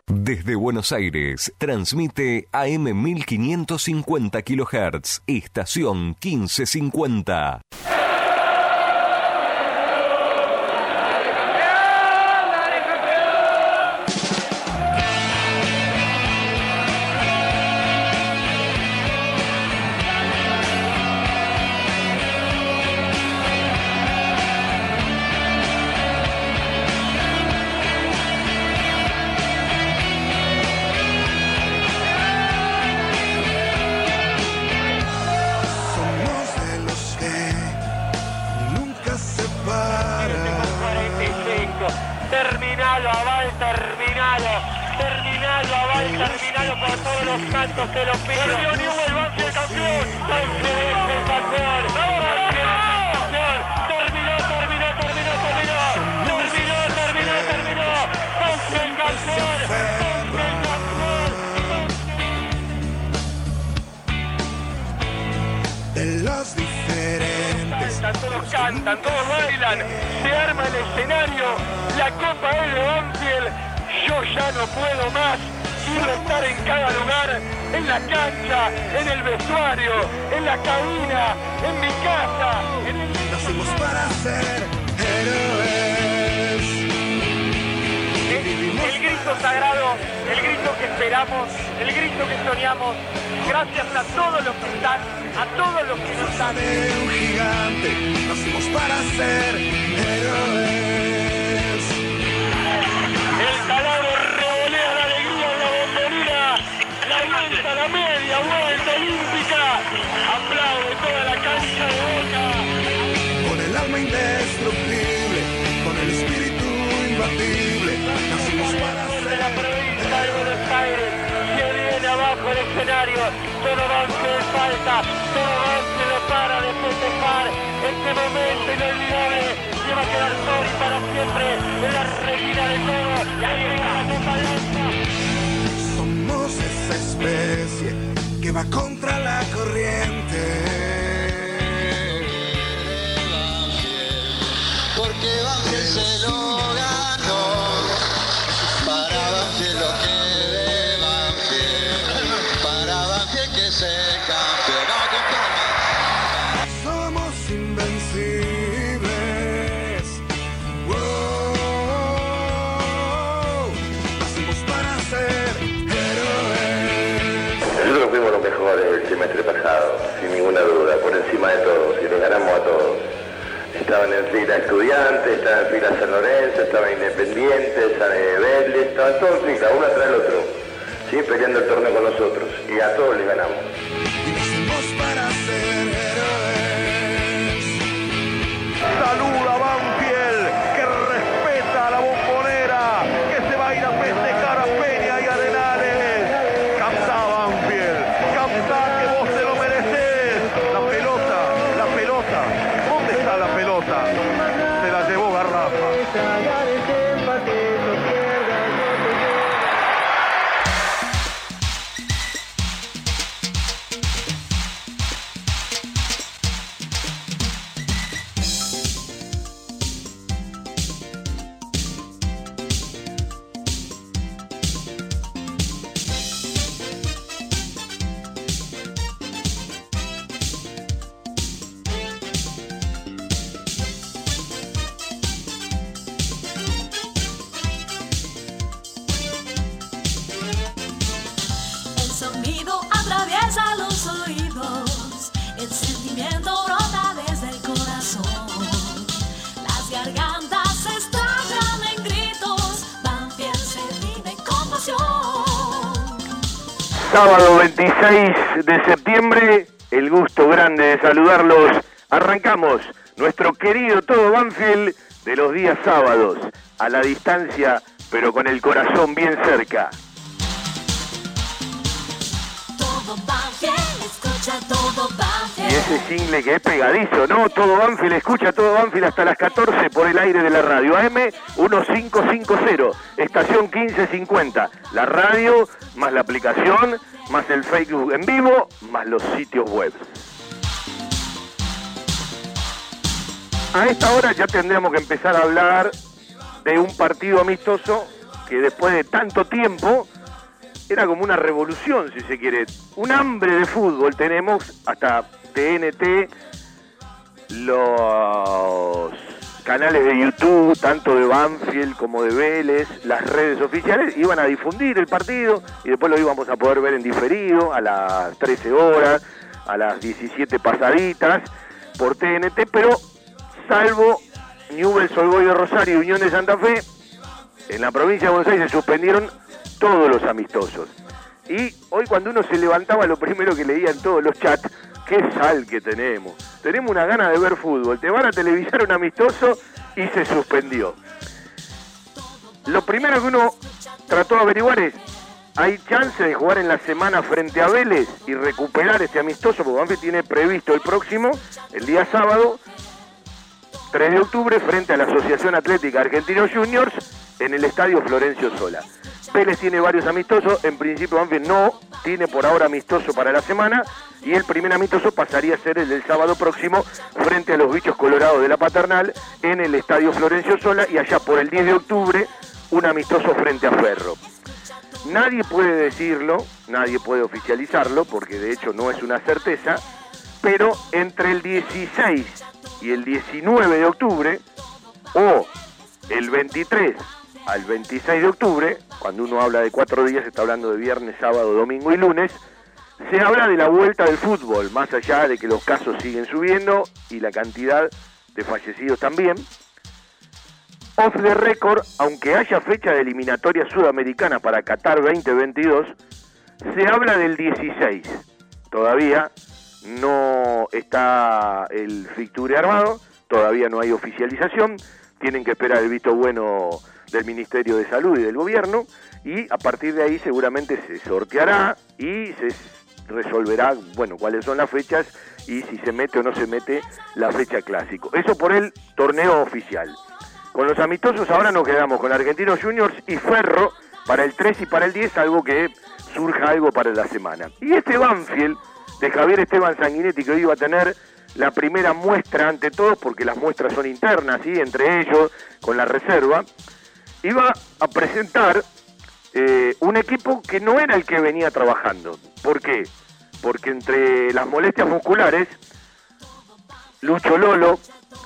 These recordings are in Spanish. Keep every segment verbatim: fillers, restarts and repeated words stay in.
Desde Buenos Aires, transmite A M mil quinientos cincuenta kilohertz, estación quince cincuenta. Terminado, Aval, terminado, terminado, Aval, terminado por todos los cantos que lo piden. Campeón y el Banfield campeón, Banfield es el campeón, Banfield es el campeón, terminó, terminó, terminó, terminó, terminó, terminó, terminó, Banfield campeón, Banfield campeón. De los diferentes. Cantan, todos cantan, todos bailan, se arma el escenario, la copa es de Banfield, yo ya no puedo más, quiero estar en cada lugar, en la cancha, en el vestuario, en la cabina, en mi casa, en el... Nacimos para ser héroes. El, el grito sagrado, el grito que esperamos, el grito que soñamos, gracias a todos los que están, a todos los que no están. De un gigante, nacimos para ser héroes. El taladro revolea la alegría de la bombonera, la vuelta, la media vuelta olímpica, aplaude toda la cancha de Boca. Con el alma indestructible, con el espíritu imbatible, nacimos para ser de la provincia de Buenos Aires, que viene abajo el escenario, todo Banfield falta, todo Banfield no para de festejar este momento inolvidable que va a quedar Tori para siempre en la reina de todo, y ahí viene la Copa Blanca. Somos esa especie que va contra la corriente. Porque Banfield se lo ganó, para Banfield lo que de Banfield, para Banfield que se campeón. Somos invencibles. Wow. Nacimos para ser héroes. Nosotros fuimos los mejores el semestre pasado, sin ninguna duda, por encima de todos, y les ganamos a todos. Estaban en fila Estudiantes, estaban en fila San Lorenzo, estaban Independiente, San Vélez, estaban todos en fila, uno tras el otro, ¿sí? Peleando el torneo con nosotros, y a todos les ganamos. Y nacimos para ser héroes. Saluda Banfield, que respeta a la bombonera, que se va a ir a festejar a Peña y Arenales. Cantá Banfield, cantá que vos te lo mereces. La pelota, la pelota, ¿dónde está la pelota? Se la llevó Garrafa. Sábado veintiséis de septiembre, el gusto grande de saludarlos. Arrancamos nuestro querido Todo Banfield de los días sábados, a la distancia, pero con el corazón bien cerca. Todo Banfield, escucha Todo Banfield. Y ese single que es pegadizo, ¿no? Todo Banfield, escucha Todo Banfield hasta las catorce por el aire de la radio. A M quince cincuenta, estación quince cincuenta. La radio, más la aplicación, más el Facebook en vivo, más los sitios web. A esta hora ya tendríamos que empezar a hablar de un partido amistoso que después de tanto tiempo era como una revolución, si se quiere. Un hambre de fútbol tenemos, hasta T N T, los canales de YouTube, tanto de Banfield como de Vélez, las redes oficiales, iban a difundir el partido y después lo íbamos a poder ver en diferido a las trece horas, a las diecisiete pasaditas por T N T, pero salvo Newell's Old Boys de Rosario y Unión de Santa Fe, en la provincia de Buenos Aires se suspendieron todos los amistosos. Y hoy cuando uno se levantaba, lo primero que leía en todos los chats, qué sal que tenemos. Tenemos una gana de ver fútbol. Te van a televisar un amistoso y se suspendió. Lo primero que uno trató de averiguar es, ¿hay chance de jugar en la semana frente a Vélez y recuperar ese amistoso? Porque Banfield tiene previsto el próximo, el día sábado, tres de octubre, frente a la Asociación Atlética Argentinos Juniors, en el Estadio Florencio Sola. Vélez tiene varios amistosos, en principio Banfield no tiene por ahora amistoso para la semana, y el primer amistoso pasaría a ser el del sábado próximo frente a los Bichos Colorados de la Paternal en el Estadio Florencio Sola, y allá por el diez de octubre un amistoso frente a Ferro. Nadie puede decirlo, nadie puede oficializarlo, porque de hecho no es una certeza, pero entre el dieciséis y el diecinueve de octubre, o el veintitrés al veintiséis de octubre, cuando uno habla de cuatro días, está hablando de viernes, sábado, domingo y lunes, se habla de la vuelta del fútbol, más allá de que los casos siguen subiendo y la cantidad de fallecidos también. Off the record, aunque haya fecha de eliminatoria sudamericana para Qatar veinte veintidós, se habla del dieciséis. Todavía no está el fixture armado, todavía no hay oficialización, tienen que esperar el visto bueno del Ministerio de Salud y del Gobierno, y a partir de ahí seguramente se sorteará y se resolverá, bueno, cuáles son las fechas y si se mete o no se mete la fecha clásico. Eso por el torneo oficial. Con los amistosos ahora nos quedamos con Argentinos Juniors y Ferro para el tres y para el diez, algo que surja algo para la semana. Y este Banfield de Javier Esteban Sanguinetti, que hoy iba a tener la primera muestra ante todos, porque las muestras son internas, ¿sí? Entre ellos, con la reserva, iba a presentar eh, un equipo que no era el que venía trabajando. ¿Por qué? Porque entre las molestias musculares, Lucho Lolo,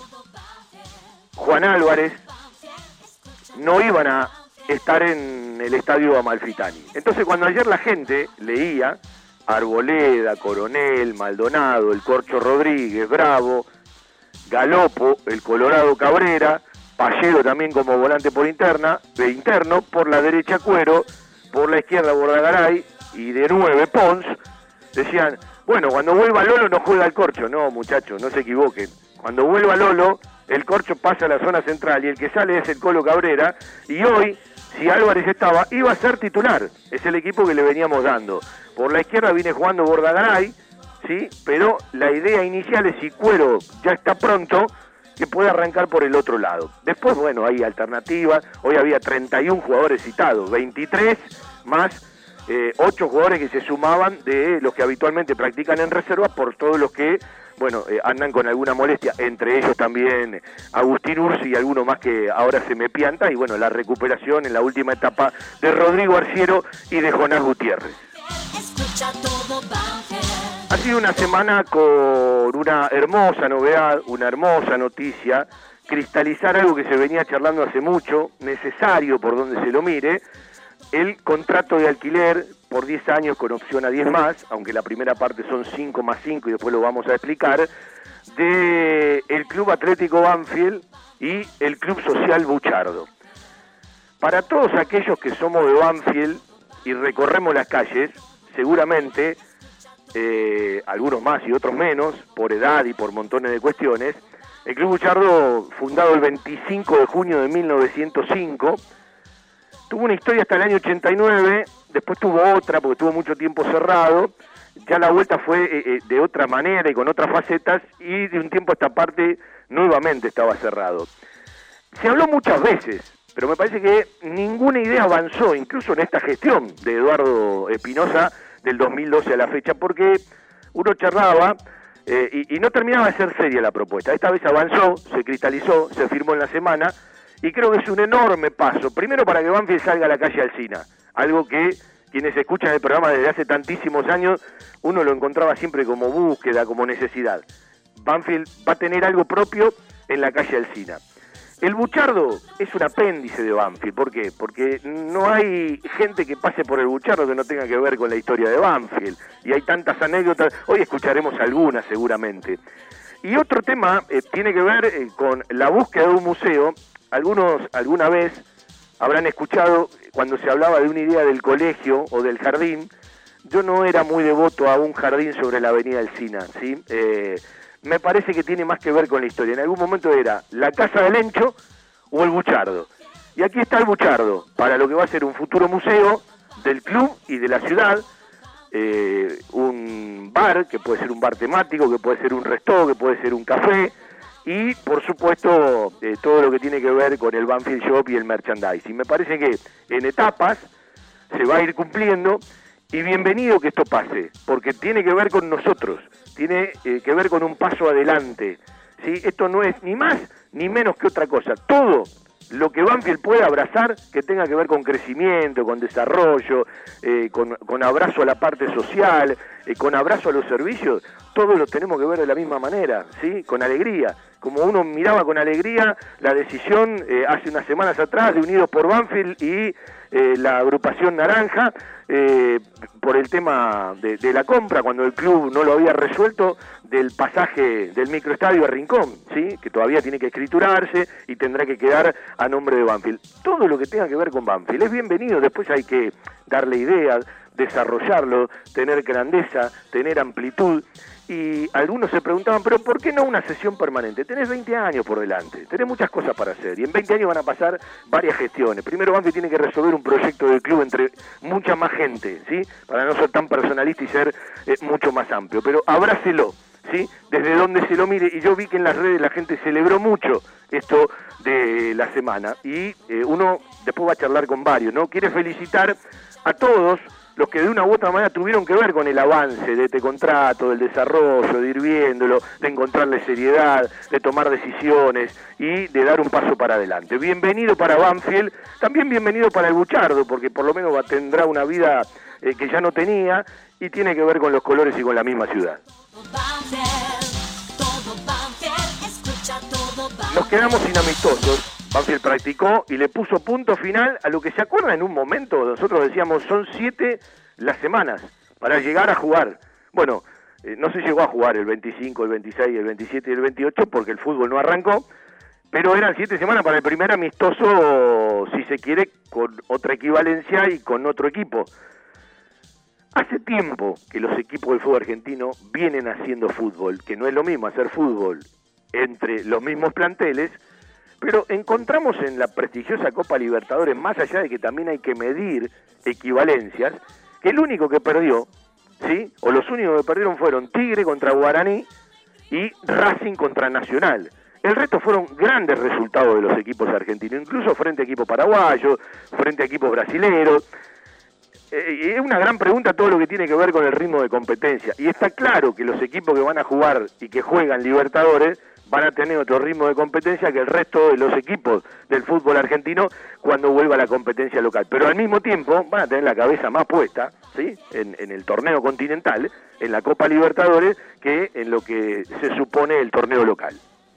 Juan Álvarez, no iban a estar en el estadio Amalfitani. Entonces cuando ayer la gente leía Arboleda, Coronel, Maldonado, el Corcho Rodríguez, Bravo, Galopo, el Colorado Cabrera, Pallero también como volante por interna, de interno, por la derecha Cuero, por la izquierda Bordagaray y de nueve Pons, decían, bueno, cuando vuelva Lolo no juega el Corcho. No, muchachos, no se equivoquen. Cuando vuelva Lolo, el Corcho pasa a la zona central y el que sale es el Colo Cabrera, y hoy, si Álvarez estaba, iba a ser titular. Es el equipo que le veníamos dando. Por la izquierda viene jugando Bordagaray, ¿sí? Pero la idea inicial es, si Cuero ya está pronto, que puede arrancar por el otro lado. Después, bueno, hay alternativas. Hoy había treinta y uno jugadores citados, veintitrés más eh, ocho jugadores que se sumaban de los que habitualmente practican en reserva, por todos los que, bueno, eh, andan con alguna molestia, entre ellos también Agustín Ursi y alguno más que ahora se me pianta, y bueno, la recuperación en la última etapa de Rodrigo Arciero y de Jonás Gutiérrez. Ha sido una semana con una hermosa novedad, una hermosa noticia, cristalizar algo que se venía charlando hace mucho, necesario por donde se lo mire, el contrato de alquiler por diez años con opción a diez más, aunque la primera parte son cinco más cinco y después lo vamos a explicar, de el Club Atlético Banfield y el Club Social Buchardo. Para todos aquellos que somos de Banfield y recorremos las calles, seguramente, eh, algunos más y otros menos, por edad y por montones de cuestiones, el Club Buchardo, fundado el veinticinco de junio de mil novecientos cinco, tuvo una historia hasta el año ochenta y nueve, después tuvo otra porque estuvo mucho tiempo cerrado, ya la vuelta fue eh, eh, de otra manera y con otras facetas, y de un tiempo a esta parte nuevamente estaba cerrado. Se habló muchas veces, pero me parece que ninguna idea avanzó, incluso en esta gestión de Eduardo Espinosa del dos mil doce a la fecha, porque uno charlaba eh, y, y no terminaba de ser seria la propuesta. Esta vez avanzó, se cristalizó, se firmó en la semana, y creo que es un enorme paso, primero para que Banfield salga a la calle Alsina, algo que quienes escuchan el programa desde hace tantísimos años, uno lo encontraba siempre como búsqueda, como necesidad. Banfield va a tener algo propio en la calle Alsina. El Buchardo es un apéndice de Banfield, ¿por qué? Porque no hay gente que pase por el Buchardo que no tenga que ver con la historia de Banfield, y hay tantas anécdotas, hoy escucharemos algunas seguramente. Y otro tema eh, tiene que ver eh, con la búsqueda de un museo. Algunos alguna vez habrán escuchado cuando se hablaba de una idea del colegio o del jardín. Yo no era muy devoto a un jardín sobre la avenida Alsina, ¿sí? Eh, me parece que tiene más que ver con la historia. En algún momento era la Casa del Lencho o el Buchardo. Y aquí está el Buchardo, para lo que va a ser un futuro museo del club y de la ciudad. Eh, un bar, que puede ser un bar temático, que puede ser un restaurante, que puede ser un café. Y, por supuesto, eh, todo lo que tiene que ver con el Banfield Shop y el merchandising. Me parece que en etapas se va a ir cumpliendo, y bienvenido que esto pase, porque tiene que ver con nosotros, tiene eh, que ver con un paso adelante, ¿sí? Esto no es ni más ni menos que otra cosa. Todo lo que Banfield pueda abrazar, que tenga que ver con crecimiento, con desarrollo, eh, con, con abrazo a la parte social, eh, con abrazo a los servicios, todos lo tenemos que ver de la misma manera, ¿sí? Con alegría. Como uno miraba con alegría la decisión eh, hace unas semanas atrás de Unidos por Banfield y eh, la agrupación Naranja, eh, por el tema de, de la compra, cuando el club no lo había resuelto, del pasaje del microestadio a Rincón, ¿sí? Que todavía tiene que escriturarse y tendrá que quedar a nombre de Banfield. Todo lo que tenga que ver con Banfield es bienvenido, después hay que darle ideas, desarrollarlo, tener grandeza, tener amplitud. Y algunos se preguntaban, pero ¿por qué no una sesión permanente? Tenés veinte años por delante, tenés muchas cosas para hacer, y en veinte años van a pasar varias gestiones. Primero Banfield tiene que resolver un proyecto del club entre mucha más gente, ¿sí? Para no ser tan personalista y ser eh, mucho más amplio, pero abrácelo, ¿sí? Desde donde se lo mire, y yo vi que en las redes la gente celebró mucho esto de la semana, y eh, uno después va a charlar con varios, ¿no? Quiere felicitar a todos los que de una u otra manera tuvieron que ver con el avance de este contrato, del desarrollo, de ir viéndolo, de encontrarle seriedad, de tomar decisiones y de dar un paso para adelante. Bienvenido para Banfield, también bienvenido para el Buchardo, porque por lo menos va, tendrá una vida eh, que ya no tenía, y tiene que ver con los colores y con la misma ciudad. Nos quedamos sin amistosos. Banfield practicó y le puso punto final a lo que se acuerda en un momento. Nosotros decíamos, son siete las semanas para llegar a jugar. Bueno, eh, no se llegó a jugar el veinticinco, el veintiséis, el veintisiete y el veintiocho porque el fútbol no arrancó, pero eran siete semanas para el primer amistoso, si se quiere, con otra equivalencia y con otro equipo. Hace tiempo que los equipos del fútbol argentino vienen haciendo fútbol, que no es lo mismo hacer fútbol entre los mismos planteles, pero encontramos en la prestigiosa Copa Libertadores, más allá de que también hay que medir equivalencias, que el único que perdió, ¿sí? O los únicos que perdieron fueron Tigre contra Guaraní y Racing contra Nacional. El resto fueron grandes resultados de los equipos argentinos, incluso frente a equipos paraguayos, frente a equipos brasileños. Eh, es una gran pregunta todo lo que tiene que ver con el ritmo de competencia. Y está claro que los equipos que van a jugar y que juegan Libertadores van a tener otro ritmo de competencia que el resto de los equipos del fútbol argentino cuando vuelva a la competencia local. Pero al mismo tiempo van a tener la cabeza más puesta, ¿sí? en, en el torneo continental, en la Copa Libertadores, que en lo que se supone el torneo local.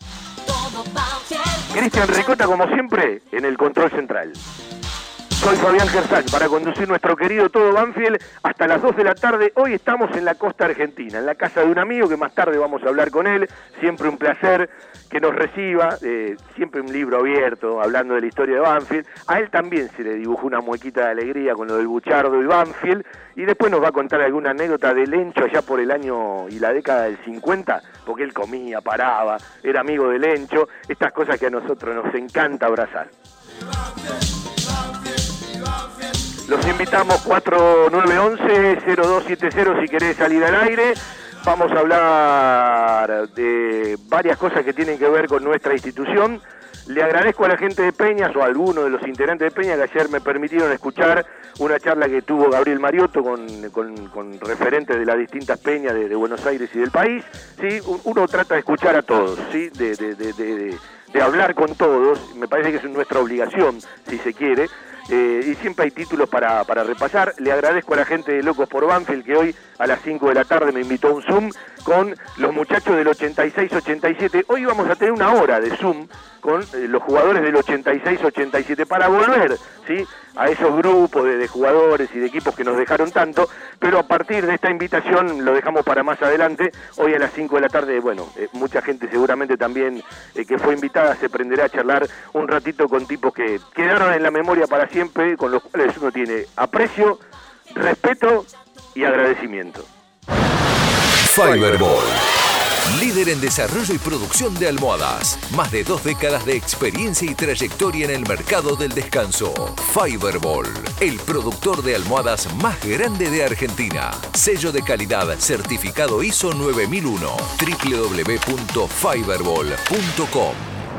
Cristian Ricota, como siempre, en el control central. Soy Fabián Gersach para conducir nuestro querido Todo Banfield hasta las dos de la tarde. Hoy estamos en la costa argentina, en la casa de un amigo que más tarde vamos a hablar con él. Siempre un placer que nos reciba, eh, siempre un libro abierto, hablando de la historia de Banfield. A él también se le dibujó una muequita de alegría con lo del Buchardo y Banfield. Y después nos va a contar alguna anécdota de Lencho allá por el año y la década del cincuenta, porque él comía, paraba, era amigo de Lencho. Estas cosas que a nosotros nos encanta abrazar. Los invitamos cuatro nueve once cero dos siete cero si querés salir al aire. Vamos a hablar de varias cosas que tienen que ver con nuestra institución. le agradezco a la gente de Peñas o a alguno de los integrantes de Peñas que ayer me permitieron escuchar una charla que tuvo Gabriel Mariotto con, con, con referentes de las distintas peñas de, de Buenos Aires y del país. ¿Sí? Uno trata de escuchar a todos, ¿sí? de, de, de, de, de, de hablar con todos, me parece que es nuestra obligación, si se quiere. Eh, y siempre hay títulos para, para repasar. Le agradezco a la gente de Locos por Banfield que hoy a las cinco de la tarde me invitó a un Zoom con los muchachos del ochenta y seis ochenta y siete. Hoy vamos a tener una hora de Zoom con eh, los jugadores del ochenta y seis ochenta y siete para volver, ¿sí?, a esos grupos de, de jugadores y de equipos que nos dejaron tanto, pero a partir de esta invitación lo dejamos para más adelante. Hoy a las cinco de la tarde, bueno, eh, mucha gente seguramente también eh, que fue invitada se prenderá a charlar un ratito con tipos que quedaron en la memoria para siempre, con los cuales uno tiene aprecio, respeto y agradecimiento. Fiberball, líder en desarrollo y producción de almohadas. Más de dos décadas de experiencia y trayectoria en el mercado del descanso. Fiberball, el productor de almohadas más grande de Argentina. Sello de calidad certificado I S O nueve mil uno. doble u doble u doble u punto fiberball punto com.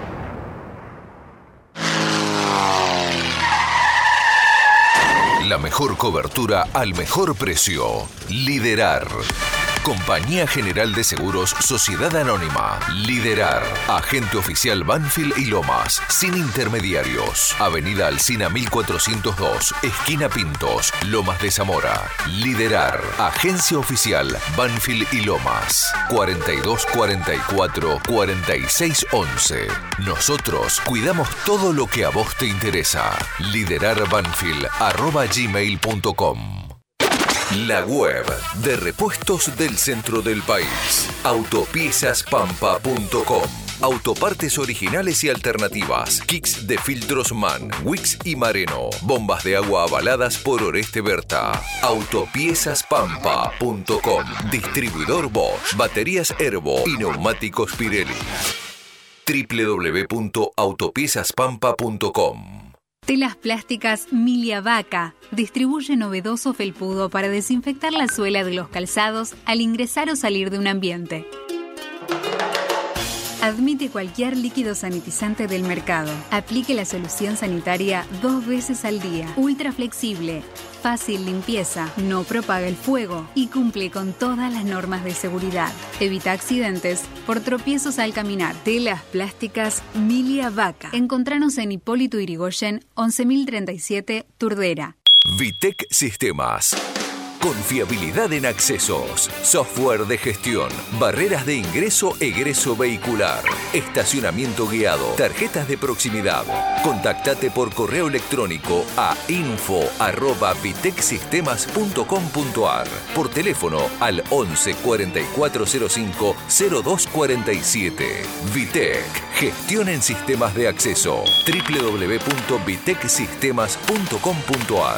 La mejor cobertura al mejor precio. Liderar. Compañía General de Seguros Sociedad Anónima. Liderar. Agente oficial Banfield y Lomas. Sin intermediarios. Avenida Alsina mil cuatrocientos dos. Esquina Pintos. Lomas de Zamora. Liderar. Agencia oficial Banfield y Lomas. cuarenta y dos cuarenta y cuatro cuarenta y seis once. Nosotros cuidamos todo lo que a vos te interesa. Liderarbanfield arroba gmail punto com. La web de repuestos del centro del país. autopiezas pampa punto com. Autopartes originales y alternativas. Kicks de filtros MAN, Wix y Mareno. Bombas de agua avaladas por Oreste Berta. autopiezas pampa punto com. Distribuidor Bosch. Baterías Herbo y neumáticos Pirelli. doble u doble u doble u punto autopiezas pampa punto com. Telas Plásticas Milia Vaca distribuye novedoso felpudo para desinfectar la suela de los calzados al ingresar o salir de un ambiente. Admite cualquier líquido sanitizante del mercado. Aplique la solución sanitaria dos veces al día. Ultra flexible, fácil limpieza, no propaga el fuego y cumple con todas las normas de seguridad. Evita accidentes por tropiezos al caminar. Telas Plásticas Milia Vaca. Encontranos en Hipólito Yrigoyen, once mil treinta y siete, Turdera. Vitec Sistemas. Confiabilidad en accesos, software de gestión, barreras de ingreso-egreso vehicular, estacionamiento guiado, tarjetas de proximidad. Contactate por correo electrónico a info arroba vitec sistemas punto com punto ar, por teléfono al once cuarenta y cuatro cero cinco cero dos cuarenta y siete. Vitec, gestión en sistemas de acceso. doble u doble u doble u punto vitec sistemas punto com punto ar.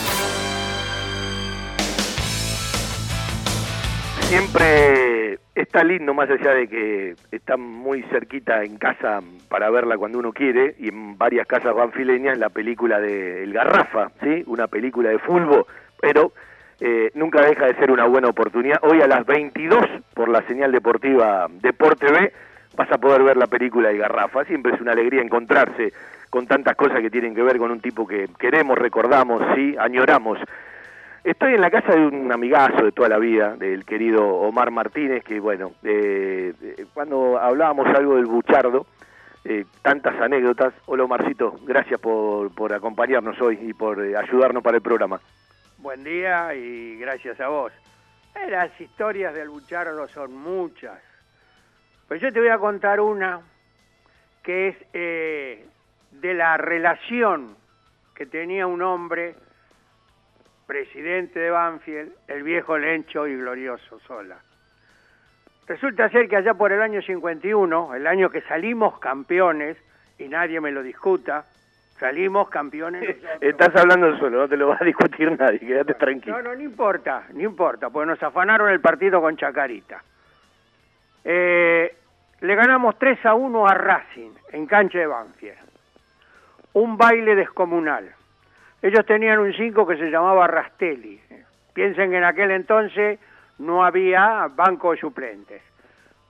Siempre está lindo, más allá de que está muy cerquita en casa para verla cuando uno quiere, y en varias casas banfileñas, la película de El Garrafa, ¿sí? Una película de fútbol, pero eh, nunca deja de ser una buena oportunidad. Hoy a las veintidós, por la señal deportiva Deporte B, vas a poder ver la película de Garrafa. Siempre es una alegría encontrarse con tantas cosas que tienen que ver con un tipo que queremos, recordamos, ¿sí? Añoramos. Estoy en la casa de un amigazo de toda la vida, del querido Omar Martínez, que bueno, eh, cuando hablábamos algo del Buchardo, eh, tantas anécdotas. Hola Omarcito, gracias por, por acompañarnos hoy y por eh, ayudarnos para el programa. Buen día y gracias a vos. Eh, las historias del Buchardo son muchas, pero yo te voy a contar una que es eh, de la relación que tenía un hombre, presidente de Banfield, el viejo Lencho y glorioso Sola. Resulta ser que allá por el año cincuenta y uno, el año que salimos campeones, y nadie me lo discuta, salimos campeones nosotros. Estás hablando solo, no te lo va a discutir nadie, quédate tranquilo. No, no, no importa, no importa, porque nos afanaron el partido con Chacarita. Eh, le ganamos tres a uno a Racing, en cancha de Banfield. Un baile descomunal. Ellos tenían un cinco que se llamaba Rastelli. Piensen que en aquel entonces no había banco de suplentes.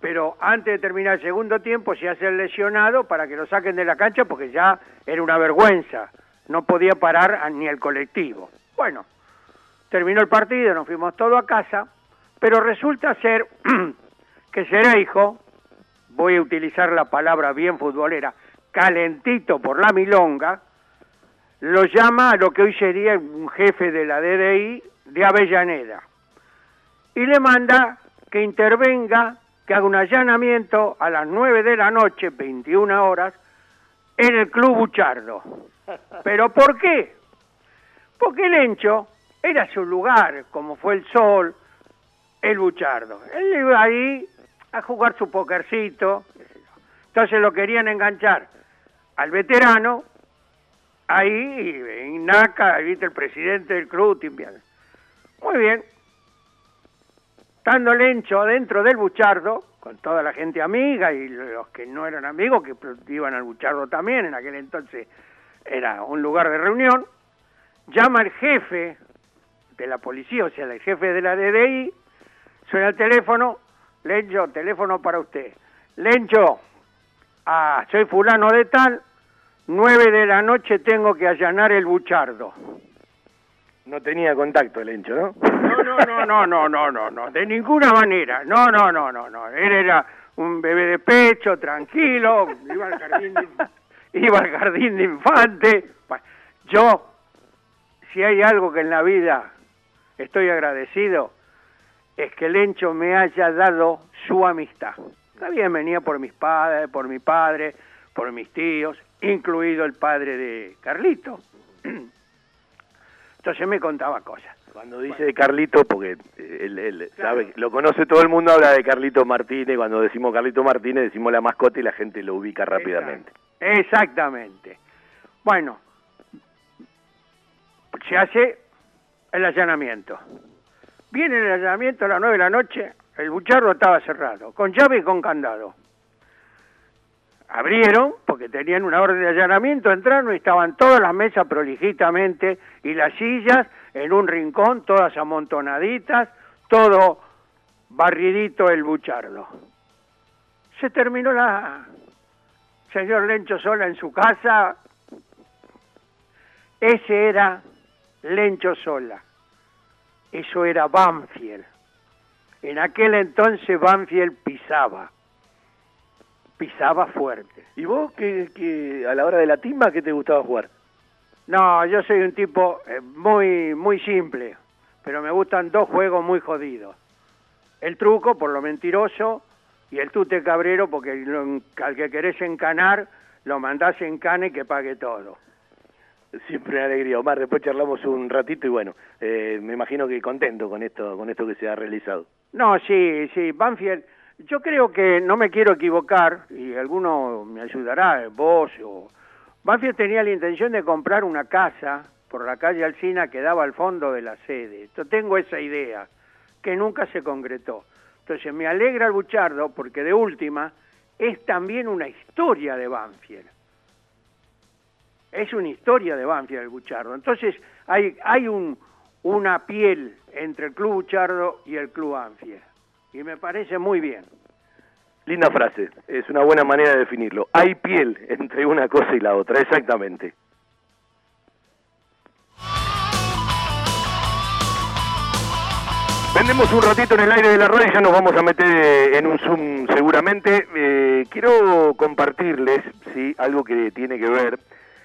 pero antes de terminar el segundo tiempo se hace el lesionado para que lo saquen de la cancha porque ya era una vergüenza, no podía parar a, ni el colectivo. Bueno, terminó el partido, nos fuimos todos a casa, pero resulta ser que Cereijo, voy a utilizar la palabra bien futbolera, calentito por la milonga, lo llama a lo que hoy sería un jefe de la D D I de Avellaneda y le manda que intervenga, que haga un allanamiento a las nueve de la noche, veintiuna horas, en el Club Buchardo. ¿Pero por qué? Porque el Lencho era su lugar, como fue el Sol, el Buchardo. Él iba ahí a jugar su pokercito, entonces lo querían enganchar al veterano, ahí en Naca, viste, el presidente del club, timbiano. Muy bien. Estando Lencho dentro del Buchardo, con toda la gente amiga y los que no eran amigos, que iban al Buchardo también, en aquel entonces era un lugar de reunión, llama el jefe de la policía, o sea, el jefe de la D D I, suena el teléfono, Lencho, teléfono para usted. Lencho, ah, soy fulano de tal, nueve de la noche tengo que allanar el Buchardo. No tenía contacto el Lencho, ¿no? No, no, no, no, no, no, no, no, de ninguna manera. No, no, no, no, no. Él era un bebé de pecho, tranquilo, iba al jardín de, iba al jardín de infante. Yo, si hay algo que en la vida estoy agradecido, es que Lencho me haya dado su amistad. Está bien, venía por mis padres, por mi padre, por mis tíos, incluido el padre de Carlito. Entonces me contaba cosas. Cuando dice de Carlito, porque él, él claro. sabe, lo conoce todo el mundo, habla de Carlito Martínez. Cuando decimos Carlito Martínez, decimos la mascota y la gente lo ubica rápidamente. Exactamente. Bueno, se hace el allanamiento. Viene el allanamiento a las nueve de la noche, el Buchardo estaba cerrado, con llave y con candado. Abrieron, porque tenían una orden de allanamiento, entraron y estaban todas las mesas prolijitamente y las sillas en un rincón, todas amontonaditas, todo barridito el Buchardo. Se terminó la... Señor Lencho Sola en su casa. Ese era Lencho Sola. Eso era Banfield. En aquel entonces Banfield pisaba. Pisaba fuerte. ¿Y vos que, que a la hora de la timba qué te gustaba jugar? No, yo soy un tipo eh, muy muy simple, pero me gustan dos juegos muy jodidos. El truco, por lo mentiroso, y el tute cabrero, porque lo, al que querés encanar, lo mandás en cana y que pague todo. Siempre una alegría, Omar. Después charlamos un ratito y bueno, eh, me imagino que contento con esto, con esto que se ha realizado. No, sí, sí, Banfield... Yo creo que, no me quiero equivocar, y alguno me ayudará, vos o... Banfield tenía la intención de comprar una casa por la calle Alsina que daba al fondo de la sede. Yo tengo esa idea, que nunca se concretó. Entonces me alegra el Buchardo, porque de última, es también una historia de Banfield. Es una historia de Banfield el Buchardo. Entonces hay, hay un, una piel entre el Club Buchardo y el Club Banfield. Y me parece muy bien. Linda frase, es una buena manera de definirlo. Hay piel entre una cosa y la otra, exactamente. Vendemos un ratito en el aire de la radio y ya nos vamos a meter en un Zoom seguramente. Eh, quiero compartirles, sí, algo que tiene que ver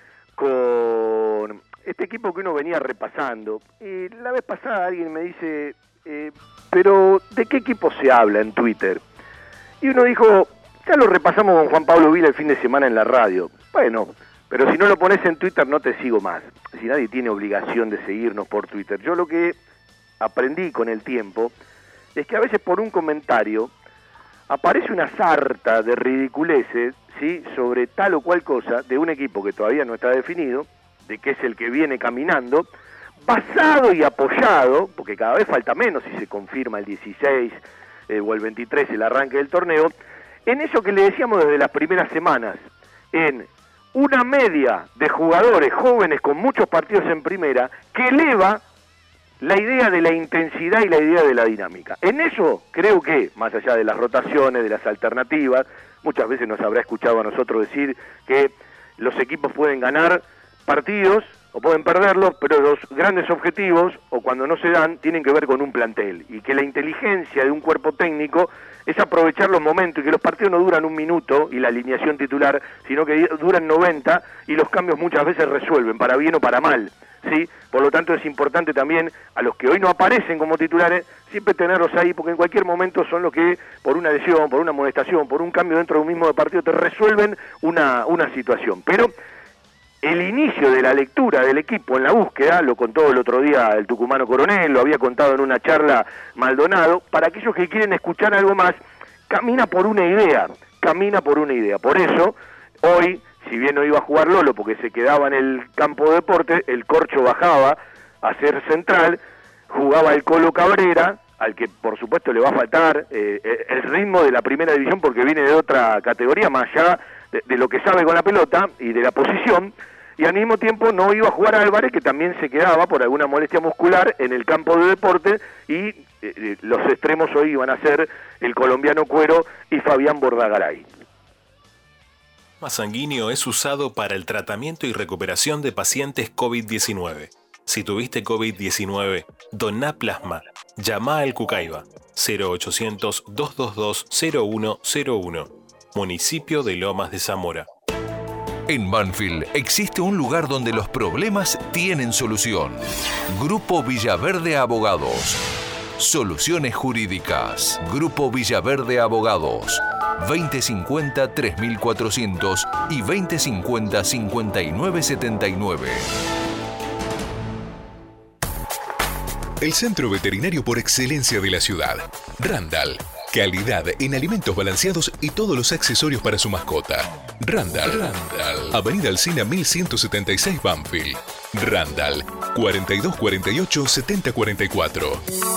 con este equipo que uno venía repasando. Y la vez pasada alguien me dice... Eh, pero ¿de qué equipo se habla en Twitter? Y uno dijo, ya lo repasamos con Juan Pablo Vila el fin de semana en la radio. Bueno, pero si no lo pones en Twitter no te sigo más. Si nadie tiene obligación de seguirnos por Twitter. Yo lo que aprendí con el tiempo es que a veces por un comentario aparece una sarta de ridiculeces, ¿sí?, sobre tal o cual cosa de un equipo que todavía no está definido, de que es el que viene caminando, basado y apoyado, porque cada vez falta menos si se confirma el dieciséis eh, o el veintitrés el arranque del torneo, en eso que le decíamos desde las primeras semanas, en una media de jugadores jóvenes con muchos partidos en primera, que eleva la idea de la intensidad y la idea de la dinámica. En eso creo que, más allá de las rotaciones, de las alternativas, muchas veces nos habrá escuchado a nosotros decir que los equipos pueden ganar partidos o pueden perderlos, pero los grandes objetivos, o cuando no se dan, tienen que ver con un plantel, y que la inteligencia de un cuerpo técnico es aprovechar los momentos, y que los partidos no duran un minuto, y la alineación titular, sino que duran noventa, y los cambios muchas veces resuelven, para bien o para mal, ¿sí? Por lo tanto es importante también, a los que hoy no aparecen como titulares, siempre tenerlos ahí, porque en cualquier momento son los que, por una lesión, por una amonestación, por un cambio dentro de un mismo partido, te resuelven una, una situación. Pero el inicio de la lectura del equipo en la búsqueda, lo contó el otro día el tucumano Coronel, lo había contado en una charla Maldonado, para aquellos que quieren escuchar algo más, camina por una idea, camina por una idea. Por eso, hoy, si bien no iba a jugar Lolo porque se quedaba en el campo de deporte, el Corcho bajaba a ser central, jugaba el Colo Cabrera, al que por supuesto le va a faltar eh, el ritmo de la primera división porque viene de otra categoría, más allá de, de lo que sabe con la pelota y de la posición, y al mismo tiempo no iba a jugar a Álvarez, que también se quedaba por alguna molestia muscular en el campo de deporte, y eh, los extremos hoy iban a ser el colombiano Cuero y Fabián Bordagaray. Plasma sanguíneo es usado para el tratamiento y recuperación de pacientes COVID diecinueve. Si tuviste COVID diecinueve, doná plasma. Llama al Cucaiba cero ochocientos, dos dos dos, cero uno cero uno. Municipio de Lomas de Zamora. En Banfield existe un lugar donde los problemas tienen solución. Grupo Villaverde Abogados. Soluciones jurídicas. Grupo Villaverde Abogados. veinte cincuenta, tres mil cuatrocientos y veinte cincuenta, cincuenta y nueve setenta y nueve. El centro veterinario por excelencia de la ciudad. Randall. Calidad en alimentos balanceados y todos los accesorios para su mascota. Randall. Randall. Avenida Alsina mil ciento setenta y seis Banfield. Randall. cuarenta y dos cuarenta y ocho, setenta cuarenta y cuatro.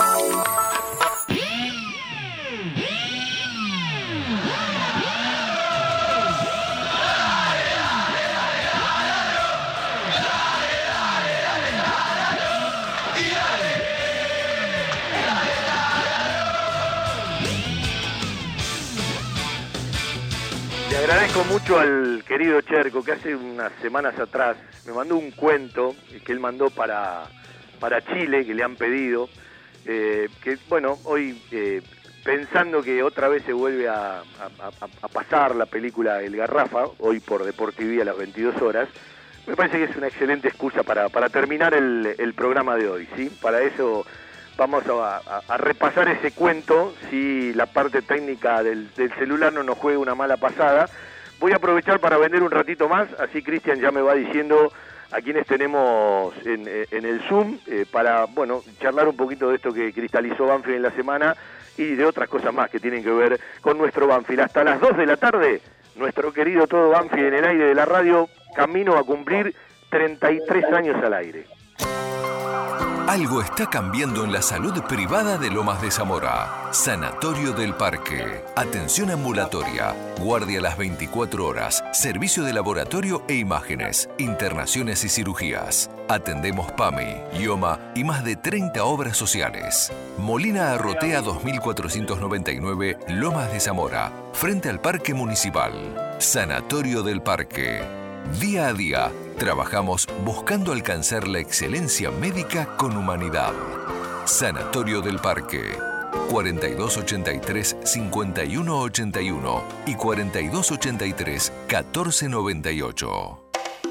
Le agradezco mucho al querido Cherco, que hace unas semanas atrás me mandó un cuento que él mandó para, para Chile, que le han pedido, eh, que bueno, hoy eh, pensando que otra vez se vuelve a, a, a pasar la película El Garrafa, hoy por Deportivía a las veintidós horas, me parece que es una excelente excusa para, para terminar el, el programa de hoy, ¿sí? Para eso vamos a, a, a repasar ese cuento, si la parte técnica del, del celular no nos juega una mala pasada. Voy a aprovechar para vender un ratito más, así Cristian ya me va diciendo a quienes tenemos en, en el Zoom, eh, para, bueno, charlar un poquito de esto que cristalizó Banfield en la semana y de otras cosas más que tienen que ver con nuestro Banfield. Hasta las dos de la tarde, nuestro querido todo Banfield en el aire de la radio, camino a cumplir treinta y tres años al aire. Algo está cambiando en la salud privada de Lomas de Zamora. Sanatorio del Parque. Atención ambulatoria. Guardia las veinticuatro horas. Servicio de laboratorio e imágenes. Internaciones y cirugías. Atendemos PAMI, IOMA y más de treinta obras sociales. Molina Arrotea dos mil cuatrocientos noventa y nueve, Lomas de Zamora. Frente al Parque Municipal. Sanatorio del Parque. Día a día, trabajamos buscando alcanzar la excelencia médica con humanidad. Sanatorio del Parque. cuarenta y dos ochenta y tres, cincuenta y uno ochenta y uno y cuarenta y dos ochenta y tres, catorce noventa y ocho.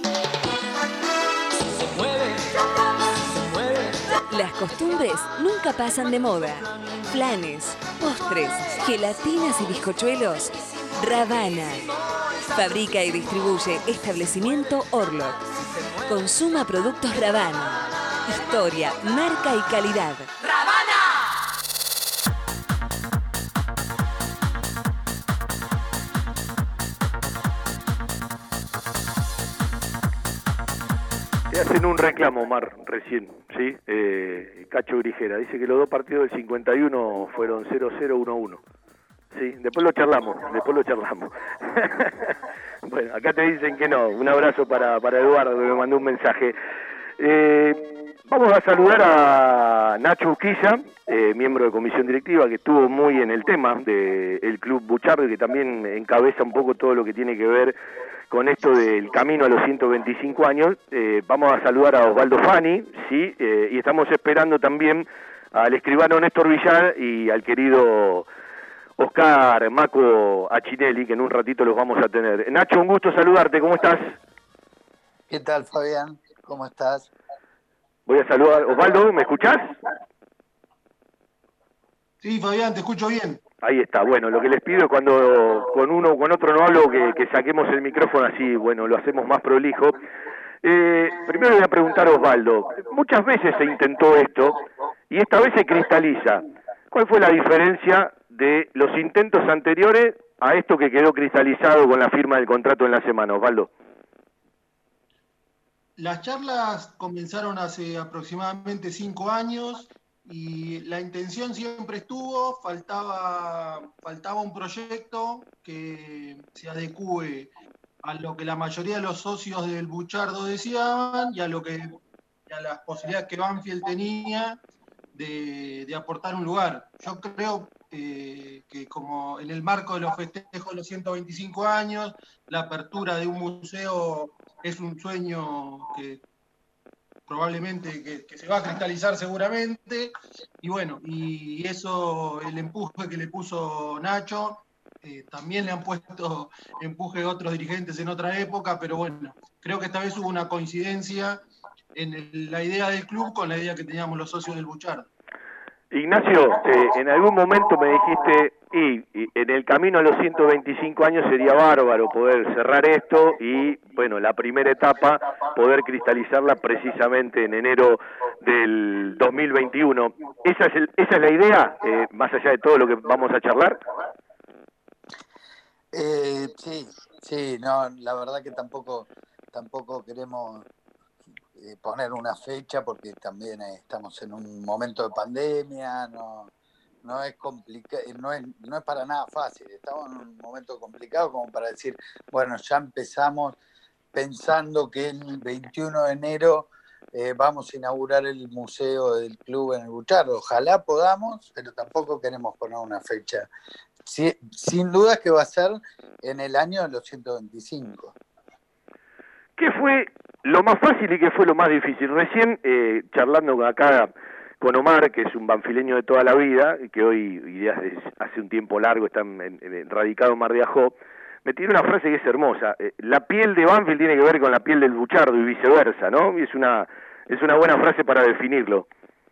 Las costumbres nunca pasan de moda. Flanes, postres, gelatinas y bizcochuelos. Ravana. Fabrica y distribuye Establecimiento Orlok. Consuma productos Ravana. Historia, marca y calidad. ¡Ravana! Te hacen un reclamo, Omar, recién, ¿sí? Eh, Cacho Grijera dice que los dos partidos del cincuenta y uno fueron cero cero uno uno. Sí, después lo charlamos, después lo charlamos. Bueno, acá te dicen que no. Un abrazo para, para Eduardo, que me mandó un mensaje. Eh, vamos a saludar a a Nacho Urquiza, eh, miembro de comisión directiva, que estuvo muy en el tema del Club Buchardo y que también encabeza un poco todo lo que tiene que ver con esto del camino a los ciento veinticinco años. Eh, vamos a saludar a Osvaldo Fani, ¿sí? Eh, y estamos esperando también al escribano Néstor Villar y al querido Oscar Maco Achinelli, que en un ratito los vamos a tener. Nacho, un gusto saludarte, ¿cómo estás? ¿Qué tal, Fabián? ¿Cómo estás? Voy a saludar. Osvaldo, ¿me escuchás? Sí, Fabián, te escucho bien. Ahí está. Bueno, lo que les pido es cuando con uno o con otro no hablo, que, que saquemos el micrófono así, bueno, lo hacemos más prolijo. Eh, primero le voy a preguntar a Osvaldo. Muchas veces se intentó esto y esta vez se cristaliza. ¿Cuál fue la diferencia de los intentos anteriores a esto que quedó cristalizado con la firma del contrato en la semana, Osvaldo? Las charlas comenzaron hace aproximadamente cinco años y la intención siempre estuvo, faltaba, faltaba un proyecto que se adecúe a lo que la mayoría de los socios del Buchardo deseaban y a, lo que, y a las posibilidades que Banfield tenía de, de aportar un lugar. Yo creo eh, que como en el marco de los festejos de los ciento veinticinco años, la apertura de un museo es un sueño que probablemente que, que se va a cristalizar seguramente, y bueno, y eso, el empuje que le puso Nacho, eh, también le han puesto empuje otros dirigentes en otra época, pero bueno, creo que esta vez hubo una coincidencia en el, la idea del club con la idea que teníamos los socios del Buchardo. Ignacio, eh, en algún momento me dijiste, y, y en el camino a los ciento veinticinco años sería bárbaro poder cerrar esto y, bueno, la primera etapa, poder cristalizarla precisamente en enero del dos mil veintiuno. ¿Esa es, el, esa es la idea, eh, más allá de todo lo que vamos a charlar? Eh, sí, sí, no, la verdad que tampoco, tampoco queremos poner una fecha porque también estamos en un momento de pandemia, no, no es complicado, no es, no es para nada fácil, estamos en un momento complicado como para decir, bueno, ya empezamos pensando que el veintiuno de enero eh, vamos a inaugurar el museo del club en el Buchardo. Ojalá podamos, pero tampoco queremos poner una fecha. Sí, sin duda que va a ser en el año de los ciento veinticinco. ¿Qué fue lo más fácil y qué fue lo más difícil? Recién, eh, charlando acá con Omar, que es un banfileño de toda la vida, y que hoy, y desde hace un tiempo largo, está en, en, radicado en Mar de Ajó, me tiró una frase que es hermosa. Eh, la piel de Banfield tiene que ver con la piel del Buchardo y viceversa, ¿no? Y es una, es una buena frase para definirlo.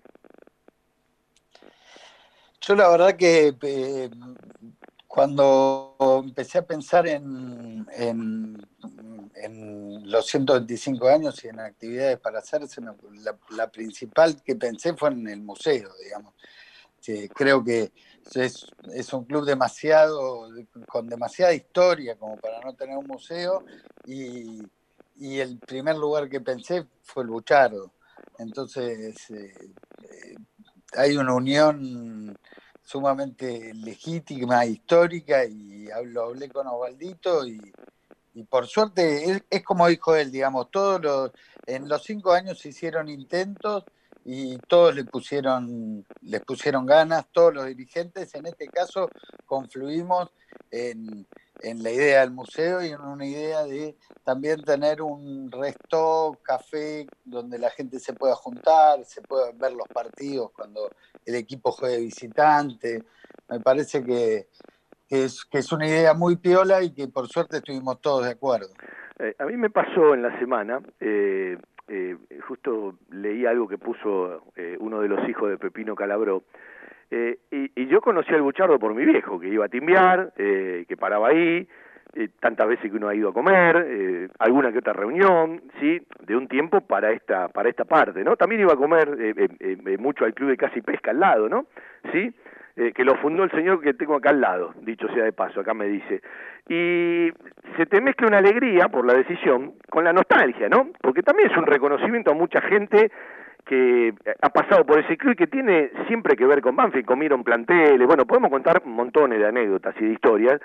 Yo la verdad que eh, cuando empecé a pensar en, en, en los ciento veinticinco años y en actividades para hacerse, la, la principal que pensé fue en el museo, digamos. Sí, creo que es, es un club demasiado, con demasiada historia como para no tener un museo, y, y el primer lugar que pensé fue el Buchardo. Entonces, eh, eh, hay una unión sumamente legítima, histórica, y lo hablé con Osvaldito y, y por suerte es, es como dijo él, digamos, todos los, en los cinco años se hicieron intentos y todos le pusieron, les pusieron ganas, todos los dirigentes, en este caso confluimos en, en la idea del museo y en una idea de también tener un resto, café, donde la gente se pueda juntar, se pueda ver los partidos cuando el equipo juegue visitante. Me parece que, que, es, que es una idea muy piola y que por suerte estuvimos todos de acuerdo. Eh, a mí me pasó en la semana, eh, eh, justo leí algo que puso eh, uno de los hijos de Pepino Calabró, eh, y, y yo conocí al Buchardo por mi viejo, que iba a timbiar, eh, que paraba ahí, eh, tantas veces que uno ha ido a comer, eh, alguna que otra reunión, sí, de un tiempo para esta para esta parte, ¿no? También iba a comer eh, eh, eh, mucho al club de Casi Pesca al lado, ¿no? Sí, eh, que lo fundó el señor que tengo acá al lado, dicho sea de paso, acá me dice. Y se te mezcla una alegría por la decisión con la nostalgia, ¿no? Porque también es un reconocimiento a mucha gente que ha pasado por ese club y que tiene siempre que ver con Banfield, comieron planteles, bueno, podemos contar montones de anécdotas y de historias,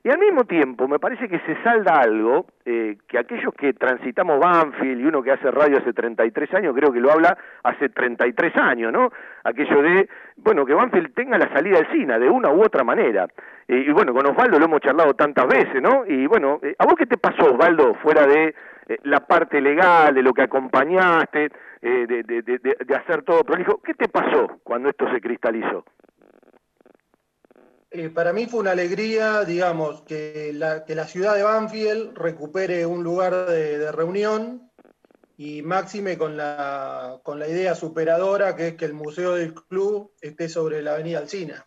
Y al mismo tiempo me parece que se salda algo eh, que aquellos que transitamos Banfield, y uno que hace radio hace treinta y tres años, creo que lo habla hace treinta y tres años, ¿no? Aquello de, bueno, que Banfield tenga la salida al SINA de una u otra manera. Eh, y bueno, con Osvaldo lo hemos charlado tantas veces, ¿no? Y bueno, eh, ¿a vos qué te pasó, Osvaldo, fuera de eh, la parte legal, de lo que acompañaste, eh, de, de, de, de hacer todo prolijo? ¿Qué te pasó cuando esto se cristalizó? Eh, para mí fue una alegría, digamos, que la, que la ciudad de Banfield recupere un lugar de, de reunión y máxime con la, con la idea superadora que es que el museo del club esté sobre la avenida Alsina.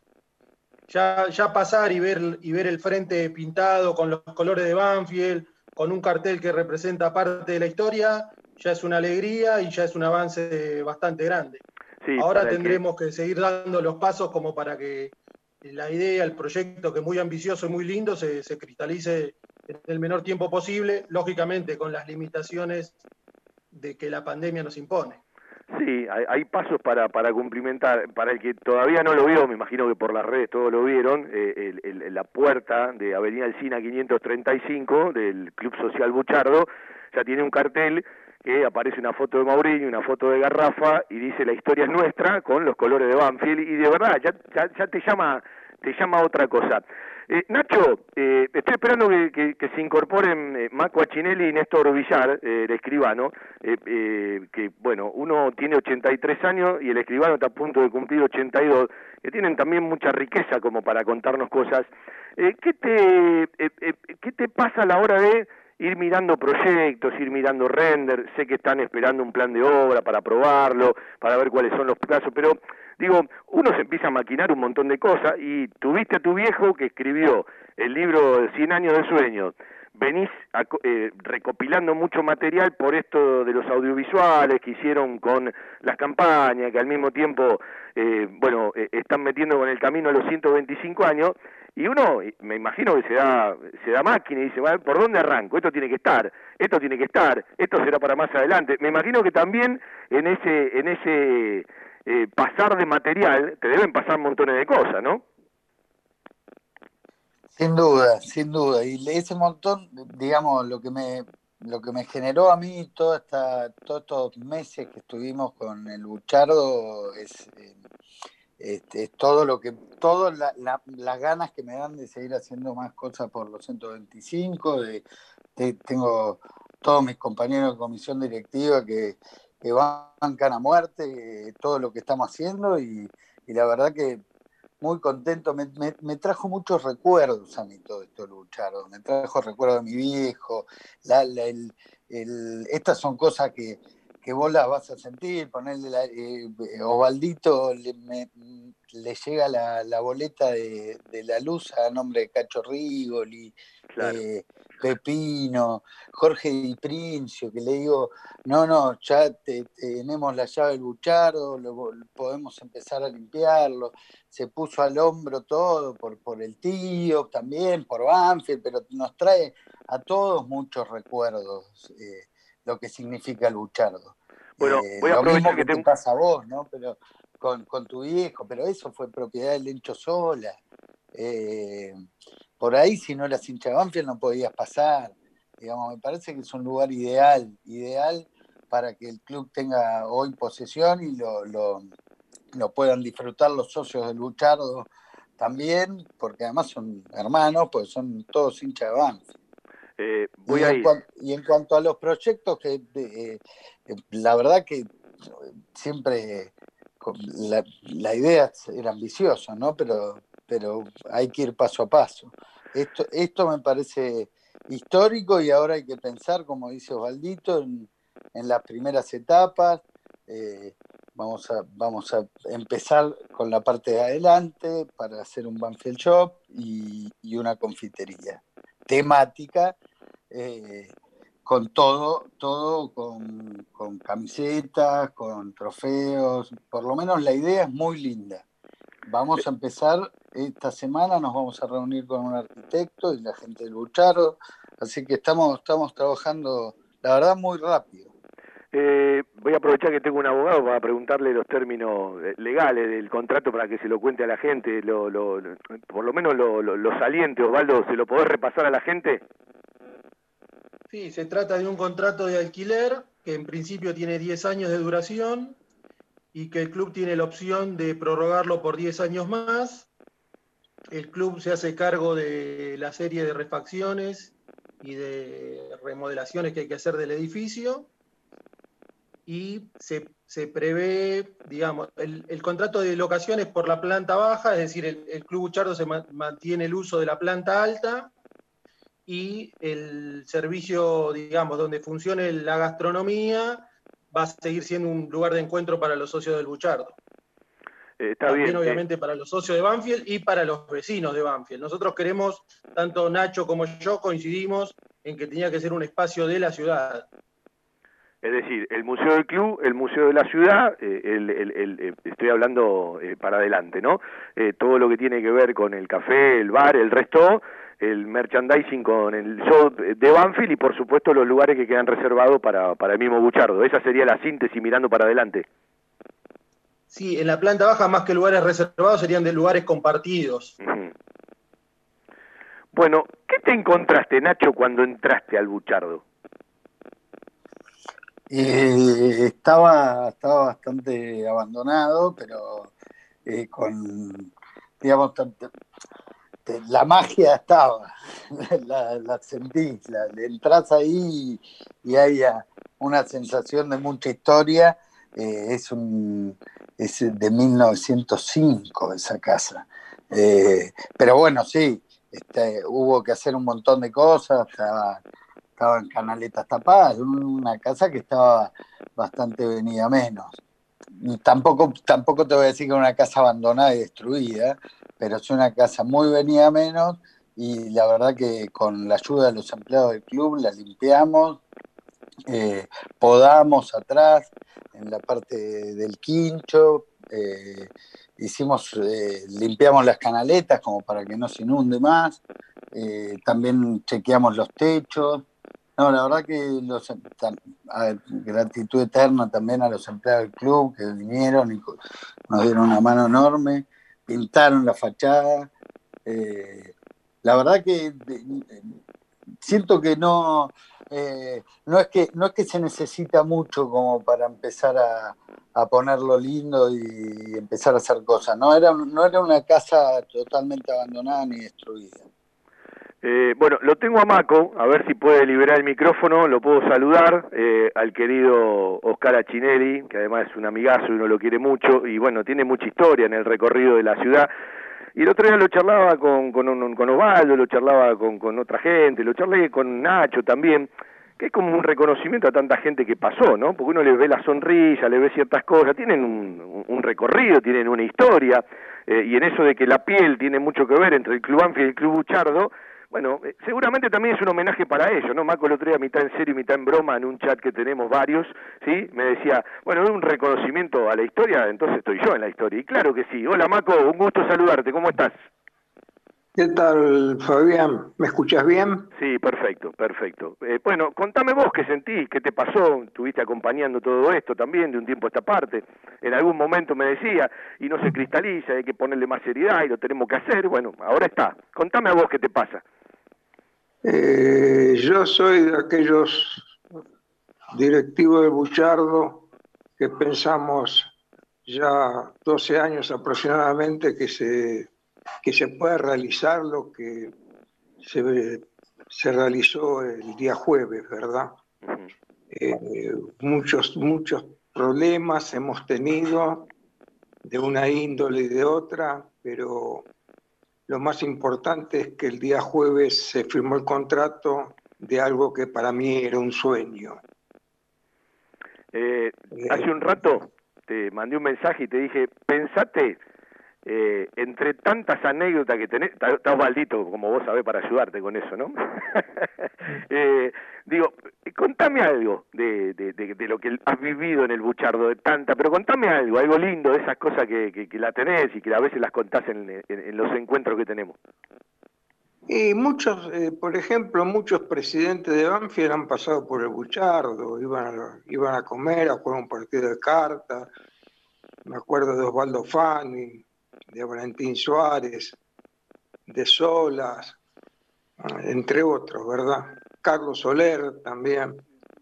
Ya, ya pasar y ver, y ver el frente pintado con los colores de Banfield, con un cartel que representa parte de la historia, ya es una alegría y ya es un avance bastante grande. Sí, ahora tendremos que... que seguir dando los pasos como para que la idea, el proyecto, que es muy ambicioso y muy lindo, se, se cristalice en el menor tiempo posible, lógicamente con las limitaciones de que la pandemia nos impone. Sí, hay, hay pasos para, para cumplimentar. Para el que todavía no lo vio, me imagino que por las redes todos lo vieron, eh, el, el, la puerta de Avenida Alsina quinientos treinta y cinco del Club Social Buchardo ya tiene un cartel que aparece una foto de Mourinho, una foto de Garrafa y dice la historia es nuestra con los colores de Banfield y de verdad ya, ya, ya te llama te llama otra cosa. Eh, Nacho, eh, estoy esperando que, que, que se incorporen eh, Maco Achinelli y Néstor Villar, eh, el escribano, eh, eh, que bueno, uno tiene ochenta y tres años y el escribano está a punto de cumplir ochenta y dos, que tienen también mucha riqueza como para contarnos cosas. Eh, ¿qué te, eh, eh, ¿Qué te pasa a la hora de ir mirando proyectos, ir mirando render? Sé que están esperando un plan de obra para probarlo, para ver cuáles son los plazos, pero digo, uno se empieza a maquinar un montón de cosas y tuviste a tu viejo que escribió el libro de cien años de sueños, venís a, eh, recopilando mucho material por esto de los audiovisuales que hicieron con las campañas, que al mismo tiempo, eh, bueno, eh, están metiendo con el camino a los ciento veinticinco años, y uno, me imagino que se da, se da máquina y dice, bueno, ¿por dónde arranco? Esto tiene que estar, esto tiene que estar, esto será para más adelante. Me imagino que también en ese, en ese eh, pasar de material te deben pasar montones de cosas, ¿no? Sin duda, sin duda. Y ese montón, digamos, lo que me, lo que me generó a mí toda esta, todos estos meses que estuvimos con el Buchardo es... Eh, Este, es todo lo que, todas la, la, las ganas que me dan de seguir haciendo más cosas por los ciento veinticinco, de, de, tengo todos mis compañeros de comisión directiva que, que bancan a muerte eh, todo lo que estamos haciendo y, y la verdad que muy contento, me, me, me trajo muchos recuerdos a mí todo esto, Luchardo, me trajo recuerdos de mi viejo, la, la, el, el, estas son cosas que que vos las vas a sentir, ponerle la, eh, Osvaldito le, me, le llega la, la boleta de, de la luz a nombre de Cacho Rigoli, claro. eh, Pepino, Jorge Di Princio, que le digo, no, no, ya te, tenemos la llave del Buchardo, lo, podemos empezar a limpiarlo, se puso al hombro todo por, por el tío, también por Banfield, pero nos trae a todos muchos recuerdos, eh, lo que significa el Buchardo. Bueno, eh, voy a lo mismo que que te te pasa a vos, ¿no? Pero con, con tu viejo, pero eso fue propiedad del Lencho Sola. Eh, por ahí, si no eras hincha de Banfield, no podías pasar. Digamos, me parece que es un lugar ideal, ideal para que el club tenga hoy posesión y lo, lo, lo puedan disfrutar los socios del Buchardo también, porque además son hermanos, pues son todos hinchas de Banfield. Eh, voy y, a en ir. cuan, y en cuanto a los proyectos, que eh, eh, la verdad que siempre la, la idea era ambiciosa, ¿no? Pero, pero hay que ir paso a paso. Esto, esto me parece histórico y ahora hay que pensar, como dice Osvaldito, en, en las primeras etapas. Eh, vamos, a, vamos a empezar con la parte de adelante para hacer un Banfield Shop y, y una confitería temática, eh, con todo, todo con, con camisetas, con trofeos, por lo menos la idea es muy linda. Vamos a empezar esta semana, nos vamos a reunir con un arquitecto y la gente del Buchardo, así que estamos, estamos trabajando, la verdad, muy rápido. Eh, voy a aprovechar que tengo un abogado para preguntarle los términos legales del contrato para que se lo cuente a la gente, lo, lo, lo, por lo menos lo, lo, lo saliente. Osvaldo, ¿se lo podés repasar a la gente? Sí, se trata de un contrato de alquiler que en principio tiene diez años de duración y que el club tiene la opción de prorrogarlo por diez años más. El club se hace cargo de la serie de refacciones y de remodelaciones que hay que hacer del edificio y se, se prevé, digamos, el, el contrato de locaciones por la planta baja, es decir, el, el Club Buchardo se ma- mantiene el uso de la planta alta y el servicio, digamos, donde funcione la gastronomía va a seguir siendo un lugar de encuentro para los socios del Buchardo. Eh, está También, bien, obviamente, eh. para los socios de Banfield y para los vecinos de Banfield. Nosotros queremos, tanto Nacho como yo coincidimos en que tenía que ser un espacio de la ciudad. Es decir, el Museo del Club, el Museo de la Ciudad, eh, el, el, el, el, estoy hablando eh, para adelante, ¿no? Eh, todo lo que tiene que ver con el café, el bar, el resto, el merchandising con el show de Banfield y, por supuesto, los lugares que quedan reservados para, para el mismo Buchardo. Esa sería la síntesis mirando para adelante. Sí, en la planta baja, más que lugares reservados, serían de lugares compartidos. Uh-huh. Bueno, ¿qué te encontraste, Nacho, cuando entraste al Buchardo? Eh, estaba, estaba bastante abandonado, pero eh, con, digamos, tanto, la magia estaba, la, la sentís, la, entras ahí y, y hay una sensación de mucha historia. Eh, es, un, es de mil novecientos cinco esa casa. Eh, pero bueno, sí, este, hubo que hacer un montón de cosas, estaba... estaban canaletas tapadas, una casa que estaba bastante venida menos. Tampoco, tampoco te voy a decir que era una casa abandonada y destruida, pero es una casa muy venida menos y la verdad que con la ayuda de los empleados del club la limpiamos, eh, podamos atrás, en la parte del quincho, eh, hicimos, eh, limpiamos las canaletas como para que no se inunde más, eh, también chequeamos los techos. No, la verdad que los, a ver, gratitud eterna también a los empleados del club que vinieron y nos dieron una mano enorme, pintaron la fachada. Eh, la verdad que eh, siento que no, eh, no, es que no es que se necesita mucho como para empezar a, a ponerlo lindo y empezar a hacer cosas. No era, no era una casa totalmente abandonada ni destruida. Eh, bueno, lo tengo a Maco, a ver si puede liberar el micrófono, lo puedo saludar, eh, al querido Oscar Achinelli, que además es un amigazo y uno lo quiere mucho, y bueno, tiene mucha historia en el recorrido de la ciudad, y el otro día lo charlaba con, con, un, con Osvaldo, lo charlaba con, con otra gente, lo charlé con Nacho también, que es como un reconocimiento a tanta gente que pasó, ¿no? Porque uno le ve la sonrisa, le ve ciertas cosas, tienen un, un recorrido, tienen una historia, eh, y en eso de que la piel tiene mucho que ver entre el Club Banfield y el Club Buchardo. Bueno, eh, seguramente también es un homenaje para ellos, ¿no? Marco el otro día, mitad en serio y mitad en broma, en un chat que tenemos varios, ¿sí? Me decía, bueno, es un reconocimiento a la historia, entonces estoy yo en la historia. Y claro que sí. Hola, Marco, un gusto saludarte, ¿cómo estás? ¿Qué tal, Fabián? ¿Me escuchas bien? Sí, perfecto, perfecto. Eh, bueno, contame vos qué sentís, qué te pasó, estuviste acompañando todo esto también de un tiempo a esta parte. En algún momento me decía, y no se cristaliza, hay que ponerle más seriedad y lo tenemos que hacer. Bueno, ahora está. Contame a vos qué te pasa. Eh, yo soy de aquellos directivos del Buchardo que pensamos ya doce años aproximadamente que se, que se puede realizar lo que se, se realizó el día jueves, ¿verdad? Eh, muchos, muchos problemas hemos tenido de una índole y de otra, pero lo más importante es que el día jueves se firmó el contrato de algo que para mí era un sueño. Eh, hace un rato te mandé un mensaje y te dije, pensate, eh, entre tantas anécdotas que tenés, está Osvaldito, como vos sabés, para ayudarte con eso, ¿no? eh, digo, contame algo de, de, de, de lo que has vivido en el Buchardo, de tanta, pero contame algo, algo lindo, de esas cosas que, que, que la tenés y que a veces las contás en, en, en los encuentros que tenemos. Y muchos, eh, por ejemplo, muchos presidentes de Banfield han pasado por el Buchardo, iban a, iban a comer, a jugar un partido de cartas. Me acuerdo de Osvaldo Fani, de Valentín Suárez, de Solas, entre otros, ¿verdad? Carlos Soler también.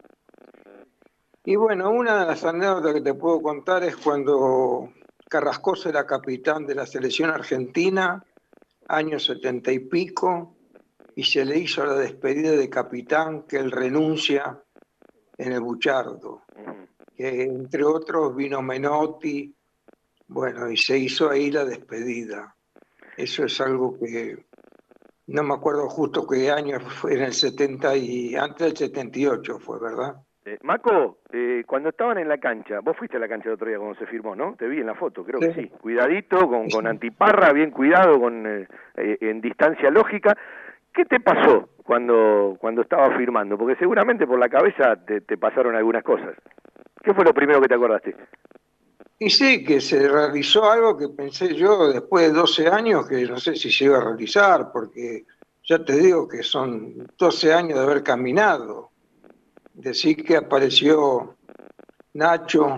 Y bueno, una de las anécdotas que te puedo contar es cuando Carrascosa era capitán de la selección argentina, año setenta y pico, y se le hizo la despedida de capitán que él renuncia en el Buchardo. Que, entre otros vino Menotti, bueno, y se hizo ahí la despedida. Eso es algo que no me acuerdo justo qué año fue, en el setenta y antes del setenta y ocho fue, ¿verdad? Eh, Maco, eh, cuando estaban en la cancha, vos fuiste a la cancha el otro día cuando se firmó, ¿no? Te vi en la foto, creo sí. que sí. Cuidadito, con, con antiparra, bien cuidado, con eh, eh, en distancia lógica. ¿Qué te pasó cuando cuando estaba firmando? Porque seguramente por la cabeza te, te pasaron algunas cosas. ¿Qué fue lo primero que te acordaste? Y sí, que se realizó algo que pensé yo después de doce años que no sé si se iba a realizar, porque ya te digo que son doce años de haber caminado. Decir que apareció Nacho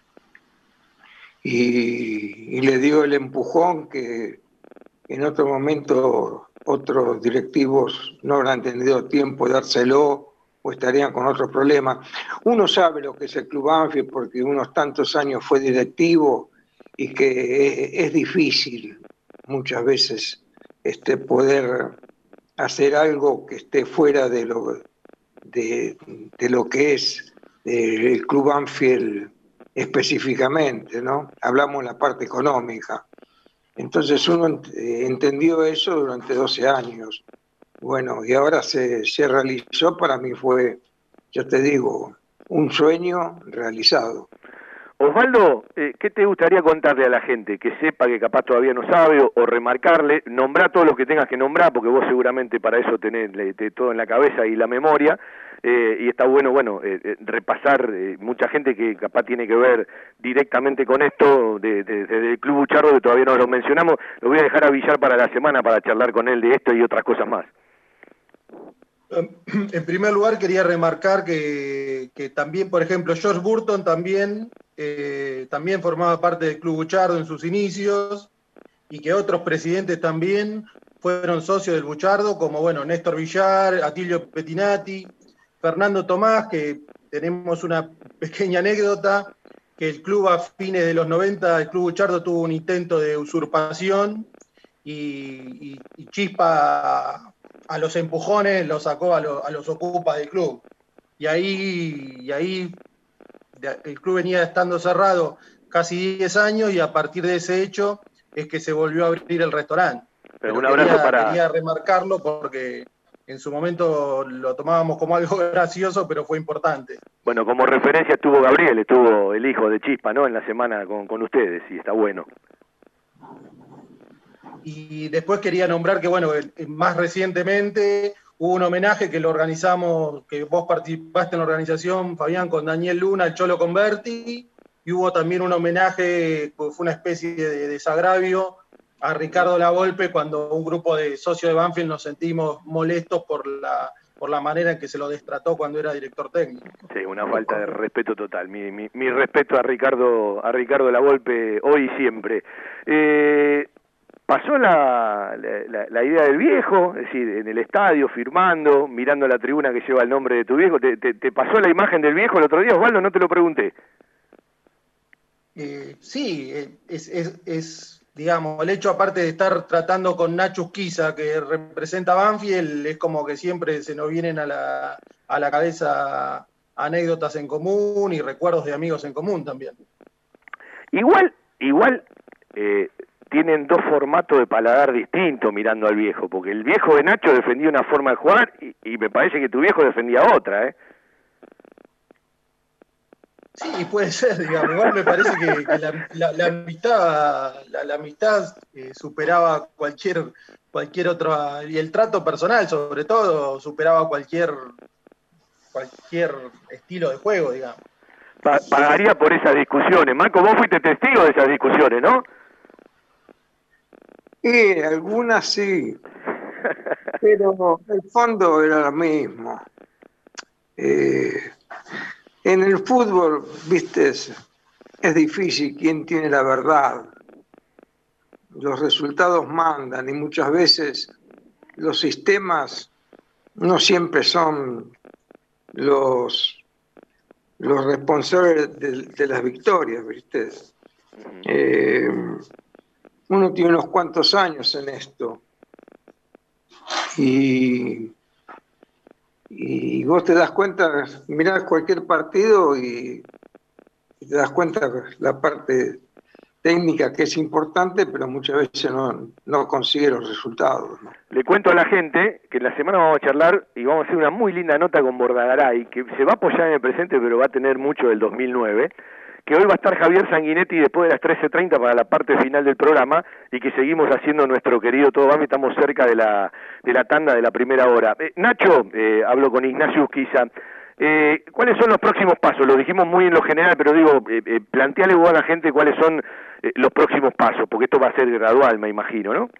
y, y le dio el empujón que en otro momento otros directivos no habrán tenido tiempo de dárselo o estarían con otros problemas. Uno sabe lo que es el Club Banfield porque unos tantos años fue directivo y que es, es difícil muchas veces este, poder hacer algo que esté fuera de lo, de, de lo que es eh, el Club Banfield específicamente, ¿no? Hablamos en la parte económica. Entonces uno ent eh, entendió eso durante doce años. Bueno, y ahora se, se realizó, para mí fue, yo te digo, un sueño realizado. Osvaldo, eh, ¿qué te gustaría contarle a la gente? Que sepa que capaz todavía no sabe, o, o remarcarle, nombrar todo lo que tengas que nombrar, porque vos seguramente para eso tenés le, te, todo en la cabeza y la memoria, eh, y está bueno, bueno, eh, eh, repasar, eh, mucha gente que capaz tiene que ver directamente con esto, desde de, de, de Club Buchardo, que todavía no lo mencionamos, lo voy a dejar a Villar para la semana para charlar con él de esto y otras cosas más. En primer lugar quería remarcar que, que también, por ejemplo, George Burton también, eh, también formaba parte del Club Buchardo en sus inicios y que otros presidentes también fueron socios del Buchardo, como bueno, Néstor Villar, Atilio Pettinati, Fernando Tomás, que tenemos una pequeña anécdota, que el club a fines de los noventa, el Club Buchardo tuvo un intento de usurpación y, y, y Chispa a los empujones lo sacó a, lo, a los ocupas del club. Y ahí, y ahí el club venía estando cerrado casi diez años y a partir de ese hecho es que se volvió a abrir el restaurante. Pero, Pero un abrazo quería, para... quería remarcarlo porque en su momento lo tomábamos como algo gracioso, pero fue importante. Bueno, como referencia estuvo Gabriel, estuvo el hijo de Chispa, ¿no? En la semana con, con ustedes, y está bueno. Y después quería nombrar que, bueno, más recientemente hubo un homenaje que lo organizamos, que vos participaste en la organización, Fabián, con Daniel Luna, el Cholo Converti, y hubo también un homenaje, fue una especie de desagravio a Ricardo Lavolpe cuando un grupo de socios de Banfield nos sentimos molestos por la, por la manera en que se lo destrató cuando era director técnico. Sí, una falta de respeto total. Mi, mi, mi respeto a Ricardo, a Ricardo Lavolpe hoy y siempre. Eh... Pasó la, la, la idea del viejo, es decir, en el estadio, firmando, mirando la tribuna que lleva el nombre de tu viejo. ¿Te, te, te pasó la imagen del viejo el otro día, Osvaldo? No te lo pregunté. Eh, sí, es, es, es, digamos, el hecho aparte de estar tratando con Nacho Urquiza, que representa a Banfield, es como que siempre se nos vienen a la, a la cabeza anécdotas en común y recuerdos de amigos en común también. Igual, igual... Eh, tienen dos formatos de paladar distintos mirando al viejo, porque el viejo de Nacho defendía una forma de jugar y, y me parece que tu viejo defendía otra, ¿eh? Sí, puede ser, digamos, igual me parece que, que la, la, la amistad, la, la amistad eh, superaba cualquier, cualquier otra, y el trato personal sobre todo superaba cualquier, cualquier estilo de juego, digamos. Pa pagaría por esas discusiones. Marco, vos fuiste testigo de esas discusiones, ¿no? Eh, algunas sí, pero el fondo era lo mismo. Eh, en el fútbol, viste, es, es difícil quién tiene la verdad. Los resultados mandan y muchas veces los sistemas no siempre son los, los responsables de, de las victorias, ¿viste? Eh, uno tiene unos cuantos años en esto y, y vos te das cuenta, mirás cualquier partido y, y te das cuenta que la parte técnica que es importante, pero muchas veces no, no consigue los resultados, ¿no? Le cuento a la gente que en la semana vamos a charlar y vamos a hacer una muy linda nota con Bordagaray, que se va a apoyar en el presente, pero va a tener mucho del dos mil nueve, que hoy va a estar Javier Sanguinetti después de las trece treinta para la parte final del programa, y que seguimos haciendo nuestro querido Todo Banfield, estamos cerca de la, de la tanda de la primera hora. Eh, Nacho, eh, hablo con Ignacio Urquiza. Eh, ¿Cuáles son los próximos pasos? Lo dijimos muy en lo general, pero digo, eh, eh, planteale vos a la gente cuáles son eh, los próximos pasos, porque esto va a ser gradual, me imagino, ¿no?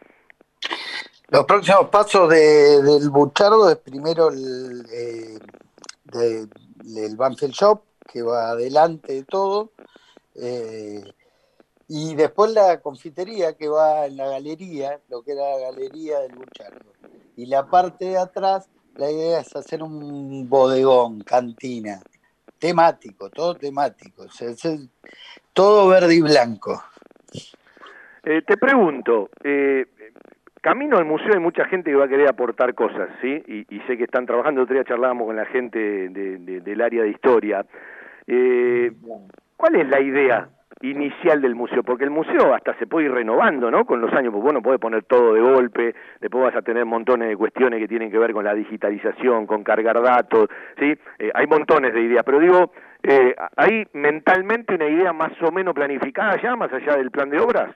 Los próximos pasos de, del Buchardo es primero el, eh, de, del Banfield Shop, que va adelante de todo, eh, y después la confitería que va en la galería, lo que era la galería del Buchardo. Y la parte de atrás, la idea es hacer un bodegón, cantina, temático, todo temático, o sea, es el, todo verde y blanco. Eh, te pregunto, eh, camino al museo hay mucha gente que va a querer aportar cosas, ¿sí? Y, y sé que están trabajando, el otro día charlábamos con la gente de, de, del área de historia. Eh, ¿Cuál es la idea inicial del museo? Porque el museo hasta se puede ir renovando, ¿no? Con los años, porque vos no podés poner todo de golpe, después vas a tener montones de cuestiones que tienen que ver con la digitalización, con cargar datos, ¿sí? Eh, hay montones de ideas, pero digo, eh, ¿hay mentalmente una idea más o menos planificada ya, más allá del plan de obras?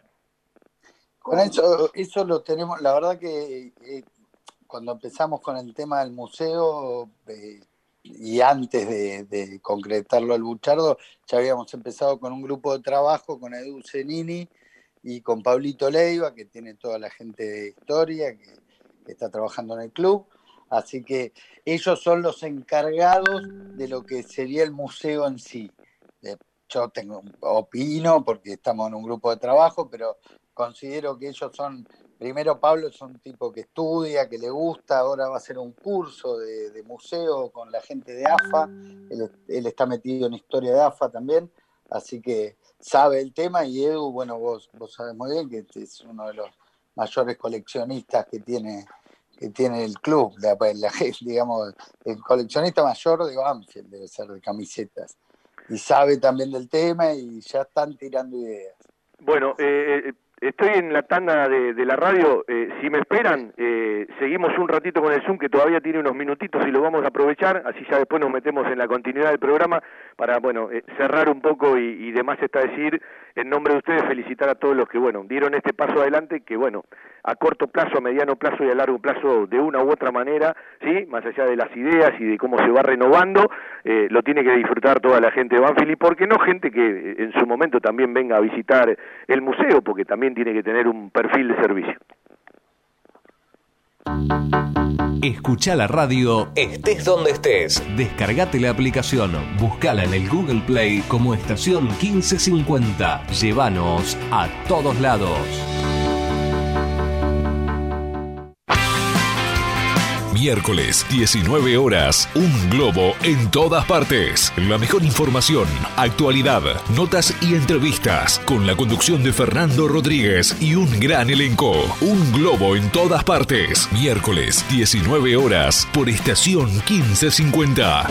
Con eso, eso lo tenemos, la verdad que eh, cuando empezamos con el tema del museo, eh, y antes de, de concretarlo al Buchardo, ya habíamos empezado con un grupo de trabajo con Edu Zenini y con Pablito Leiva, que tiene toda la gente de historia, que, que está trabajando en el club. Así que ellos son los encargados de lo que sería el museo en sí. Yo tengo, opino, porque estamos en un grupo de trabajo, pero considero que ellos son... Primero, Pablo es un tipo que estudia, que le gusta, ahora va a hacer un curso de, de museo con la gente de A F A, él, él está metido en historia de A F A también, así que sabe el tema, y Edu, bueno, vos, vos sabés muy bien que es uno de los mayores coleccionistas que tiene, que tiene el club, la, la, digamos, el coleccionista mayor de Banfield debe ser de camisetas, y sabe también del tema y ya están tirando ideas. Bueno, eh, estoy en la tanda de, de la radio, eh, si me esperan, eh, seguimos un ratito con el Zoom que todavía tiene unos minutitos y lo vamos a aprovechar, así ya después nos metemos en la continuidad del programa para, bueno, eh, cerrar un poco y, y demás está decir, en nombre de ustedes, felicitar a todos los que, bueno, dieron este paso adelante, que, bueno, a corto plazo, a mediano plazo y a largo plazo, de una u otra manera, ¿sí? Más allá de las ideas y de cómo se va renovando, eh, lo tiene que disfrutar toda la gente de Banfield, y por qué no gente que eh, en su momento también venga a visitar el museo, porque también tiene que tener un perfil de servicio. Escucha la radio estés donde estés. Descargate la aplicación, buscala en el Google Play como Estación quince cincuenta. Llévanos a todos lados. Miércoles, diecinueve horas, Un Globo en todas partes. La mejor información, actualidad, notas y entrevistas, con la conducción de Fernando Rodríguez y un gran elenco. Un Globo en todas partes. Miércoles, diecinueve horas, por Estación quince cincuenta.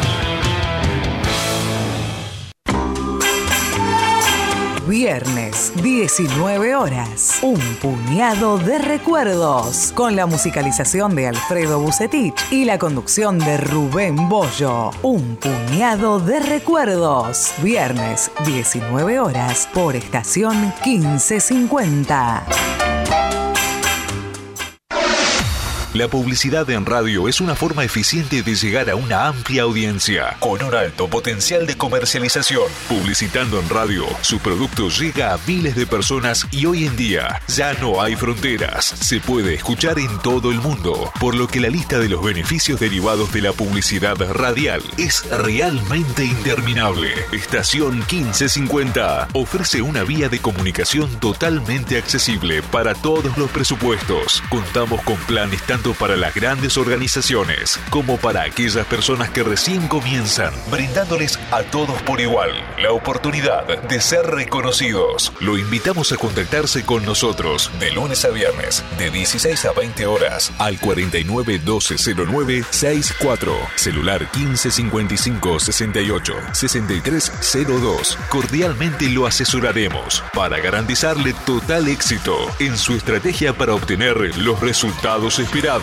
Viernes, diecinueve horas. Un puñado de recuerdos. Con la musicalización de Alfredo Bucetich y la conducción de Rubén Bollo. Un puñado de recuerdos. Viernes, diecinueve horas, por Estación quince cincuenta. La publicidad en radio es una forma eficiente de llegar a una amplia audiencia, con un alto potencial de comercialización. Publicitando en radio, su producto llega a miles de personas y hoy en día ya no hay fronteras. Se puede escuchar en todo el mundo, por lo que la lista de los beneficios derivados de la publicidad radial es realmente interminable. Estación quince cincuenta ofrece una vía de comunicación totalmente accesible para todos los presupuestos. Contamos con planes tanto para las grandes organizaciones como para aquellas personas que recién comienzan, brindándoles a todos por igual la oportunidad de ser reconocidos. Lo invitamos a contactarse con nosotros de lunes a viernes de dieciséis a veinte horas al cuarenta y nueve doce cero nueve sesenta y cuatro, celular quince cincuenta y cinco sesenta y ocho sesenta y tres cero dos. Cordialmente lo asesoraremos para garantizarle total éxito en su estrategia para obtener los resultados esperados.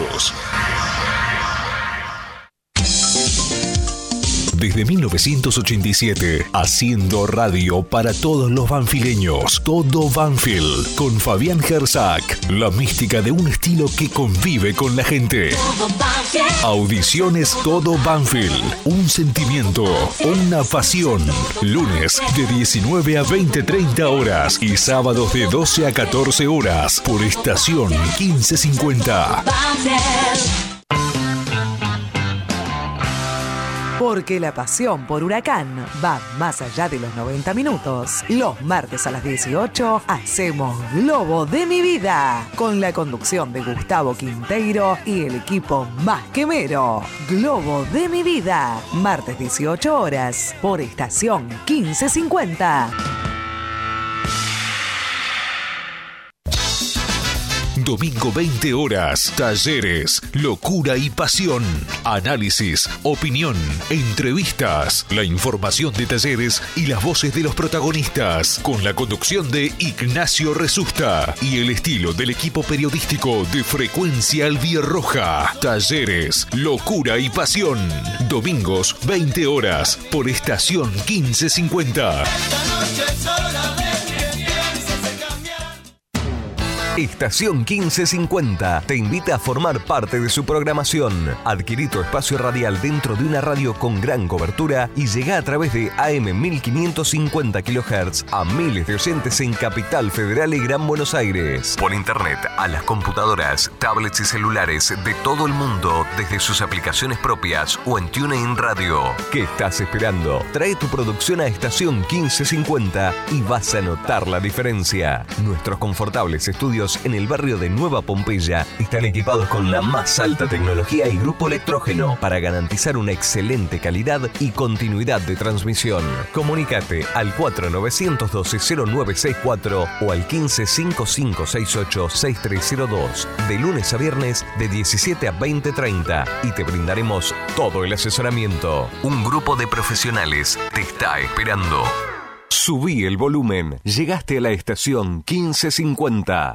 Desde mil novecientos ochenta y siete, haciendo radio para todos los banfileños. Todo Banfield, con Fabián Gersak. La mística de un estilo que convive con la gente. Audiciones Todo Banfield. Un sentimiento, una pasión. Lunes de diecinueve a veinte treinta horas y sábados de doce a catorce horas por estación quince cincuenta. Porque la pasión por Huracán va más allá de los noventa minutos. Los martes a las dieciocho hacemos Globo de mi vida, con la conducción de Gustavo Quinteiro y el equipo más quemero. Globo de mi vida, martes dieciocho horas por estación quince cincuenta. Domingo veinte horas, talleres, locura y pasión, análisis, opinión, entrevistas, la información de talleres y las voces de los protagonistas, con la conducción de Ignacio Resusta y el estilo del equipo periodístico de Frecuencia Albirroja. Talleres, locura y pasión, domingos veinte horas por estación quince cincuenta. Estación quince cincuenta te invita a formar parte de su programación. Adquirí tu espacio radial dentro de una radio con gran cobertura y llega a través de A M mil quinientos cincuenta kilohertz a miles de oyentes en Capital Federal y Gran Buenos Aires. Por internet a las computadoras, tablets y celulares de todo el mundo desde sus aplicaciones propias o en TuneIn Radio. ¿Qué estás esperando? Trae tu producción a Estación quince cincuenta y vas a notar la diferencia. Nuestros confortables estudios en el barrio de Nueva Pompeya están equipados con la más alta tecnología y grupo electrógeno para garantizar una excelente calidad y continuidad de transmisión. Comunícate al cuatro nueve uno dos cero nueve seis cuatro o al quince cinco cinco seis ocho seis tres cero dos de lunes a viernes de diecisiete a veinte treinta y te brindaremos todo el asesoramiento. Un grupo de profesionales te está esperando. Subí el volumen. Llegaste a la estación quince cincuenta.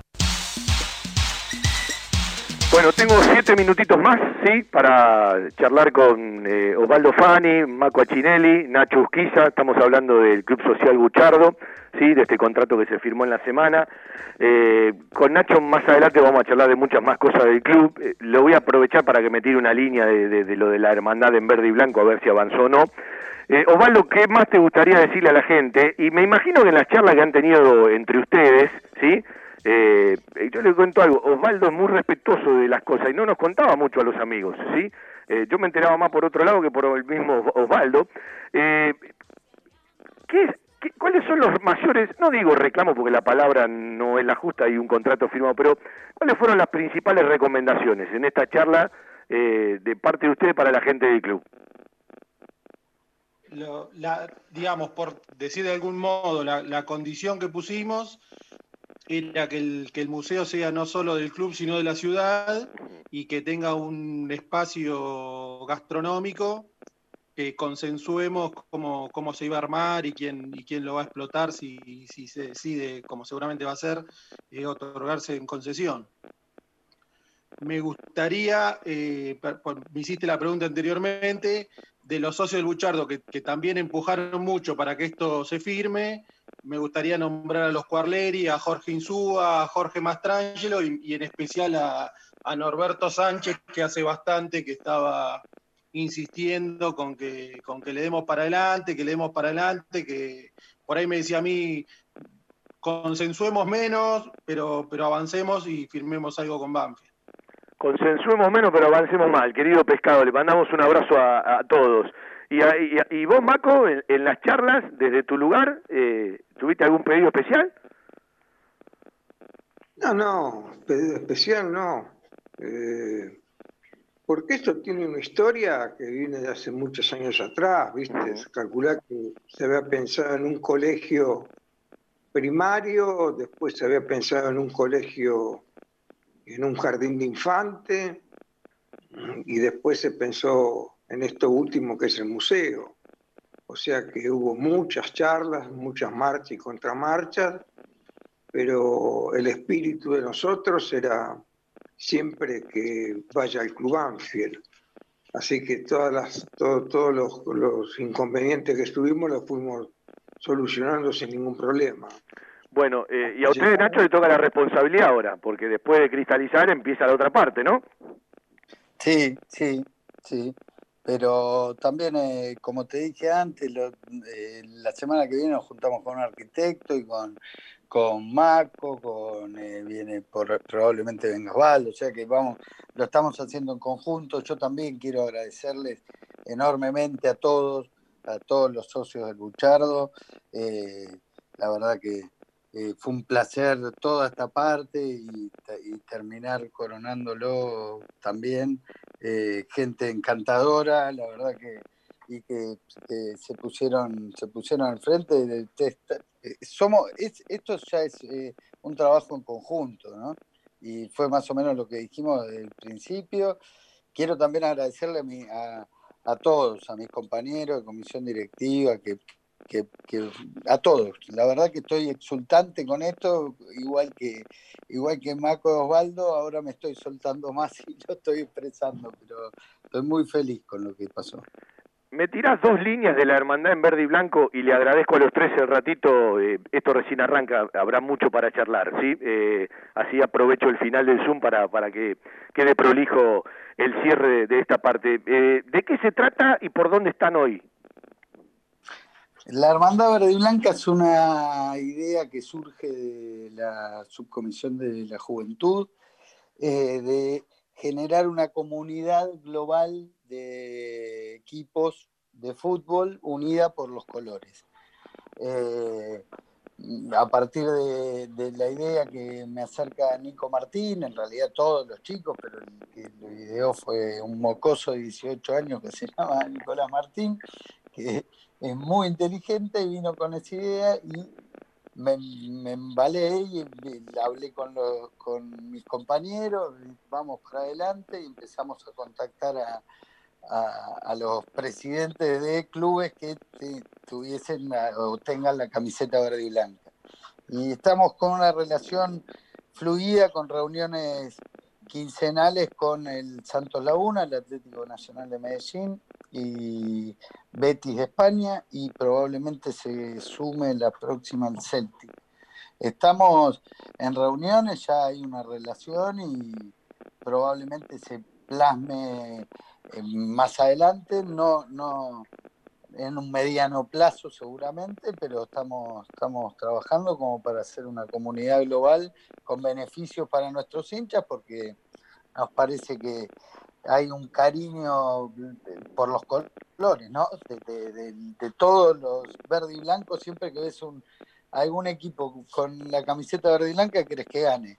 Bueno, tengo siete minutitos más, sí, para charlar con eh, Osvaldo Fani, Maco Achinelli, Nacho Usquiza. Estamos hablando del Club Social Buchardo, sí, de este contrato que se firmó en la semana. Eh, con Nacho más adelante vamos a charlar de muchas más cosas del club. Eh, lo voy a aprovechar para que me tire una línea de, de, de lo de la hermandad en verde y blanco, a ver si avanzó o no. Eh, Osvaldo, ¿qué más te gustaría decirle a la gente? Y me imagino que en las charlas que han tenido entre ustedes, ¿sí? Eh, yo le cuento algo, Osvaldo es muy respetuoso de las cosas y no nos contaba mucho a los amigos, ¿sí? Eh, yo me enteraba más por otro lado que por el mismo Osvaldo. Eh, ¿qué es, qué, ¿Cuáles son los mayores, no digo reclamos porque la palabra no es la justa y un contrato firmado, pero cuáles fueron las principales recomendaciones en esta charla eh, de parte de ustedes para la gente del club? Lo, la, digamos, por decir de algún modo, la, la condición que pusimos era que el, que el museo sea no solo del club, sino de la ciudad, y que tenga un espacio gastronómico, que consensuemos cómo, cómo se iba a armar y quién, y quién lo va a explotar, si, si se decide, como seguramente va a ser, eh, otorgarse en concesión. Me gustaría, eh, por, me hiciste la pregunta anteriormente, de los socios del Buchardo que, que también empujaron mucho para que esto se firme, me gustaría nombrar a los Cuarleri, a Jorge Insúa, a Jorge Mastrangelo y, y en especial a, a Norberto Sánchez, que hace bastante que estaba insistiendo con que, con que le demos para adelante, que le demos para adelante, que por ahí me decía a mí, consensuemos menos, pero, pero avancemos y firmemos algo con Banfield. Consensuemos menos, pero avancemos mal. Querido Pescado, le mandamos un abrazo a, a todos. Y, a, y, a, y vos, Maco, en, en las charlas, desde tu lugar, eh, ¿tuviste algún pedido especial? No, no, pedido especial no. Eh, porque esto tiene una historia que viene de hace muchos años atrás, ¿viste? Calculá que se había pensado en un colegio primario, después se había pensado en un colegio, en un jardín de infante, y después se pensó en esto último que es el museo. O sea que hubo muchas charlas, muchas marchas y contramarchas, pero el espíritu de nosotros era siempre que vaya al Club Banfield. Así que todas las, todo, todos los, los inconvenientes que estuvimos los fuimos solucionando sin ningún problema. Bueno, eh, y a usted, Nacho, le toca la responsabilidad ahora, porque después de cristalizar empieza la otra parte, ¿no? Sí, sí, sí. Pero también, eh, como te dije antes, lo, eh, la semana que viene nos juntamos con un arquitecto y con, con Maco, con eh, viene por, probablemente venga Osvaldo, o sea que vamos, lo estamos haciendo en conjunto. Yo también quiero agradecerles enormemente a todos, a todos los socios del Buchardo. Eh, la verdad que Eh, fue un placer toda esta parte y, y terminar coronándolo también. Eh, gente encantadora, la verdad que, y que, que se pusieron se pusieron al frente. De, de, de, de, somos, es, esto ya es eh, un trabajo en conjunto, ¿no? Y fue más o menos lo que dijimos desde el principio. Quiero también agradecerle a, mi, a, a todos, a mis compañeros de comisión directiva, que Que, que a todos, la verdad que estoy exultante con esto, igual que igual que Maco y Osvaldo, ahora me estoy soltando más y lo estoy expresando, pero estoy muy feliz con lo que pasó. Me tirás dos líneas de la hermandad en verde y blanco y le agradezco a los tres el ratito, eh, esto recién arranca, habrá mucho para charlar, ¿sí? Eh, así aprovecho el final del Zoom para, para que quede prolijo el cierre de esta parte. Eh, ¿De qué se trata y por dónde están hoy? La Hermandad Verde y Blanca es una idea que surge de la Subcomisión de la Juventud, eh, de generar una comunidad global de equipos de fútbol unida por los colores. Eh, a partir de, de la idea que me acerca Nico Martín, en realidad todos los chicos, pero el que lo ideó fue un mocoso de dieciocho años que se llama Nicolás Martín, que es muy inteligente, y vino con esa idea y me, me embalé y, y hablé con, los, con mis compañeros, vamos para adelante y empezamos a contactar a, a, a los presidentes de clubes que te, tuviesen la, o tengan la camiseta verde y blanca. Y estamos con una relación fluida, con reuniones quincenales con el Santos Laguna, el Atlético Nacional de Medellín y Betis de España, y probablemente se sume la próxima el Celtic. Estamos en reuniones, ya hay una relación y probablemente se plasme más adelante, no, no en un mediano plazo seguramente, pero estamos, estamos trabajando como para hacer una comunidad global con beneficios para nuestros hinchas, porque nos parece que hay un cariño por los colores, ¿no? De, de, de, de todos los verde y blanco, siempre que ves un, algún equipo con la camiseta verde y blanca, querés que gane.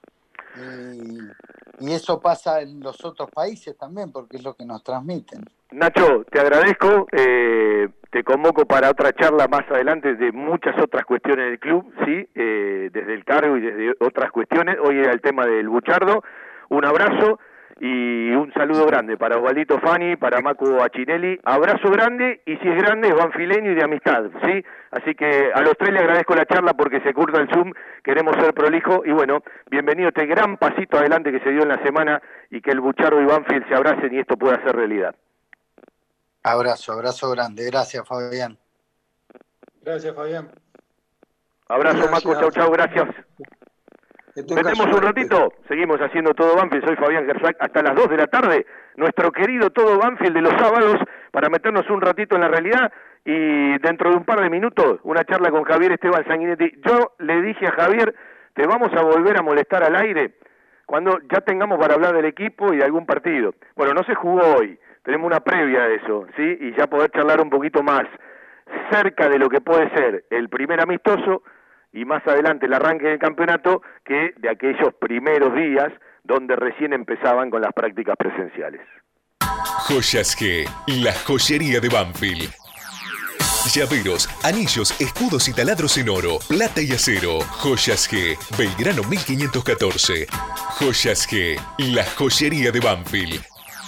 Y, y eso pasa en los otros países también, porque es lo que nos transmiten. Nacho, te agradezco, eh, te convoco para otra charla más adelante de muchas otras cuestiones del club, sí, eh, desde el cargo y desde otras cuestiones. Hoy era el tema del Buchardo. Un abrazo y un saludo grande para Osvaldito Fani, para Macu Achinelli. Abrazo grande, y si es grande es banfileño y de amistad, ¿sí? Así que a los tres le agradezco la charla porque se curta el Zoom, queremos ser prolijo y bueno, bienvenido a este gran pasito adelante que se dio en la semana y que el Buchardo y Banfield se abracen y esto pueda ser realidad. Abrazo, abrazo grande. Gracias, Fabián. Gracias, Fabián. Abrazo, Gracias. Maco, chau, chau, gracias. Metemos un ratito, seguimos haciendo Todo Banfield, soy Fabián Gersac, hasta las dos de la tarde, nuestro querido Todo Banfield de los sábados, para meternos un ratito en la realidad, y dentro de un par de minutos, una charla con Javier Esteban Sanguinetti. Yo le dije a Javier, te vamos a volver a molestar al aire cuando ya tengamos para hablar del equipo y de algún partido. Bueno, no se jugó hoy, tenemos una previa de eso, ¿sí? Y ya poder charlar un poquito más cerca de lo que puede ser el primer amistoso y más adelante el arranque del campeonato, que de aquellos primeros días donde recién empezaban con las prácticas presenciales. Joyas G, la joyería de Banfield. Llaveros, anillos, escudos y taladros en oro, plata y acero. Joyas G, Belgrano mil quinientos catorce. Joyas G, la joyería de Banfield.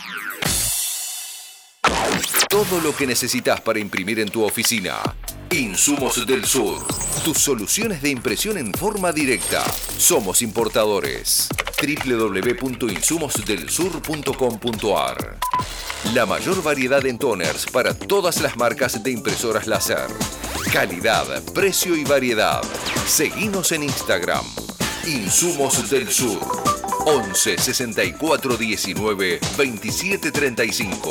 Todo lo que necesitas para imprimir en tu oficina. Insumos del Sur. Tus soluciones de impresión en forma directa. Somos importadores. doble u doble u doble u punto insumos del sur punto com punto a r. La mayor variedad en toners para todas las marcas de impresoras láser. Calidad, precio y variedad. Seguinos en Instagram. Insumos del Sur. once sesenta y cuatro diecinueve veintisiete treinta y cinco.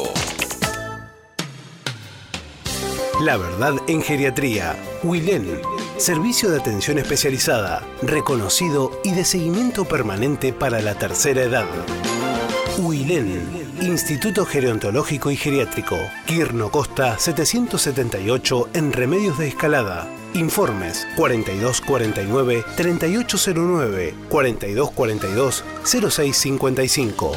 La verdad en geriatría. Wilén. Servicio de atención especializada, reconocido y de seguimiento permanente para la tercera edad. Wilén. Instituto Gerontológico y Geriátrico. Quirno Costa setecientos setenta y ocho en Remedios de Escalada. Informes cuarenta y dos cuarenta y nueve treinta y ocho cero nueve, cuarenta y dos cuarenta y dos cero seis cincuenta y cinco.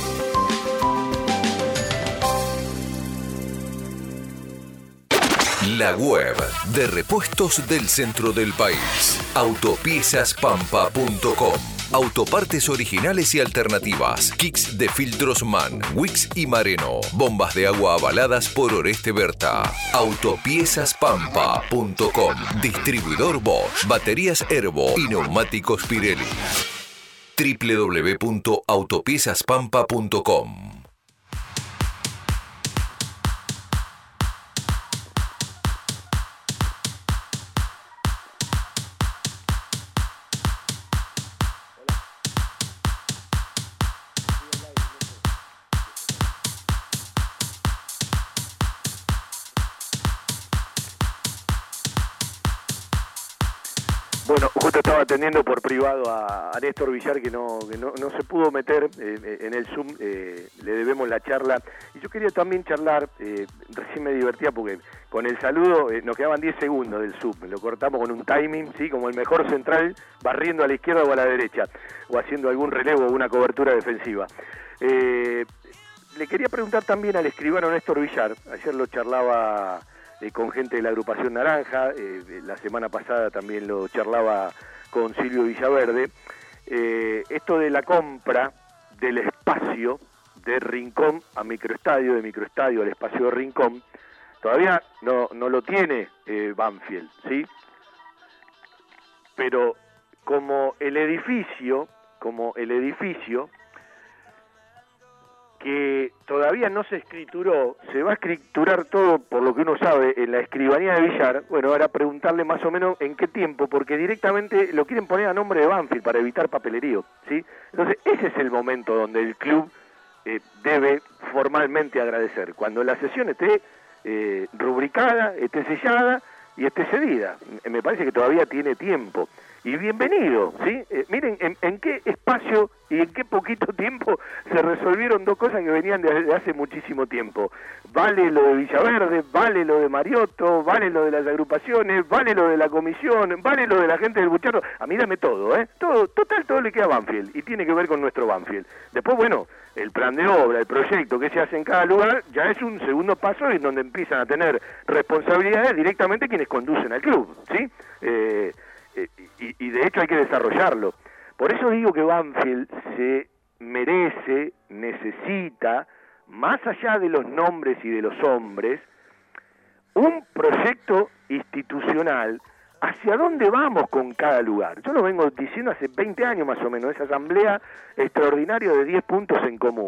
La web de repuestos del centro del país. autopiezas pampa punto com. Autopartes originales y alternativas. Kicks de filtros MAN, Wix y Mareno. Bombas de agua avaladas por Oreste Berta. autopiezas pampa punto com. Distribuidor Bosch. Baterías Herbo y neumáticos Pirelli. doble u doble u doble u punto autopiezas pampa punto com. Bueno, justo estaba atendiendo por privado a, a Néstor Villar, que no que no, no se pudo meter eh, en el Zoom, eh, le debemos la charla. Y yo quería también charlar, eh, recién me divertía porque con el saludo eh, nos quedaban diez segundos del Zoom, lo cortamos con un timing, ¿sí? Como el mejor central, barriendo a la izquierda o a la derecha, o haciendo algún relevo o una cobertura defensiva. Eh, le quería preguntar también al escribano Néstor Villar, ayer lo charlaba Eh, con gente de la agrupación Naranja, eh, la semana pasada también lo charlaba con Silvio Villaverde, eh, esto de la compra del espacio de Rincón a Microestadio, de Microestadio al espacio de Rincón, todavía no, no lo tiene eh, Banfield, ¿sí? Pero como el edificio, como el edificio, que todavía no se escrituró, se va a escriturar todo, por lo que uno sabe, en la escribanía de Villar. Bueno, ahora preguntarle más o menos en qué tiempo, porque directamente lo quieren poner a nombre de Banfield para evitar papelerío, ¿sí? Entonces, ese es el momento donde el club eh, debe formalmente agradecer, cuando la sesión esté eh, rubricada, esté sellada y esté cedida. Me parece que todavía tiene tiempo. Y bienvenido, ¿sí? Eh, miren en, en qué espacio y en qué poquito tiempo se resolvieron dos cosas que venían desde hace muchísimo tiempo. Vale lo de Villaverde, vale lo de Mariotto, vale lo de las agrupaciones, vale lo de la comisión, vale lo de la gente del Buchardo. A mí dame todo, ¿eh? Todo, total, todo le queda a Banfield y tiene que ver con nuestro Banfield. Después, bueno, el plan de obra, el proyecto que se hace en cada lugar, ya es un segundo paso en donde empiezan a tener responsabilidades directamente quienes conducen al club, ¿sí? Eh, Y, y de hecho hay que desarrollarlo. Por eso digo que Banfield se merece, necesita, más allá de los nombres y de los hombres, un proyecto institucional hacia dónde vamos con cada lugar. Yo lo vengo diciendo hace veinte años más o menos, esa asamblea extraordinaria de diez puntos en común.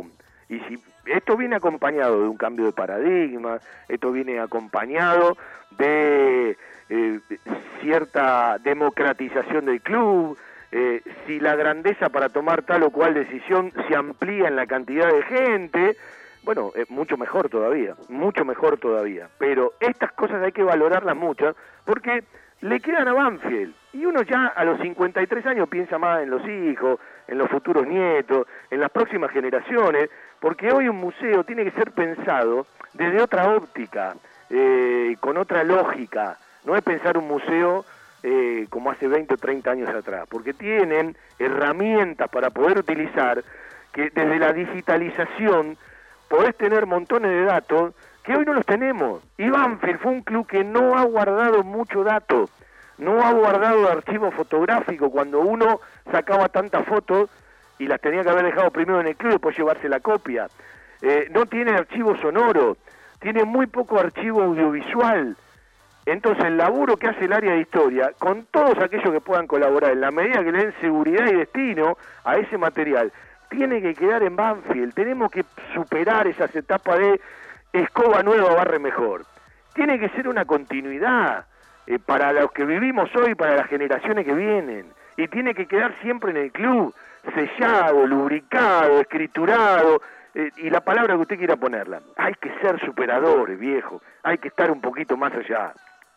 Y si esto viene acompañado de un cambio de paradigma, esto viene acompañado de eh, cierta democratización del club, eh, si la grandeza para tomar tal o cual decisión se amplía en la cantidad de gente, bueno, eh, mucho mejor todavía, mucho mejor todavía. Pero estas cosas hay que valorarlas mucho, porque le quedan a Banfield, y uno ya a los cincuenta y tres años piensa más en los hijos, en los futuros nietos, en las próximas generaciones, porque hoy un museo tiene que ser pensado desde otra óptica, eh, con otra lógica. No es pensar un museo eh, como hace veinte o treinta años atrás, porque tienen herramientas para poder utilizar, que desde la digitalización podés tener montones de datos que hoy no los tenemos. Y Banfield fue un club que no ha guardado mucho dato, no ha guardado archivo fotográfico. Cuando uno sacaba tantas fotos y las tenía que haber dejado primero en el club y después llevarse la copia, eh, no tiene archivo sonoro, tiene muy poco archivo audiovisual. Entonces el laburo que hace el área de historia, con todos aquellos que puedan colaborar, en la medida que le den seguridad y destino a ese material, tiene que quedar en Banfield. Tenemos que superar esas etapas de escoba nueva, barre mejor. Tiene que ser una continuidad eh, para los que vivimos hoy, para las generaciones que vienen. Y tiene que quedar siempre en el club, sellado, lubricado, escriturado, eh, y la palabra que usted quiera ponerla. Hay que ser superadores, viejo. Hay que estar un poquito más allá.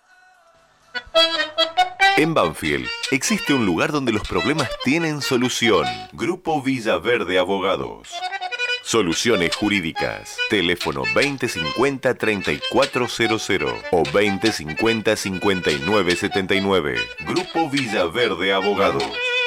En Banfield existe un lugar donde los problemas tienen solución. Grupo Villaverde Abogados. Soluciones jurídicas. Teléfono veinte cincuenta treinta y cuatro cero cero o veinte cincuenta cincuenta y nueve setenta y nueve. Grupo Villaverde Abogados.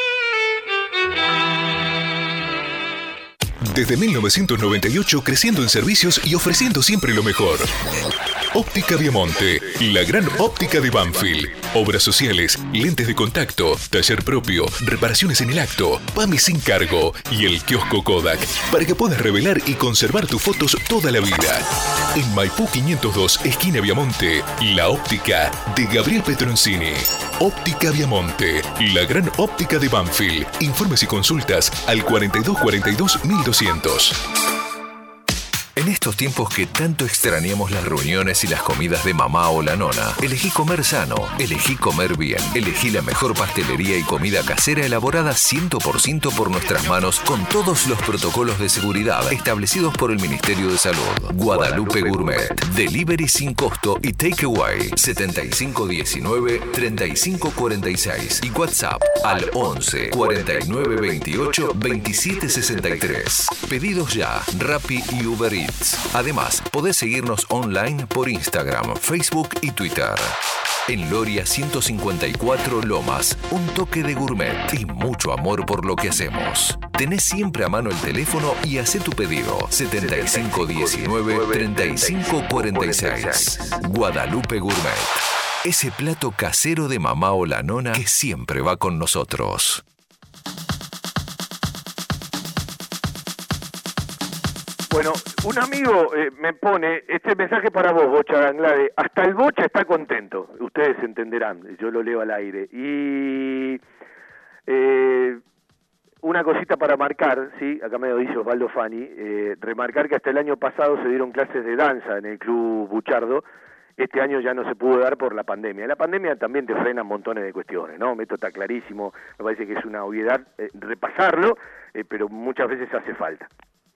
Desde mil novecientos noventa y ocho creciendo en servicios y ofreciendo siempre lo mejor. Óptica Viamonte, la gran óptica de Banfield. Obras sociales, lentes de contacto, taller propio, reparaciones en el acto, P A M I sin cargo y el kiosco Kodak para que puedas revelar y conservar tus fotos toda la vida. En Maipú quinientos dos, esquina Viamonte, la óptica de Gabriel Petroncini. Óptica Viamonte, la gran óptica de Banfield. Informes y consultas al cuarenta y dos cuarenta y dos mil doscientos. En estos tiempos que tanto extrañamos las reuniones y las comidas de mamá o la nona, elegí comer sano, elegí comer bien, elegí la mejor pastelería y comida casera elaborada cien por ciento por nuestras manos con todos los protocolos de seguridad establecidos por el Ministerio de Salud. Guadalupe Gourmet, delivery sin costo y takeaway setenta y cinco diecinueve treinta y cinco cuarenta y seis y WhatsApp al once cuarenta y nueve veintiocho veintisiete sesenta y tres. Pedidos ya, Rappi y Uber Eats. Además, podés seguirnos online por Instagram, Facebook y Twitter. En Loria ciento cincuenta y cuatro Lomas, un toque de gourmet y mucho amor por lo que hacemos. Tenés siempre a mano el teléfono y hacé tu pedido setenta y cinco diecinueve treinta y cinco cuarenta y seis. Guadalupe Gourmet. Ese plato casero de mamá o la nona que siempre va con nosotros. Bueno, un amigo eh, me pone este mensaje para vos, Bocha Danglade. Hasta el Bocha está contento. Ustedes entenderán, yo lo leo al aire. Y eh, una cosita para marcar, ¿sí? Acá me lo dice Osvaldo Fani, eh, remarcar que hasta el año pasado se dieron clases de danza en el Club Buchardo. Este año ya no se pudo dar por la pandemia. La pandemia también te frena montones de cuestiones, ¿no? Esto está clarísimo, me parece que es una obviedad eh, repasarlo, eh, pero muchas veces hace falta.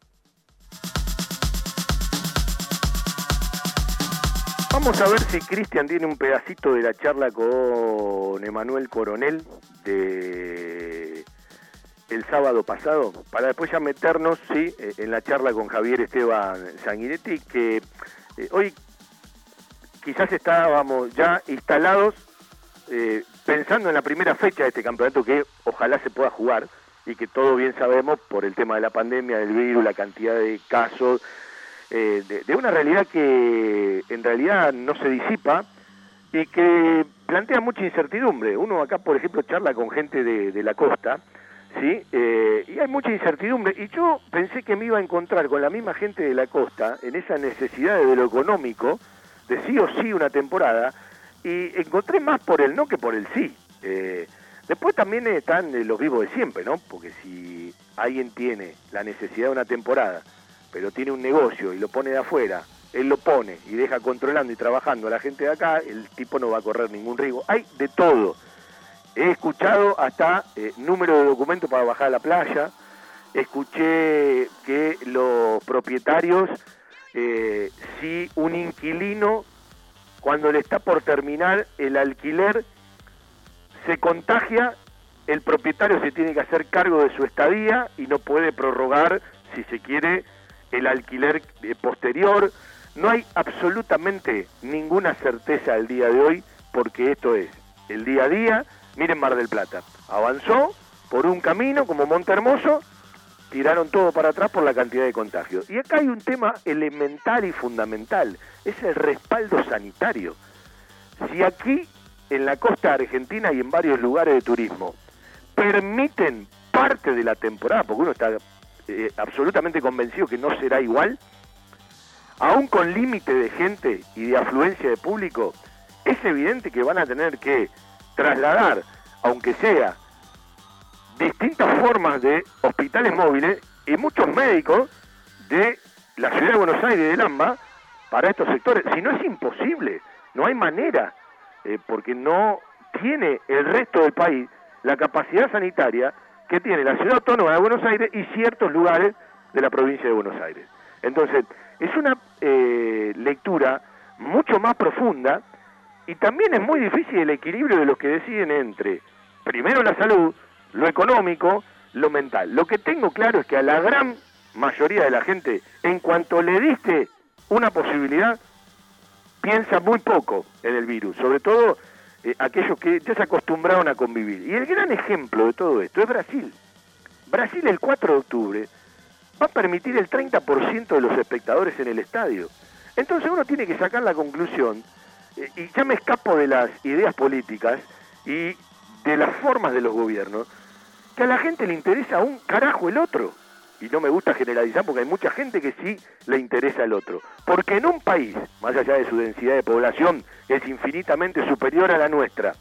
Vamos a ver si Cristian tiene un pedacito de la charla con Emanuel Coronel de el sábado pasado, para después ya meternos, sí, en la charla con Javier Esteban Sanguinetti, que eh, hoy quizás estábamos ya instalados eh, pensando en la primera fecha de este campeonato que ojalá se pueda jugar y que todos bien sabemos por el tema de la pandemia, del virus, la cantidad de casos, Eh, de, de una realidad que en realidad no se disipa y que plantea mucha incertidumbre. Uno acá, por ejemplo, charla con gente de, de la costa, ¿sí? Eh, y hay mucha incertidumbre, y yo pensé que me iba a encontrar con la misma gente de la costa en esa necesidad de lo económico, de sí o sí una temporada, y encontré más por el no que por el sí. Eh, después también están los vivos de siempre, ¿no? Porque si alguien tiene la necesidad de una temporada, pero tiene un negocio y lo pone de afuera, él lo pone y deja controlando y trabajando a la gente de acá, el tipo no va a correr ningún riesgo. Hay de todo. He escuchado hasta eh, número de documentos para bajar a la playa, escuché que los propietarios, eh, si un inquilino, cuando le está por terminar el alquiler, se contagia, el propietario se tiene que hacer cargo de su estadía y no puede prorrogar, si se quiere, el alquiler eh, posterior. No hay absolutamente ninguna certeza al día de hoy, porque esto es el día a día. Miren Mar del Plata, avanzó por un camino como Monte Hermoso, tiraron todo para atrás por la cantidad de contagios. Y acá hay un tema elemental y fundamental, es el respaldo sanitario. Si aquí, en la costa argentina y en varios lugares de turismo, permiten parte de la temporada, porque uno está eh, absolutamente convencido que no será igual, aún con límite de gente y de afluencia de público, es evidente que van a tener que trasladar, aunque sea, distintas formas de hospitales móviles y muchos médicos de la ciudad de Buenos Aires y del AMBA para estos sectores. Si no, es imposible, no hay manera, eh, porque no tiene el resto del país la capacidad sanitaria que tiene la ciudad autónoma de Buenos Aires y ciertos lugares de la provincia de Buenos Aires. Entonces, es una eh, lectura mucho más profunda y también es muy difícil el equilibrio de los que deciden entre, primero la salud, lo económico, lo mental. Lo que tengo claro es que a la gran mayoría de la gente, en cuanto le diste una posibilidad, piensa muy poco en el virus, sobre todo eh, aquellos que ya se acostumbraron a convivir. Y el gran ejemplo de todo esto es Brasil. Brasil el cuatro de octubre va a permitir el treinta por ciento de los espectadores en el estadio. Entonces uno tiene que sacar la conclusión, eh, y ya me escapo de las ideas políticas y de las formas de los gobiernos, que a la gente le interesa un carajo el otro. Y no me gusta generalizar porque hay mucha gente que sí le interesa el otro. Porque en un país, más allá de su densidad de población, es infinitamente superior a la nuestra,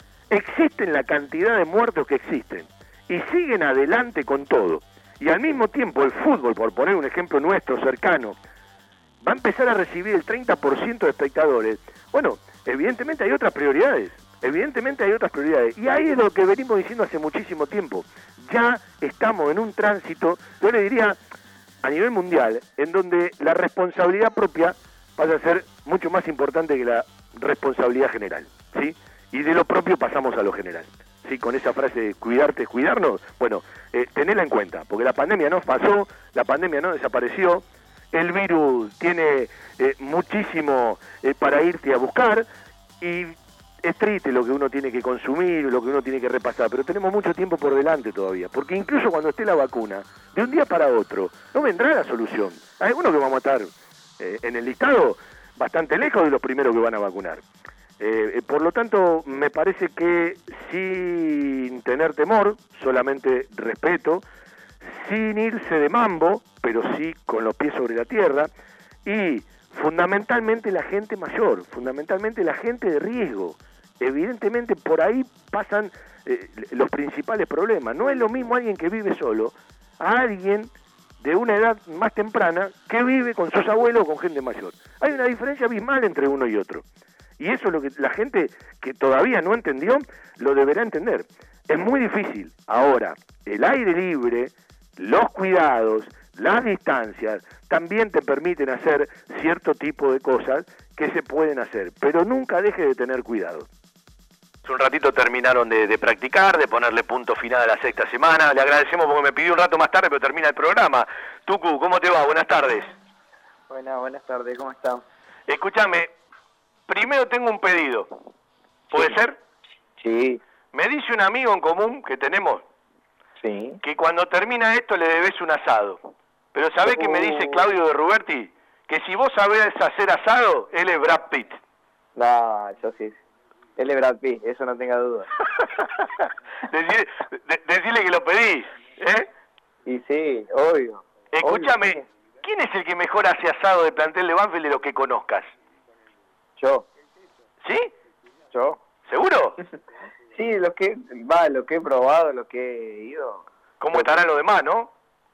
existen la cantidad de muertos que existen y siguen adelante con todo. Y al mismo tiempo el fútbol, por poner un ejemplo nuestro, cercano, va a empezar a recibir el treinta por ciento de espectadores. Bueno, evidentemente hay otras prioridades. Evidentemente hay otras prioridades. Y ahí es lo que venimos diciendo hace muchísimo tiempo. Ya estamos en un tránsito, yo le diría, a nivel mundial, en donde la responsabilidad propia pasa a ser mucho más importante que la responsabilidad general, ¿sí? Y de lo propio pasamos a lo general, ¿sí? Con esa frase de cuidarte es cuidarnos, bueno, eh, tenela en cuenta, porque la pandemia no pasó, la pandemia no desapareció, el virus tiene eh, muchísimo eh, para irte a buscar, y es triste lo que uno tiene que consumir, lo que uno tiene que repasar, pero tenemos mucho tiempo por delante todavía, porque incluso cuando esté la vacuna, de un día para otro, no vendrá la solución. Hay algunos que vamos a estar eh, en el listado bastante lejos de los primeros que van a vacunar. Eh, por lo tanto, me parece que sin tener temor, solamente respeto, sin irse de mambo, pero sí con los pies sobre la tierra, y fundamentalmente la gente mayor, fundamentalmente la gente de riesgo. Evidentemente por ahí pasan eh, los principales problemas. No es lo mismo alguien que vive solo a alguien de una edad más temprana que vive con sus abuelos o con gente mayor. Hay una diferencia abismal entre uno y otro. Y eso es lo que la gente que todavía no entendió lo deberá entender. Es muy difícil. Ahora, el aire libre, los cuidados, las distancias, también te permiten hacer cierto tipo de cosas que se pueden hacer, pero nunca deje de tener cuidado. Hace un ratito terminaron de, de practicar, de ponerle punto final a la sexta semana. Le agradecemos porque me pidió un rato más tarde, pero termina el programa. Tucu, ¿cómo te va? Buenas tardes. Buenas, buenas tardes, ¿cómo están? Escúchame, primero tengo un pedido. ¿Puede Sí. ser? Sí. Me dice un amigo en común que tenemos Sí. que cuando termina esto le debes un asado. Pero ¿sabés qué me dice Claudio de Ruberti? Que si vos sabés hacer asado, él es Brad Pitt. No, yo sí. Él es Brad Pitt, eso no tenga duda. Decirle, de- decirle que lo pedís, ¿eh? Y sí, obvio. Escúchame, Obvio. ¿quién es el que mejor hace asado de plantel de Banfield de los que conozcas? Yo. ¿Sí? Yo. ¿Seguro? Sí, lo que va, lo que he probado, lo que he ido. ¿Cómo estarán los demás, no?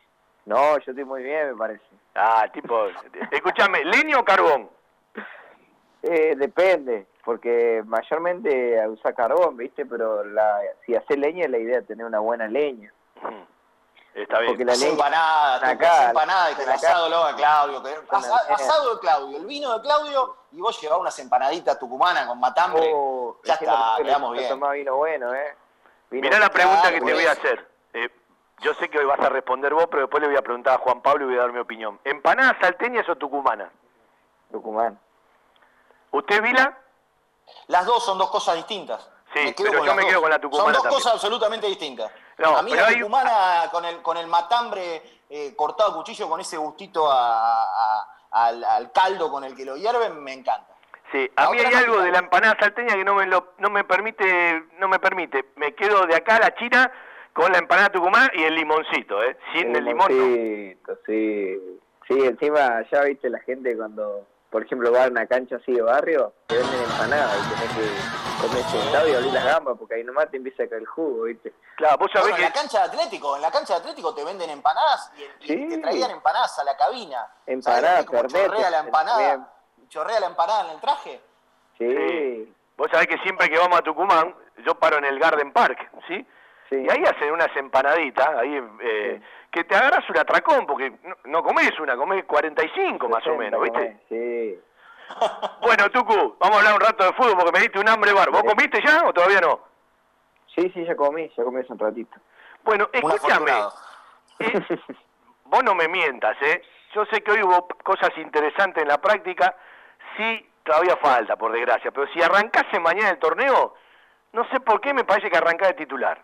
No, yo estoy muy bien, me parece. Ah, tipo, escúchame, ¿leña o carbón? Eh, depende, porque mayormente usa carbón, ¿viste? Pero la, si hace leña, la idea es tener una buena leña. Está bien. Porque la leña empanada, acá, empanada y con asado lo haga Claudio. Que, asa, asado de Claudio, el vino de Claudio, y vos llevás unas empanaditas tucumanas con matambre. Oh, ya está, quedamos bien. Tomá vino bueno, ¿eh? Vino Mirá la pregunta claro, que te pues. voy a hacer. Eh, yo sé que hoy vas a responder vos, pero después le voy a preguntar a Juan Pablo y voy a dar mi opinión. ¿Empanadas salteñas o tucumanas? Tucumán. ¿Usted, Vila? Las dos son dos cosas distintas. Sí, me pero yo me dos. quedo con la tucumana Son dos también. cosas absolutamente distintas. No, a mí la tucumana hay... con, el, con el matambre eh, cortado a cuchillo, con ese gustito a, a, al, al caldo con el que lo hierven, me encanta. Sí, a la mí hay algo de la empanada salteña que no me lo, no me permite, no me permite. Me quedo de acá a la China con la empanada tucumana y el limoncito, ¿eh? Sin el, el limón. No. Sí, sí, encima ya viste la gente cuando, por ejemplo, va a una cancha así de barrio, te venden empanadas y tenés que comer sentado y abrir las gambas porque ahí nomás te empieza a caer el jugo, ¿viste? Claro, vos sabés bueno, que... en la cancha de Atlético, en la cancha de Atlético te venden empanadas y, sí. y te traían empanadas a la cabina. Empanadas, ¿Sabés cómo chorrea la empanada? ¿Chorrea la empanada en el traje? Sí. sí. Vos sabés que siempre que vamos a Tucumán, yo paro en el Garden Park, ¿sí? Sí. Y ahí hacen unas empanaditas, ahí eh, sí. que te agarras un atracón, porque no, no comés una, comés cuarenta y cinco más o menos, ¿viste? Sí. Bueno, Tucu, vamos a hablar un rato de fútbol porque me diste un hambre bar. ¿Vos comiste ya o todavía no? Sí, sí, ya comí, ya comí hace un ratito. Bueno, escúchame, eh, vos no me mientas, ¿eh? Yo sé que hoy hubo cosas interesantes en la práctica, sí, todavía falta, por desgracia, pero si arrancase mañana el torneo, no sé por qué me parece que arrancás de titular.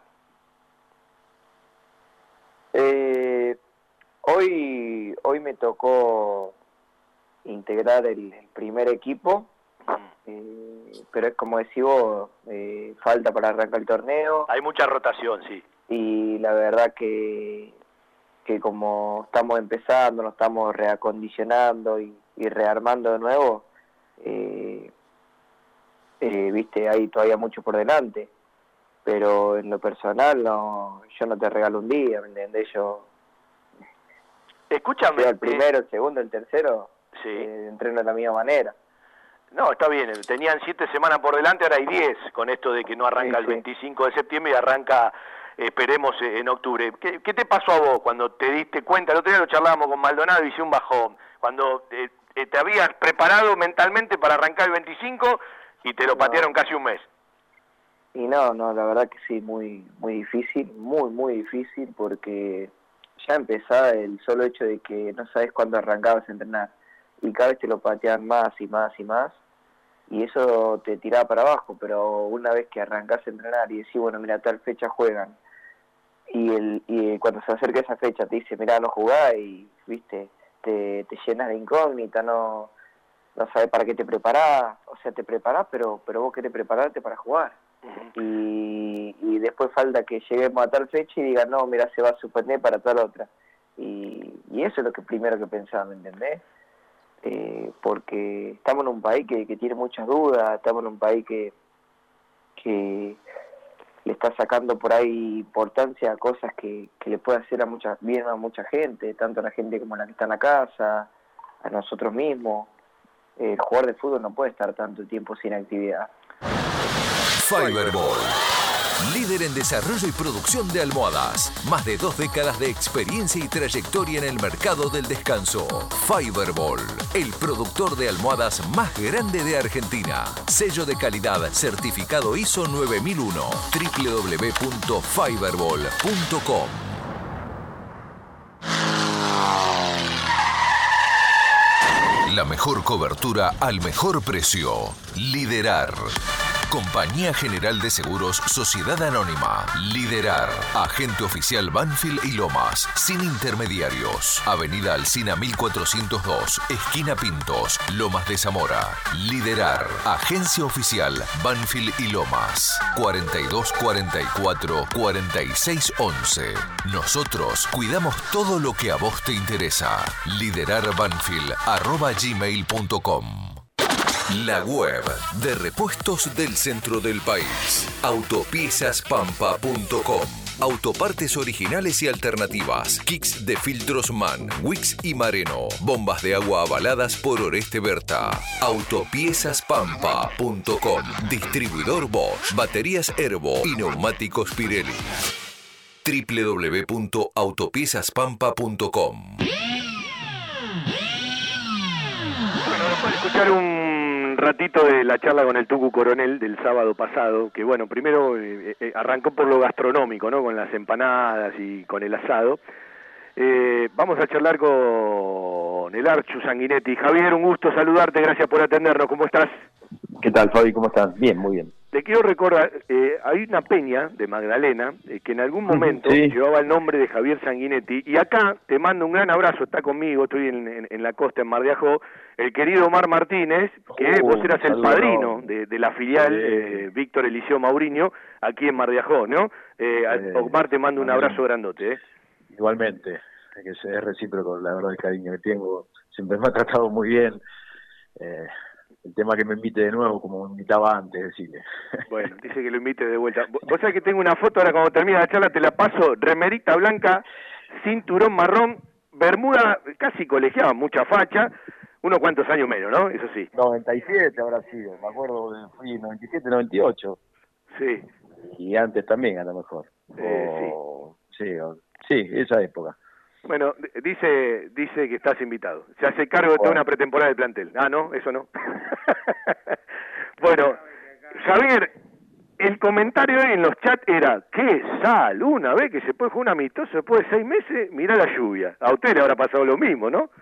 Eh, hoy, hoy me tocó integrar el, el primer equipo, eh, pero es como decís vos, eh, falta para arrancar el torneo. Hay mucha rotación, sí. Y la verdad que, que como estamos empezando, nos estamos reacondicionando y, y rearmando de nuevo, eh, eh, viste, hay todavía mucho por delante. Pero en lo personal, no, yo no te regalo un día, ¿me entendés? Yo, escúchame, sea el primero, el segundo, el tercero, sí. eh, entreno de la misma manera. No, está bien, tenían siete semanas por delante, ahora hay diez, con esto de que no arranca sí, el veinticinco sí. de septiembre y arranca, eh, esperemos, en octubre. ¿Qué, ¿Qué te pasó a vos cuando te diste cuenta? El otro día lo charlábamos con Maldonado y hice un bajón. Cuando eh, te habías preparado mentalmente para arrancar el veinticinco y te lo no. patearon casi un mes. Y no, no, la verdad que sí, muy muy difícil, muy, muy difícil, porque ya empezaba el solo hecho de que no sabes cuándo arrancabas a entrenar, y cada vez te lo pateaban más y más y más, y eso te tiraba para abajo, pero una vez que arrancás a entrenar y decís, bueno, mira, tal fecha juegan, y el y cuando se acerca esa fecha te dice, mira, no jugás, y, viste, te, te llenas de incógnita, no, no sabes para qué te preparás, o sea, te preparás, pero, pero vos querés prepararte para jugar. Y, y después falta que lleguemos a tal fecha y digan, no, mira, se va a suspender para tal otra. Y, y eso es lo que primero que pensaba, ¿me entendés? Eh, porque estamos en un país que, que tiene muchas dudas, estamos en un país que, que le está sacando por ahí importancia a cosas que, que le puede hacer a mucha, bien a mucha gente, tanto a la gente como a la que está en la casa, a nosotros mismos. El jugador de fútbol no puede estar tanto tiempo sin actividad. Fiberball, líder en desarrollo y producción de almohadas. Más de dos décadas de experiencia y trayectoria en el mercado del descanso. Fiberball, el productor de almohadas más grande de Argentina. Sello de calidad certificado I S O nueve mil uno. doble u doble u doble u punto fiberball punto com. La mejor cobertura al mejor precio. Liderar. Compañía General de Seguros Sociedad Anónima. Liderar. Agente oficial Banfield y Lomas. Sin intermediarios. Avenida Alsina mil cuatrocientos dos. Esquina Pintos. Lomas de Zamora. Liderar. Agencia oficial Banfield y Lomas. cuarenta y dos cuarenta y cuatro cuarenta y seis once. Nosotros cuidamos todo lo que a vos te interesa. Liderarbanfield arroba gmail punto com. La web de repuestos del centro del país. autopiezas pampa punto com. Autopartes originales y alternativas. Kicks de filtros MAN, Wix y Mareno. Bombas de agua avaladas por Oreste Berta. Autopiezas Pampa punto com. Distribuidor Bosch. Baterías Herbo y neumáticos Pirelli. doble u doble u doble u punto autopiezas pampa punto com. Bueno, después de escuchar un ratito de la charla con el Tucu Coronel del sábado pasado, que bueno, primero eh, eh, arrancó por lo gastronómico, ¿no? Con las empanadas y con el asado. Eh, vamos a charlar con el Archu Sanguinetti. Javier, un gusto saludarte, gracias por atendernos, ¿cómo estás? ¿Qué tal, Fabi? ¿Cómo estás? Bien, muy bien. Te quiero recordar, eh, hay una peña de Magdalena eh, que en algún momento sí. llevaba el nombre de Javier Sanguinetti, y acá te mando un gran abrazo, está conmigo, estoy en, en, en la costa, en Mar de Ajó, el querido Omar Martínez, que Uh, vos eras el saludo. padrino de, de la filial Sí. eh, Víctor Eliseo Mauriño, aquí en Mar de Ajó, ¿no? Eh, Eh, Omar, te mando un muy bien. abrazo grandote. ¿eh? Igualmente, es que es recíproco, la verdad, el cariño que tengo. Siempre me ha tratado muy bien. Eh, el tema que me invite de nuevo, como me invitaba antes, decirle. Bueno, dice que lo invite de vuelta. Vos sabés que tengo una foto, ahora cuando termine la charla te la paso, remerita blanca, cinturón marrón, bermuda casi colegiada, mucha facha, unos cuantos años menos, ¿no? Eso sí. noventa y siete habrá sido, me acuerdo, de- fui noventa y siete, noventa y ocho. Sí. Y antes también, a lo mejor. Eh, O- sí. o- sí, esa época. Bueno, d- dice dice que estás invitado. Se hace cargo de toda una pretemporada del plantel. Ah, no, eso no. Bueno, Javier, el comentario hoy en los chats era, qué sal, una vez que se puede jugar un amistoso después de seis meses, mirá la lluvia. A usted le habrá pasado lo mismo, ¿no?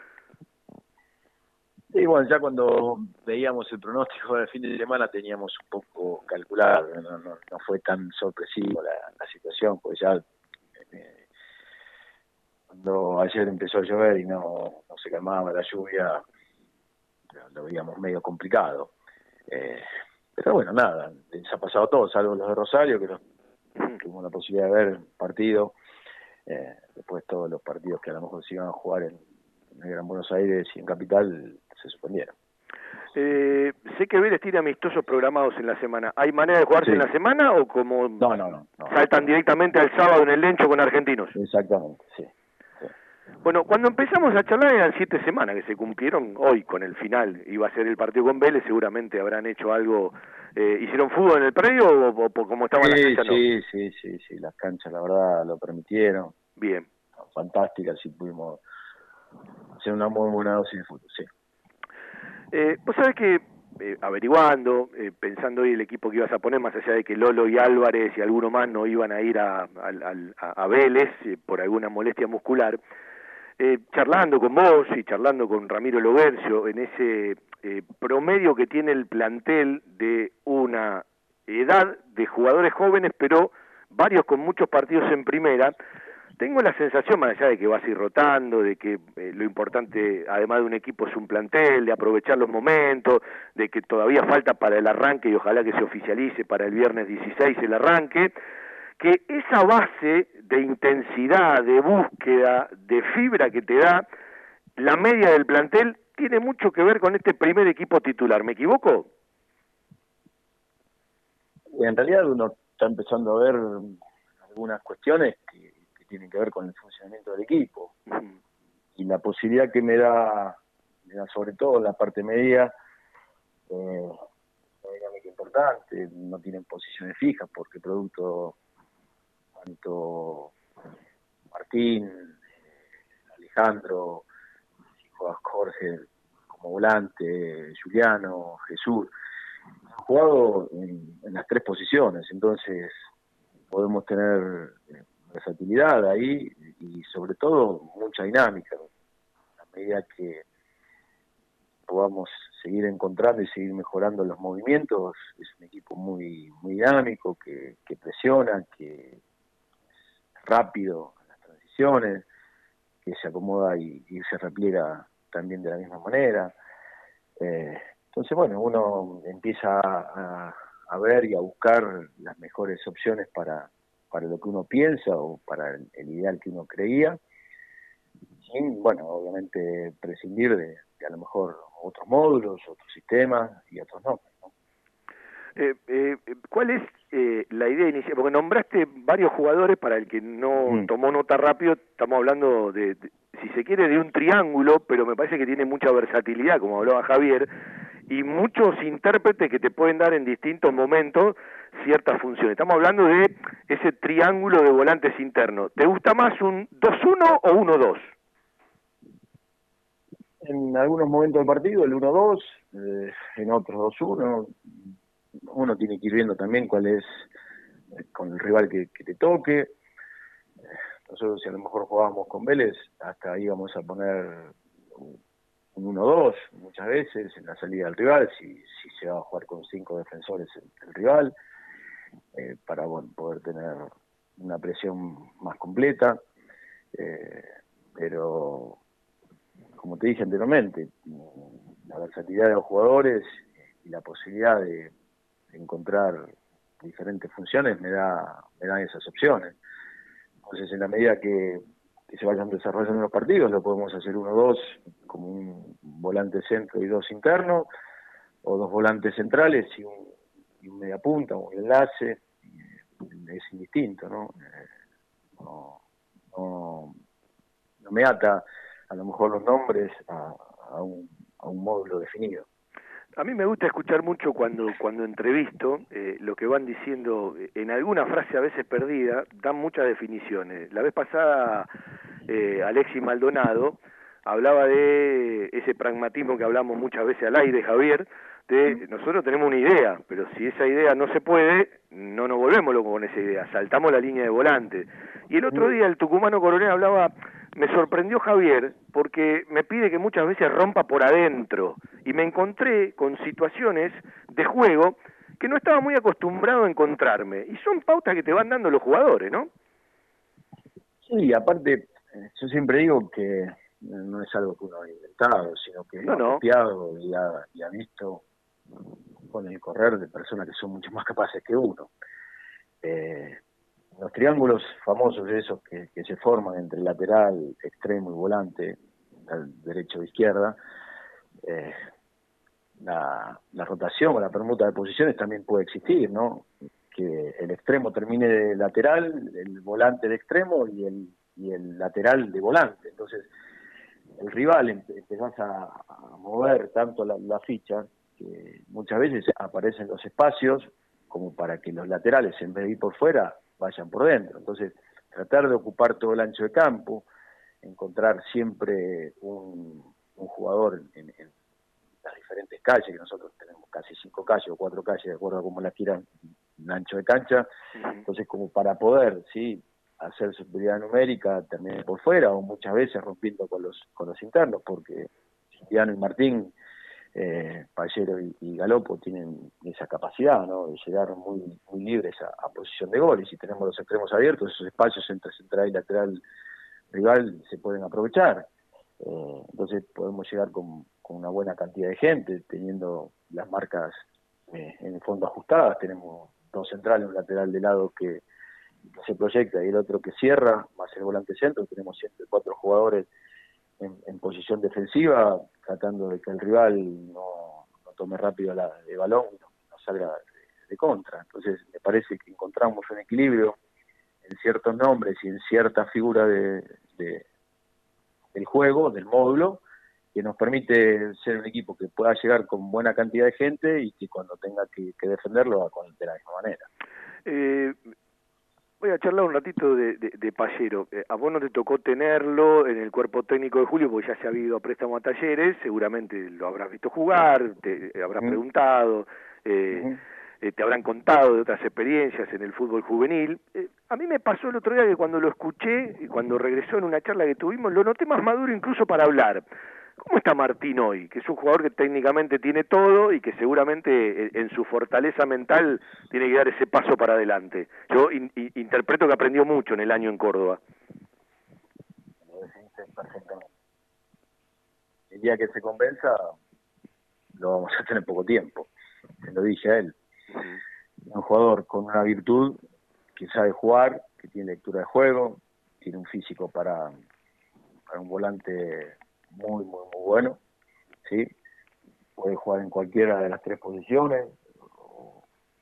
Sí, bueno, ya cuando veíamos el pronóstico del fin de semana teníamos un poco calculado, no, no, no fue tan sorpresivo la, la situación, pues ya eh, cuando ayer empezó a llover y no, no se calmaba la lluvia, lo, lo veíamos medio complicado. Eh, pero bueno, nada, les ha pasado a todos, salvo los de Rosario, que los, tuvimos la posibilidad de ver el partido, eh, después todos los partidos que a lo mejor se iban a jugar en, en el Gran Buenos Aires y en Capital se suspendieron. Eh, sé que Vélez tiene amistosos programados en la semana. ¿Hay manera de jugarse Sí. en la semana o como No, no, no. no. saltan directamente al sábado en el Lencho con argentinos? Exactamente, sí. Bueno, cuando empezamos a charlar eran siete semanas que se cumplieron. Hoy con el final iba a ser el partido con Vélez, seguramente habrán hecho algo. Eh, ¿Hicieron fútbol en el predio o, o, o como estaban las Sí, canchas? No? sí, sí, sí, sí, las canchas la verdad lo permitieron. Bien. Fantásticas y pudimos hacer una muy buena dosis de fútbol, sí. Eh, vos sabés que eh, averiguando, eh, pensando hoy el equipo que ibas a poner, más allá de que Lolo y Álvarez y alguno más no iban a ir a, a, a, a Vélez eh, por alguna molestia muscular, eh, charlando con vos y charlando con Ramiro Lobercio en ese eh, promedio que tiene el plantel de una edad de jugadores jóvenes, pero varios con muchos partidos en primera, tengo la sensación, más allá de que vas a ir rotando, de que eh, lo importante, además de un equipo, es un plantel, de aprovechar los momentos, de que todavía falta para el arranque y ojalá que se oficialice para el viernes dieciséis el arranque, que esa base de intensidad, de búsqueda, de fibra que te da la media del plantel, tiene mucho que ver con este primer equipo titular. ¿Me equivoco? En realidad uno está empezando a ver algunas cuestiones que, que tienen que ver con el funcionamiento del equipo. Y la posibilidad que me da, me da sobre todo la parte media, eh, una dinámica importante, no tienen posiciones fijas porque producto tanto Martín, eh, Alejandro, si juega Jorge como volante, Juliano, Jesús, han jugado en, en las tres posiciones, entonces podemos tener eh, versatilidad ahí y sobre todo mucha dinámica. A medida que podamos seguir encontrando y seguir mejorando los movimientos, es un equipo muy muy dinámico, que, que presiona, que es rápido en las transiciones, que se acomoda y, y se repliega también de la misma manera. Eh, entonces, bueno, uno empieza a, a ver y a buscar las mejores opciones para, para lo que uno piensa o para el, el ideal que uno creía, sin, bueno, obviamente prescindir de, de a lo mejor otros módulos, otros sistemas y otros no. ¿no? Eh, eh, ¿Cuál es eh, la idea inicial? Porque nombraste varios jugadores, para el que no mm. tomó nota rápido, estamos hablando de, de, si se quiere, de un triángulo, pero me parece que tiene mucha versatilidad, como hablaba Javier, y muchos intérpretes que te pueden dar en distintos momentos ciertas funciones. Estamos hablando de ese triángulo de volantes internos. ¿Te gusta más un dos uno o uno dos? En algunos momentos del partido el uno dos, eh, en otros dos uno. Uno tiene que ir viendo también cuál es eh, con el rival que, que te toque. Nosotros, si a lo mejor jugábamos con Vélez, hasta íbamos a poner un uno dos muchas veces en la salida del rival, si, si se va a jugar con cinco defensores el, el rival, eh, para bueno, poder tener una presión más completa. Eh, pero, como te dije anteriormente, la versatilidad de los jugadores y la posibilidad de encontrar diferentes funciones me da me dan esas opciones. Entonces, en la medida que, que se vayan desarrollando los partidos, lo podemos hacer uno dos como un volante centro y dos internos, o dos volantes centrales y un, y un media punta, un enlace. Es indistinto, ¿no? No, no, no me ata a lo mejor los nombres a, a, un, a un módulo definido. A mí me gusta escuchar mucho cuando cuando entrevisto, eh, lo que van diciendo, en alguna frase a veces perdida, dan muchas definiciones. La vez pasada, eh, Alexis Maldonado hablaba de ese pragmatismo que hablamos muchas veces al aire, Javier, de nosotros tenemos una idea, pero si esa idea no se puede, no nos volvemos locos con esa idea, saltamos la línea de volante. Y el otro día el tucumano Coronel hablaba, me sorprendió Javier, porque me pide que muchas veces rompa por adentro, y me encontré con situaciones de juego que no estaba muy acostumbrado a encontrarme, y son pautas que te van dando los jugadores, ¿no? Sí, aparte, yo siempre digo que no es algo que uno ha inventado, sino que no, ha no. copiado y ha, y ha visto con el correr de personas que son mucho más capaces que uno. Eh, los triángulos famosos esos que, que se forman entre lateral, extremo y volante, derecho e izquierda, eh, la, la rotación o la permuta de posiciones también puede existir, ¿no? Que el extremo termine de lateral, el volante de extremo y el, y el lateral de volante. Entonces, el rival empezás a, a mover tanto la, la ficha que muchas veces aparecen los espacios como para que los laterales, en vez de ir por fuera, vayan por dentro. Entonces, tratar de ocupar todo el ancho de campo, encontrar siempre un, un jugador en, en las diferentes calles, que nosotros tenemos casi cinco calles o cuatro calles, de acuerdo a cómo las quieran, un ancho de cancha. Entonces, como para poder, sí, hacer superioridad numérica, terminar por fuera, o muchas veces rompiendo con los con los internos, porque Diano y Martín, eh, Pallero y, y Galopo tienen esa capacidad, ¿no?, de llegar muy muy libres a, a posición de gol, y si tenemos los extremos abiertos, esos espacios entre central y lateral rival se pueden aprovechar. Eh, entonces podemos llegar con, con una buena cantidad de gente, teniendo las marcas eh, en el fondo ajustadas. Tenemos dos centrales, un lateral de lado que que se proyecta y el otro que cierra, más el volante centro. Tenemos siempre cuatro jugadores en, en posición defensiva, tratando de que el rival no, no tome rápido la, el balón y no, no salga de, de contra. Entonces me parece que encontramos un equilibrio en ciertos nombres y en cierta figura de, de, del juego, del módulo, que nos permite ser un equipo que pueda llegar con buena cantidad de gente y que cuando tenga que, que defenderlo haga de la misma manera. Eh... Voy a charlar un ratito de, de, de Pallero. Eh, a vos no te tocó tenerlo en el cuerpo técnico de Julio, porque ya se ha ido a préstamo a Talleres, seguramente lo habrás visto jugar, te habrás uh-huh. preguntado, eh, uh-huh. eh, te habrán contado de otras experiencias en el fútbol juvenil. Eh, a mí me pasó el otro día que cuando lo escuché, y cuando regresó en una charla que tuvimos, lo noté más maduro incluso para hablar. ¿Cómo está Martín hoy? Que es un jugador que técnicamente tiene todo y que seguramente en su fortaleza mental tiene que dar ese paso para adelante. Yo in, in, interpreto que aprendió mucho en el año en Córdoba. Lo definiste perfectamente. El día que se convenza, lo vamos a tener poco tiempo. Se lo dije a él. Uh-huh. Un jugador con una virtud, que sabe jugar, que tiene lectura de juego, tiene un físico para, para un volante muy, muy, muy bueno, ¿sí? Puede jugar en cualquiera de las tres posiciones, o,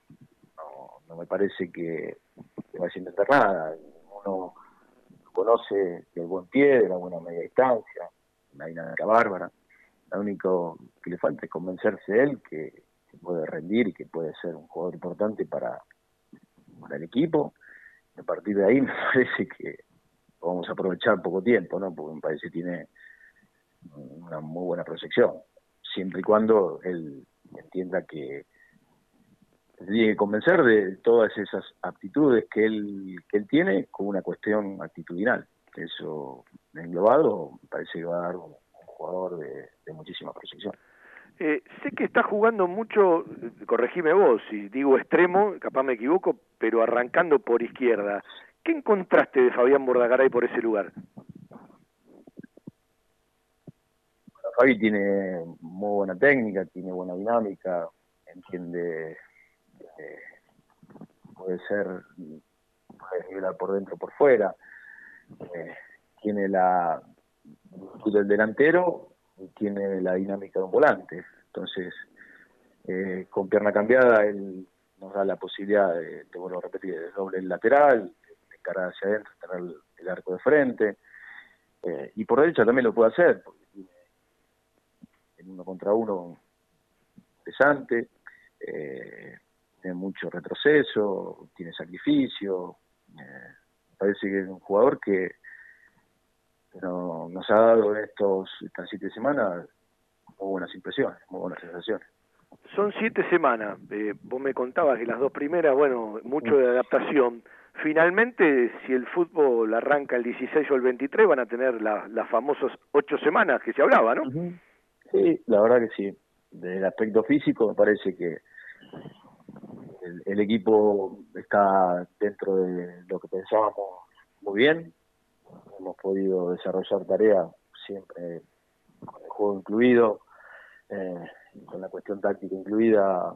no me parece que, que vaya a intentar nada. Uno conoce del buen pie, de la buena media distancia, una dinámica bárbara. Lo único que le falta es convencerse de él que, que puede rendir y que puede ser un jugador importante para, para el equipo. A partir de ahí me parece que vamos a aprovechar poco tiempo, ¿no? Porque me parece que tiene una muy buena proyección, siempre y cuando él entienda que se tiene que convencer de todas esas aptitudes que él que él tiene con una cuestión actitudinal. Eso englobado me parece que va a dar un, un jugador de, de muchísima proyección. Eh, sé que está jugando mucho, corregime vos, si digo extremo, capaz me equivoco, pero arrancando por izquierda. ¿Qué encontraste de Fabián Bordagaray por ese lugar? Fabi tiene muy buena técnica, tiene buena dinámica, entiende, eh, puede ser, puede nivelar por dentro o por fuera, eh, tiene la virtud del delantero y tiene la dinámica de un volante. Entonces, eh, con pierna cambiada, él nos da la posibilidad de, te vuelvo a repetir, de doble el lateral, de encarar hacia adentro, tener el, el arco de frente, eh, y por derecha también lo puede hacer, porque tiene en uno contra uno interesante, eh, tiene mucho retroceso, tiene sacrificio, eh, parece que es un jugador que no, nos ha dado en estos, estas siete semanas muy buenas impresiones, muy buenas sensaciones. Son siete semanas, eh, vos me contabas que las dos primeras, bueno, mucho de adaptación. Finalmente, si el fútbol arranca el dieciséis o el veintitrés, van a tener la, las famosas ocho semanas que se hablaba, ¿no? Uh-huh. Sí, la verdad que sí. Del aspecto físico me parece que el, el equipo está dentro de lo que pensábamos muy bien. Hemos podido desarrollar tareas siempre con el juego incluido, eh, con la cuestión táctica incluida,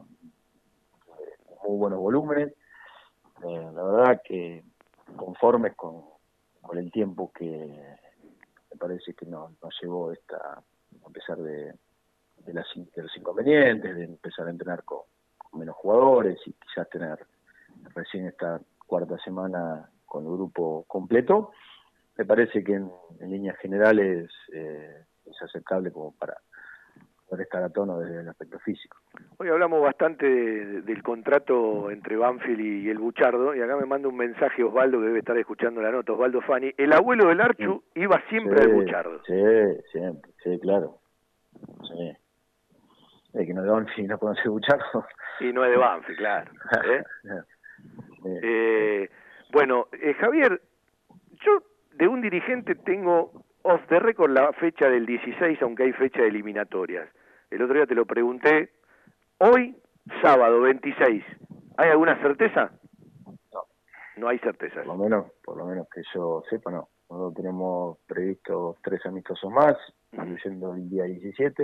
eh, muy buenos volúmenes. Eh, la verdad que conformes con, con el tiempo que me parece que nos, nos llevó esta, a pesar de, de, las, de los inconvenientes, de empezar a entrenar con, con menos jugadores y quizás tener recién esta cuarta semana con el grupo completo. Me parece que en, en líneas generales eh, es aceptable como para poder estar a tono desde el aspecto físico. Hoy hablamos bastante de, del contrato entre Banfield y, y el Buchardo, y acá me manda un mensaje Osvaldo, que debe estar escuchando la nota, Osvaldo Fani. El abuelo del Archu sí. iba siempre sí, al Buchardo. Sí, siempre, sí, claro. Sí. Es que no es de Banfield, no conoce el Buchardo. Y no es de Banfield, claro. ¿eh? sí. Eh, bueno, eh, Javier, yo de un dirigente tengo off the record la fecha del dieciséis, aunque hay fecha de eliminatorias. El otro día te lo pregunté. Hoy, sábado veintiséis, ¿hay alguna certeza? No. No hay certeza. Por lo menos, por lo menos que yo sepa, no. Nosotros tenemos previstos tres amistosos más, incluyendo el día diecisiete.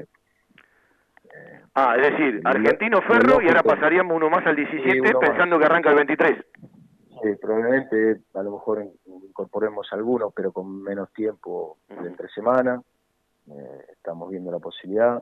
Eh, ah, es decir, Argentino Ferro y ahora pasaríamos uno más al diecisiete, sí, pensando más que arranca el veintitrés. Sí, probablemente a lo mejor incorporemos algunos, pero con menos tiempo de entre semana. Eh, estamos viendo la posibilidad.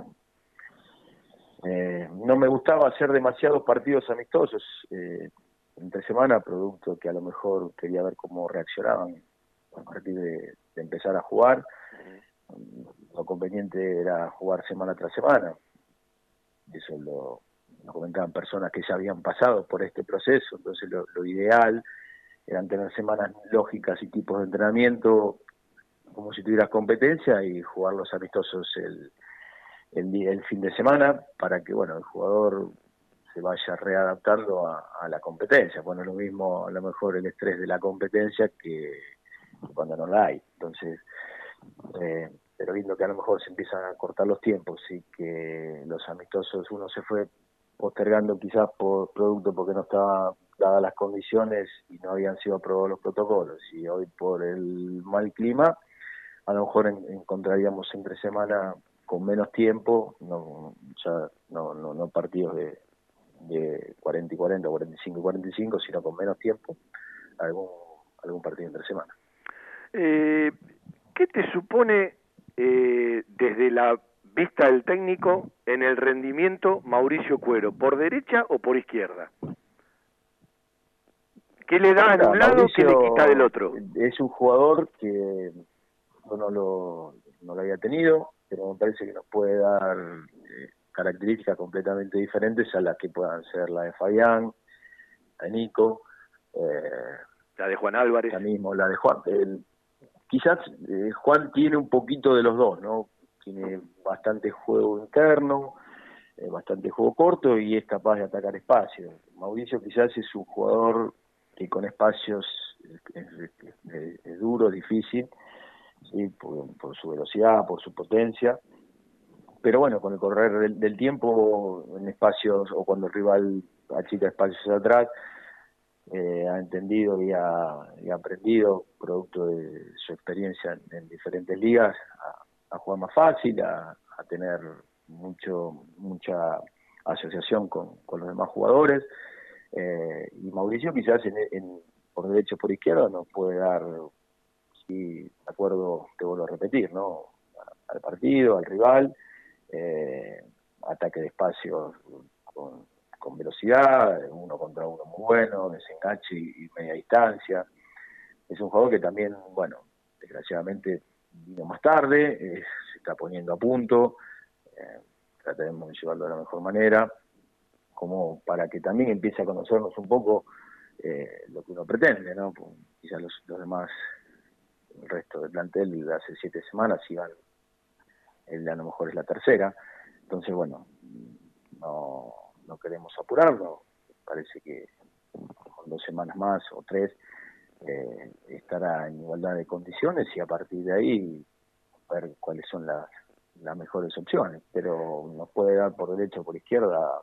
Eh, no me gustaba hacer demasiados partidos amistosos eh, entre semana, producto que a lo mejor quería ver cómo reaccionaban a partir de, de empezar a jugar. Lo conveniente era jugar semana tras semana. Eso lo, lo comentaban personas que ya habían pasado por este proceso, entonces lo, lo ideal eran tener semanas lógicas y tipos de entrenamiento como si tuvieras competencia y jugar los amistosos el, el, día, el fin de semana para que bueno el jugador se vaya readaptando a, a la competencia. Bueno, es lo mismo a lo mejor el estrés de la competencia que cuando no la hay. Entonces, eh, pero viendo que a lo mejor se empiezan a cortar los tiempos y que los amistosos uno se fue postergando quizás por producto porque no estaban dadas las condiciones y no habían sido aprobados los protocolos, y hoy por el mal clima a lo mejor en, encontraríamos entre semana con menos tiempo, no ya no no, no partidos de, de cuarenta y cuarenta, cuarenta y cinco y cuarenta y cinco, sino con menos tiempo algún algún partido entre semana. Eh, ¿qué te supone eh, desde la vista del técnico en el rendimiento Mauricio Cuero, por derecha o por izquierda? ¿Qué le da en un lado, qué le quita del otro? Es un jugador que yo no lo, no lo había tenido, pero me parece que nos puede dar eh, características completamente diferentes a las que puedan ser la de Fabián, la de Nico, eh, la de Juan Álvarez. La mismo, la de Juan. El, quizás eh, Juan tiene un poquito de los dos, ¿no? Tiene bastante juego interno, eh, bastante juego corto y es capaz de atacar espacios. Mauricio quizás es un jugador que con espacios es, es, es, es duro, difícil, ¿sí? por, por su velocidad, por su potencia, pero bueno, con el correr del, del tiempo en espacios o cuando el rival achica espacios atrás, eh, ha entendido y ha, y ha aprendido, producto de su experiencia en, en diferentes ligas, a, a jugar más fácil, a, a tener mucho mucha asociación con, con los demás jugadores. Eh, y Mauricio quizás en, en, por derecho por izquierda nos puede dar, sí, de acuerdo, te vuelvo a repetir, ¿no? Al partido, al rival, eh, ataque de espacio con, con velocidad, uno contra uno muy bueno, desenganche y, y media distancia. Es un jugador que también, bueno, desgraciadamente vino más tarde, eh, se está poniendo a punto, eh, trataremos de llevarlo de la mejor manera, como para que también empiece a conocernos un poco eh, lo que uno pretende, ¿no? Pues, quizás los, los demás, el resto del plantel de hace siete semanas iban, él a lo mejor es la tercera, entonces bueno, no, no queremos apurarlo, parece que con dos semanas más o tres eh, estará en igualdad de condiciones y a partir de ahí ver cuáles son las, las mejores opciones, pero nos puede dar por derecha o por izquierda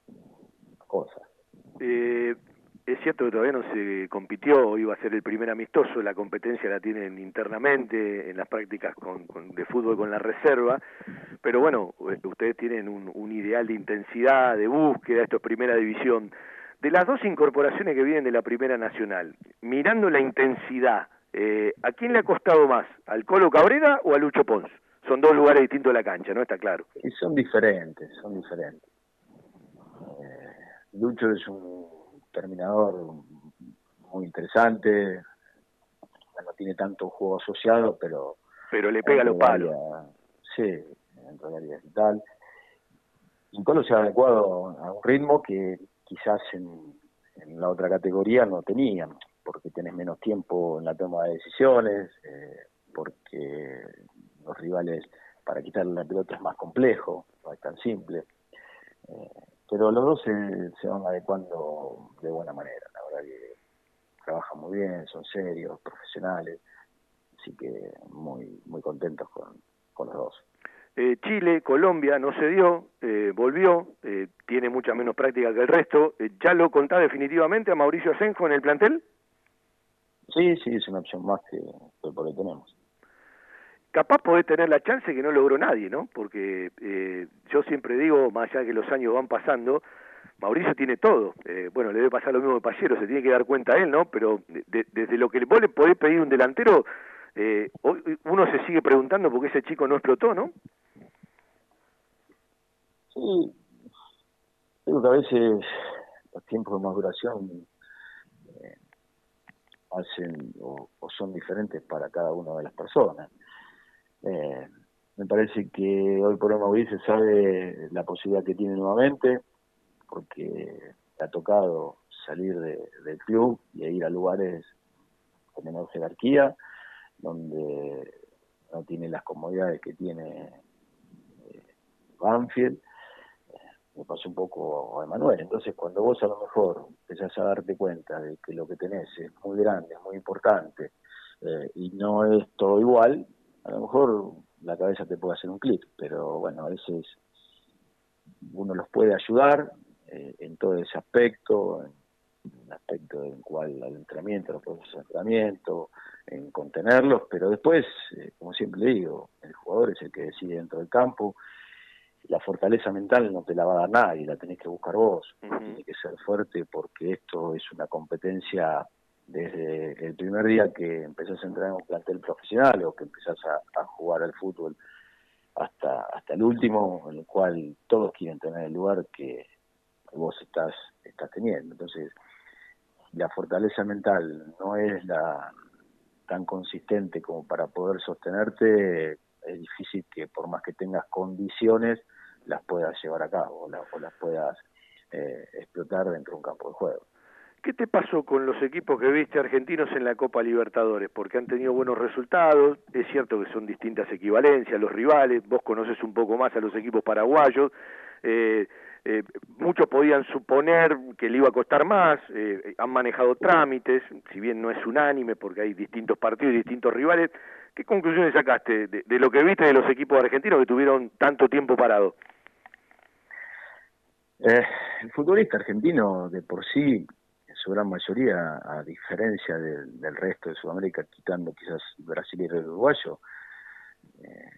cosas. Eh, es cierto que todavía no se compitió, iba a ser el primer amistoso, la competencia la tienen internamente en las prácticas con, con, de fútbol con la reserva, pero bueno, ustedes tienen un, un ideal de intensidad, de búsqueda, esto es primera división. De las dos incorporaciones que vienen de la Primera Nacional, mirando la intensidad, eh, ¿a quién le ha costado más? ¿Al Colo Cabrera o a Lucho Pons? Son dos lugares distintos de la cancha, ¿no? Está claro. Y son diferentes, son diferentes. Eh, Lucho es un terminador muy interesante, no tiene tanto juego asociado, pero... Pero le pega los palos. Sí, en realidad y tal. Y Colo se ha adecuado a un ritmo que quizás en, en la otra categoría no tenían, porque tenés menos tiempo en la toma de decisiones, eh, porque los rivales, para quitarle la pelota es más complejo, no es tan simple. Eh, pero los dos se, se van adecuando de buena manera, la verdad que trabajan muy bien, son serios, profesionales, así que muy muy contentos con, con los dos. Eh, Chile, Colombia no se dio, eh, volvió, eh, tiene mucha menos práctica que el resto. Eh, ¿Ya lo contá definitivamente a Mauricio Asenjo en el plantel? Sí, sí, es una opción más que, que por ahí tenemos. Capaz podés tener la chance que no logró nadie, ¿no? Porque eh, yo siempre digo, más allá de que los años van pasando, Mauricio tiene todo. Eh, bueno, le debe pasar lo mismo de Pallero, se tiene que dar cuenta él, ¿no? Pero de, de, desde lo que vos le podés pedir un delantero, eh, uno se sigue preguntando por qué ese chico no explotó, ¿no? Sí, creo que a veces los tiempos de maduración eh, hacen o, o son diferentes para cada una de las personas. Eh, me parece que hoy por hoy Mauricio sabe la posibilidad que tiene nuevamente, porque le ha tocado salir de, del club y ir a lugares con menor jerarquía, donde no tiene las comodidades que tiene eh, Banfield. Me pasó un poco a Emanuel. Entonces, cuando vos a lo mejor empezás a darte cuenta de que lo que tenés es muy grande, es muy importante, eh, y no es todo igual, a lo mejor la cabeza te puede hacer un clic, pero bueno, a veces uno los puede ayudar eh, en todo ese aspecto, en el aspecto en cual al entrenamiento, los procesos de entrenamiento, en contenerlos, pero después, eh, como siempre digo, el jugador es el que decide dentro del campo. La fortaleza mental no te la va a dar nadie, la tenés que buscar vos. Uh-huh. Tienes que ser fuerte porque esto es una competencia desde el primer día que empezás a entrar en un plantel profesional o que empezás a, a jugar al fútbol hasta hasta el último, en el cual todos quieren tener el lugar que vos estás estás teniendo. Entonces, la fortaleza mental no es la tan consistente como para poder sostenerte, es difícil que por más que tengas condiciones las puedas llevar a cabo o, la, o las puedas eh, explotar dentro de un campo de juego. ¿Qué te pasó con los equipos que viste argentinos en la Copa Libertadores? Porque han tenido buenos resultados, es cierto que son distintas equivalencias, los rivales, vos conoces un poco más a los equipos paraguayos, eh, eh, muchos podían suponer que le iba a costar más, eh, han manejado trámites, si bien no es unánime porque hay distintos partidos y distintos rivales. ¿Qué conclusiones sacaste de, de lo que viste de los equipos argentinos que tuvieron tanto tiempo parado? Eh, el futbolista argentino de por sí, en su gran mayoría, a diferencia del, del resto de Sudamérica, quitando quizás Brasil y el uruguayo, eh,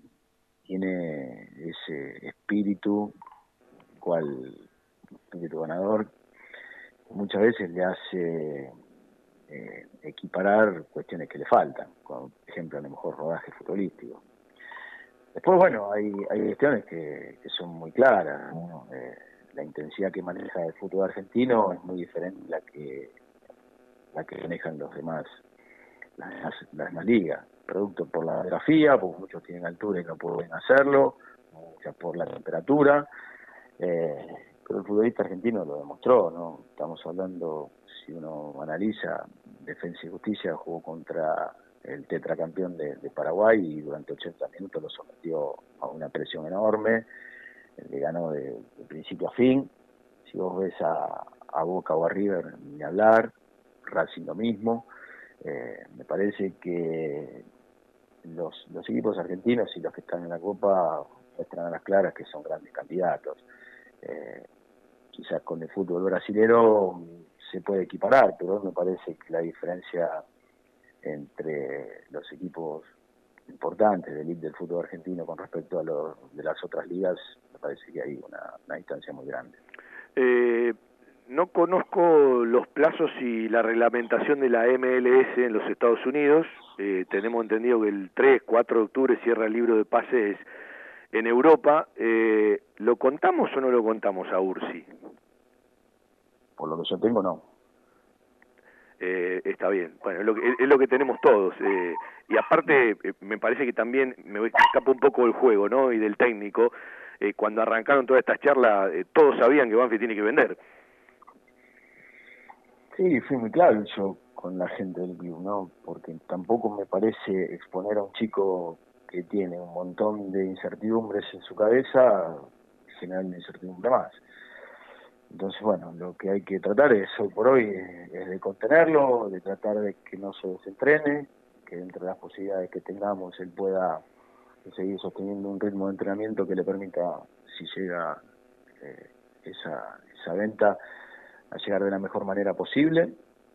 tiene ese espíritu, cual espíritu ganador, muchas veces le hace eh, equiparar cuestiones que le faltan, como por ejemplo a lo mejor rodaje futbolístico. Después, bueno, hay, hay cuestiones que, que son muy claras, ¿no? Eh, la intensidad que maneja el fútbol argentino es muy diferente a la que la que manejan los demás, las, las demás ligas, producto por la geografía, porque muchos tienen altura y no pueden hacerlo, o sea, por la temperatura, eh, pero el futbolista argentino lo demostró, ¿no? Estamos hablando, si uno analiza, Defensa y Justicia jugó contra el tetracampeón de, de Paraguay y durante ochenta minutos lo sometió a una presión enorme, le ganó de, de principio a fin. Si vos ves a, a Boca o a River, ni hablar, Racing lo mismo. Eh, me parece que los, los equipos argentinos y los que están en la Copa muestran a las claras que son grandes candidatos. Eh, quizás con el fútbol brasilero se puede equiparar, pero me parece que la diferencia entre los equipos importantes del elite del fútbol argentino con respecto a los de las otras ligas, me parece que hay una, una distancia muy grande. Eh, no conozco los plazos y la reglamentación de la M L S en los Estados Unidos. Eh, tenemos entendido que el tres, cuatro de octubre cierra el libro de pases en Europa. Eh, ¿Lo contamos o no lo contamos a Ursi? Por lo que yo tengo, no. Eh, está bien, bueno, es lo que, es lo que tenemos todos, eh, y aparte eh, me parece que también me escapa un poco del juego, ¿no? Y del técnico. Eh, cuando arrancaron todas estas charlas, eh, todos sabían que Banfield tiene que vender. Sí, fui muy claro yo con la gente del club, ¿no? Porque tampoco me parece exponer a un chico que tiene un montón de incertidumbres en su cabeza, generar una incertidumbre más. Entonces, bueno, lo que hay que tratar es, hoy por hoy, es de contenerlo, de tratar de que no se desentrene, que dentro de las posibilidades que tengamos él pueda seguir sosteniendo un ritmo de entrenamiento que le permita, si llega eh, esa, esa venta, a llegar de la mejor manera posible,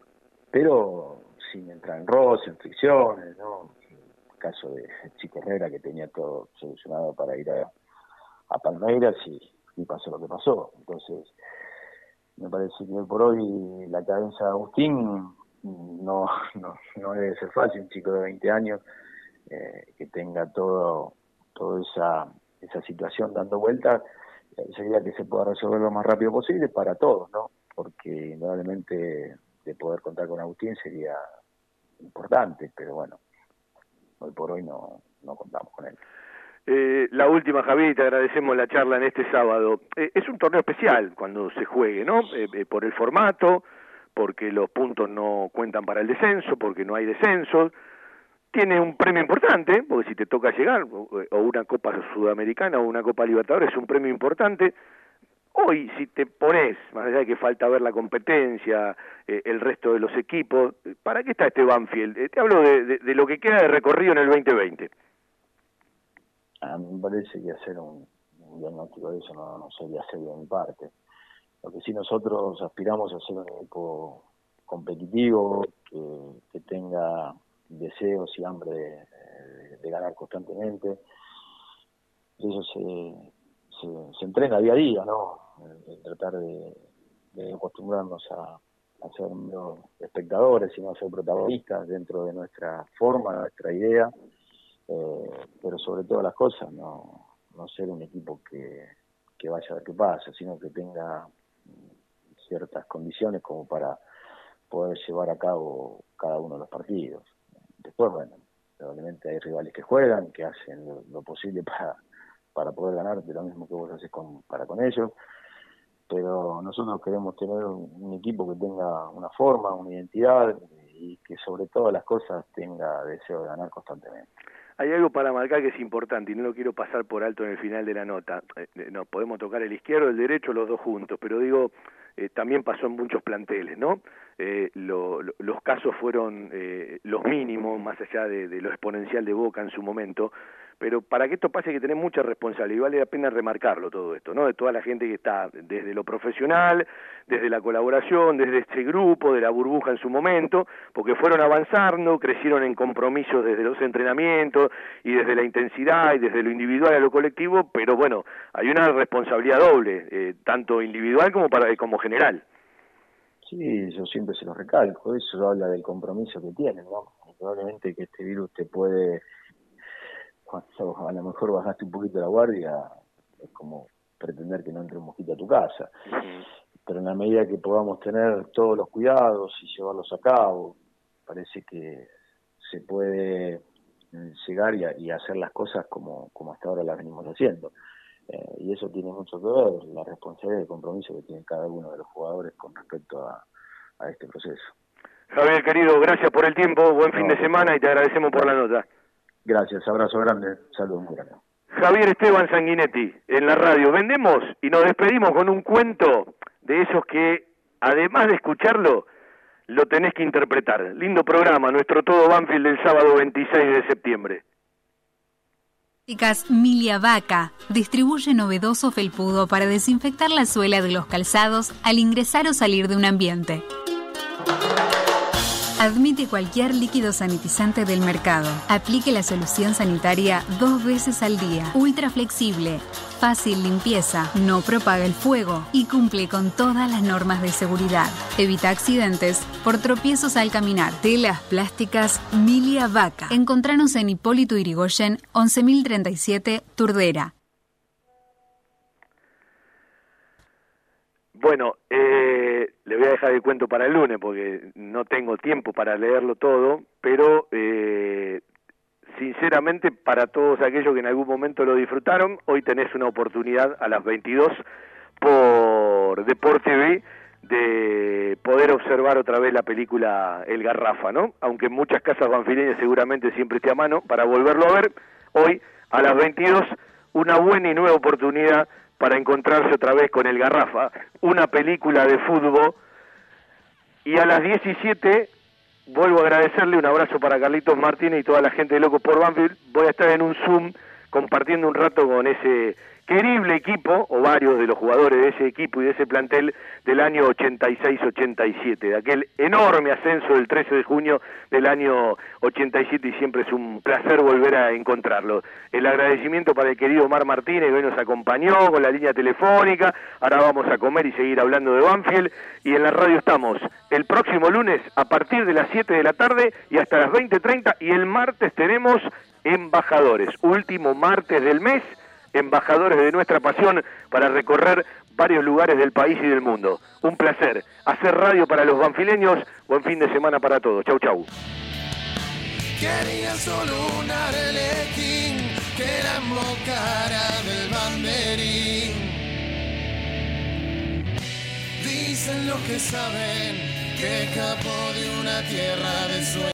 pero sin entrar en roces, en fricciones, ¿no? El caso de Chico Herrera, que tenía todo solucionado para ir a, a Palmeiras y, y pasó lo que pasó. Entonces, me parece que hoy por hoy la cabeza de Agustín no, no, no debe ser fácil, un chico de veinte años eh, que tenga todo toda esa, esa situación dando vueltas, eh, sería que se pueda resolver lo más rápido posible para todos, ¿no? Porque indudablemente de poder contar con Agustín sería importante, pero bueno, hoy por hoy no, no contamos con él. Eh, la última, Javier, te agradecemos la charla en este sábado. Eh, es un torneo especial cuando se juegue, ¿no? Eh, eh, por el formato, porque los puntos no cuentan para el descenso, porque no hay descensos. Tiene un premio importante, porque si te toca llegar, o, o una Copa Sudamericana o una Copa Libertadores, es un premio importante. Hoy, si te pones, más allá de que falta ver la competencia, eh, el resto de los equipos, ¿para qué está este Banfield? Eh, te hablo de, de, de lo que queda de recorrido en el veinte veinte. A mí me parece que hacer un, un diagnóstico de eso no, no sería serio de mi parte. Lo que sí nosotros aspiramos a ser un equipo competitivo, que, que tenga deseos y hambre de, de ganar constantemente. Eso se, se, se entrena día a día, ¿no? En, en tratar de, de acostumbrarnos a, a ser no espectadores, sino a ser protagonistas dentro de nuestra forma, nuestra idea. Eh, pero sobre todas las cosas, no, no ser un equipo que, que vaya a ver qué pasa, sino que tenga ciertas condiciones como para poder llevar a cabo cada uno de los partidos. Después, bueno, probablemente hay rivales que juegan, que hacen lo, lo posible para, para poder ganar, de lo mismo que vos haces con, para con ellos, pero nosotros queremos tener un, un equipo que tenga una forma, una identidad, y que sobre todas las cosas tenga deseo de ganar constantemente. Hay algo para marcar que es importante y no lo quiero pasar por alto en el final de la nota. Eh, no podemos tocar el izquierdo, el derecho, los dos juntos, pero digo, eh, también pasó en muchos planteles, ¿no? Eh, lo, lo, los casos fueron eh, los mínimos, más allá de, de lo exponencial de Boca en su momento, pero para que esto pase hay que tener mucha responsabilidad, y vale la pena remarcarlo todo esto, ¿no? De toda la gente que está desde lo profesional, desde la colaboración, desde este grupo, de la burbuja en su momento, porque fueron avanzando, crecieron en compromisos desde los entrenamientos y desde la intensidad y desde lo individual a lo colectivo, pero bueno, hay una responsabilidad doble, eh, tanto individual como para como general. Sí, yo siempre se lo recalco, eso habla del compromiso que tienen, ¿no? Y probablemente que este virus te puede, cuando a lo mejor bajaste un poquito la guardia, es como pretender que no entre un mosquito a tu casa. Uh-huh. Pero en la medida que podamos tener todos los cuidados y llevarlos a cabo, parece que se puede llegar y, a, y hacer las cosas como, como hasta ahora las venimos haciendo. Eh, y eso tiene mucho que ver, la responsabilidad y el compromiso que tiene cada uno de los jugadores con respecto a, a este proceso. Javier, querido, gracias por el tiempo, buen fin no, de semana y te agradecemos por la nota. Gracias, abrazo grande, saludos muy grandes. Javier Esteban Sanguinetti, en la radio. Vendemos y nos despedimos con un cuento de esos que, además de escucharlo, lo tenés que interpretar. Lindo programa, nuestro Todo Banfield del sábado veintiséis de septiembre. Milia Vaca distribuye novedoso felpudo para desinfectar la suela de los calzados al ingresar o salir de un ambiente. Admite cualquier líquido sanitizante del mercado. Aplique la solución sanitaria dos veces al día. Ultra flexible, fácil limpieza, no propaga el fuego y cumple con todas las normas de seguridad. Evita accidentes por tropiezos al caminar. Telas plásticas Milia Vaca. Encontranos en Hipólito Yrigoyen, once mil treinta y siete, Turdera. Bueno, eh, le voy a dejar el cuento para el lunes porque no tengo tiempo para leerlo todo, pero eh, sinceramente para todos aquellos que en algún momento lo disfrutaron, hoy tenés una oportunidad a las veintidós por Deporte T V de poder observar otra vez la película El Garrafa, ¿no? Aunque en muchas casas banfileñas seguramente siempre esté a mano para volverlo a ver, hoy a las veintidós una buena y nueva oportunidad para encontrarse otra vez con El Garrafa, una película de fútbol. Y a las diecisiete, vuelvo a agradecerle, un abrazo para Carlitos Martínez y toda la gente de Locos por Banfield. Voy a estar en un Zoom compartiendo un rato con ese querible equipo, o varios de los jugadores de ese equipo y de ese plantel del año ochenta y seis ochenta y siete, de aquel enorme ascenso del trece de junio del año ochenta y siete, y siempre es un placer volver a encontrarlo. El agradecimiento para el querido Omar Martínez, que hoy nos acompañó con la línea telefónica. Ahora vamos a comer y seguir hablando de Banfield, y en la radio estamos el próximo lunes a partir de las siete de la tarde y hasta las veinte treinta, y el martes tenemos Embajadores, último martes del mes, embajadores de nuestra pasión para recorrer varios lugares del país y del mundo. Un placer hacer radio para los banfileños. Buen fin de semana para todos. Chau, chau. Quería solo un Arlequín que la embocara del banderín. Dicen los que saben que escapó de una tierra de sueños.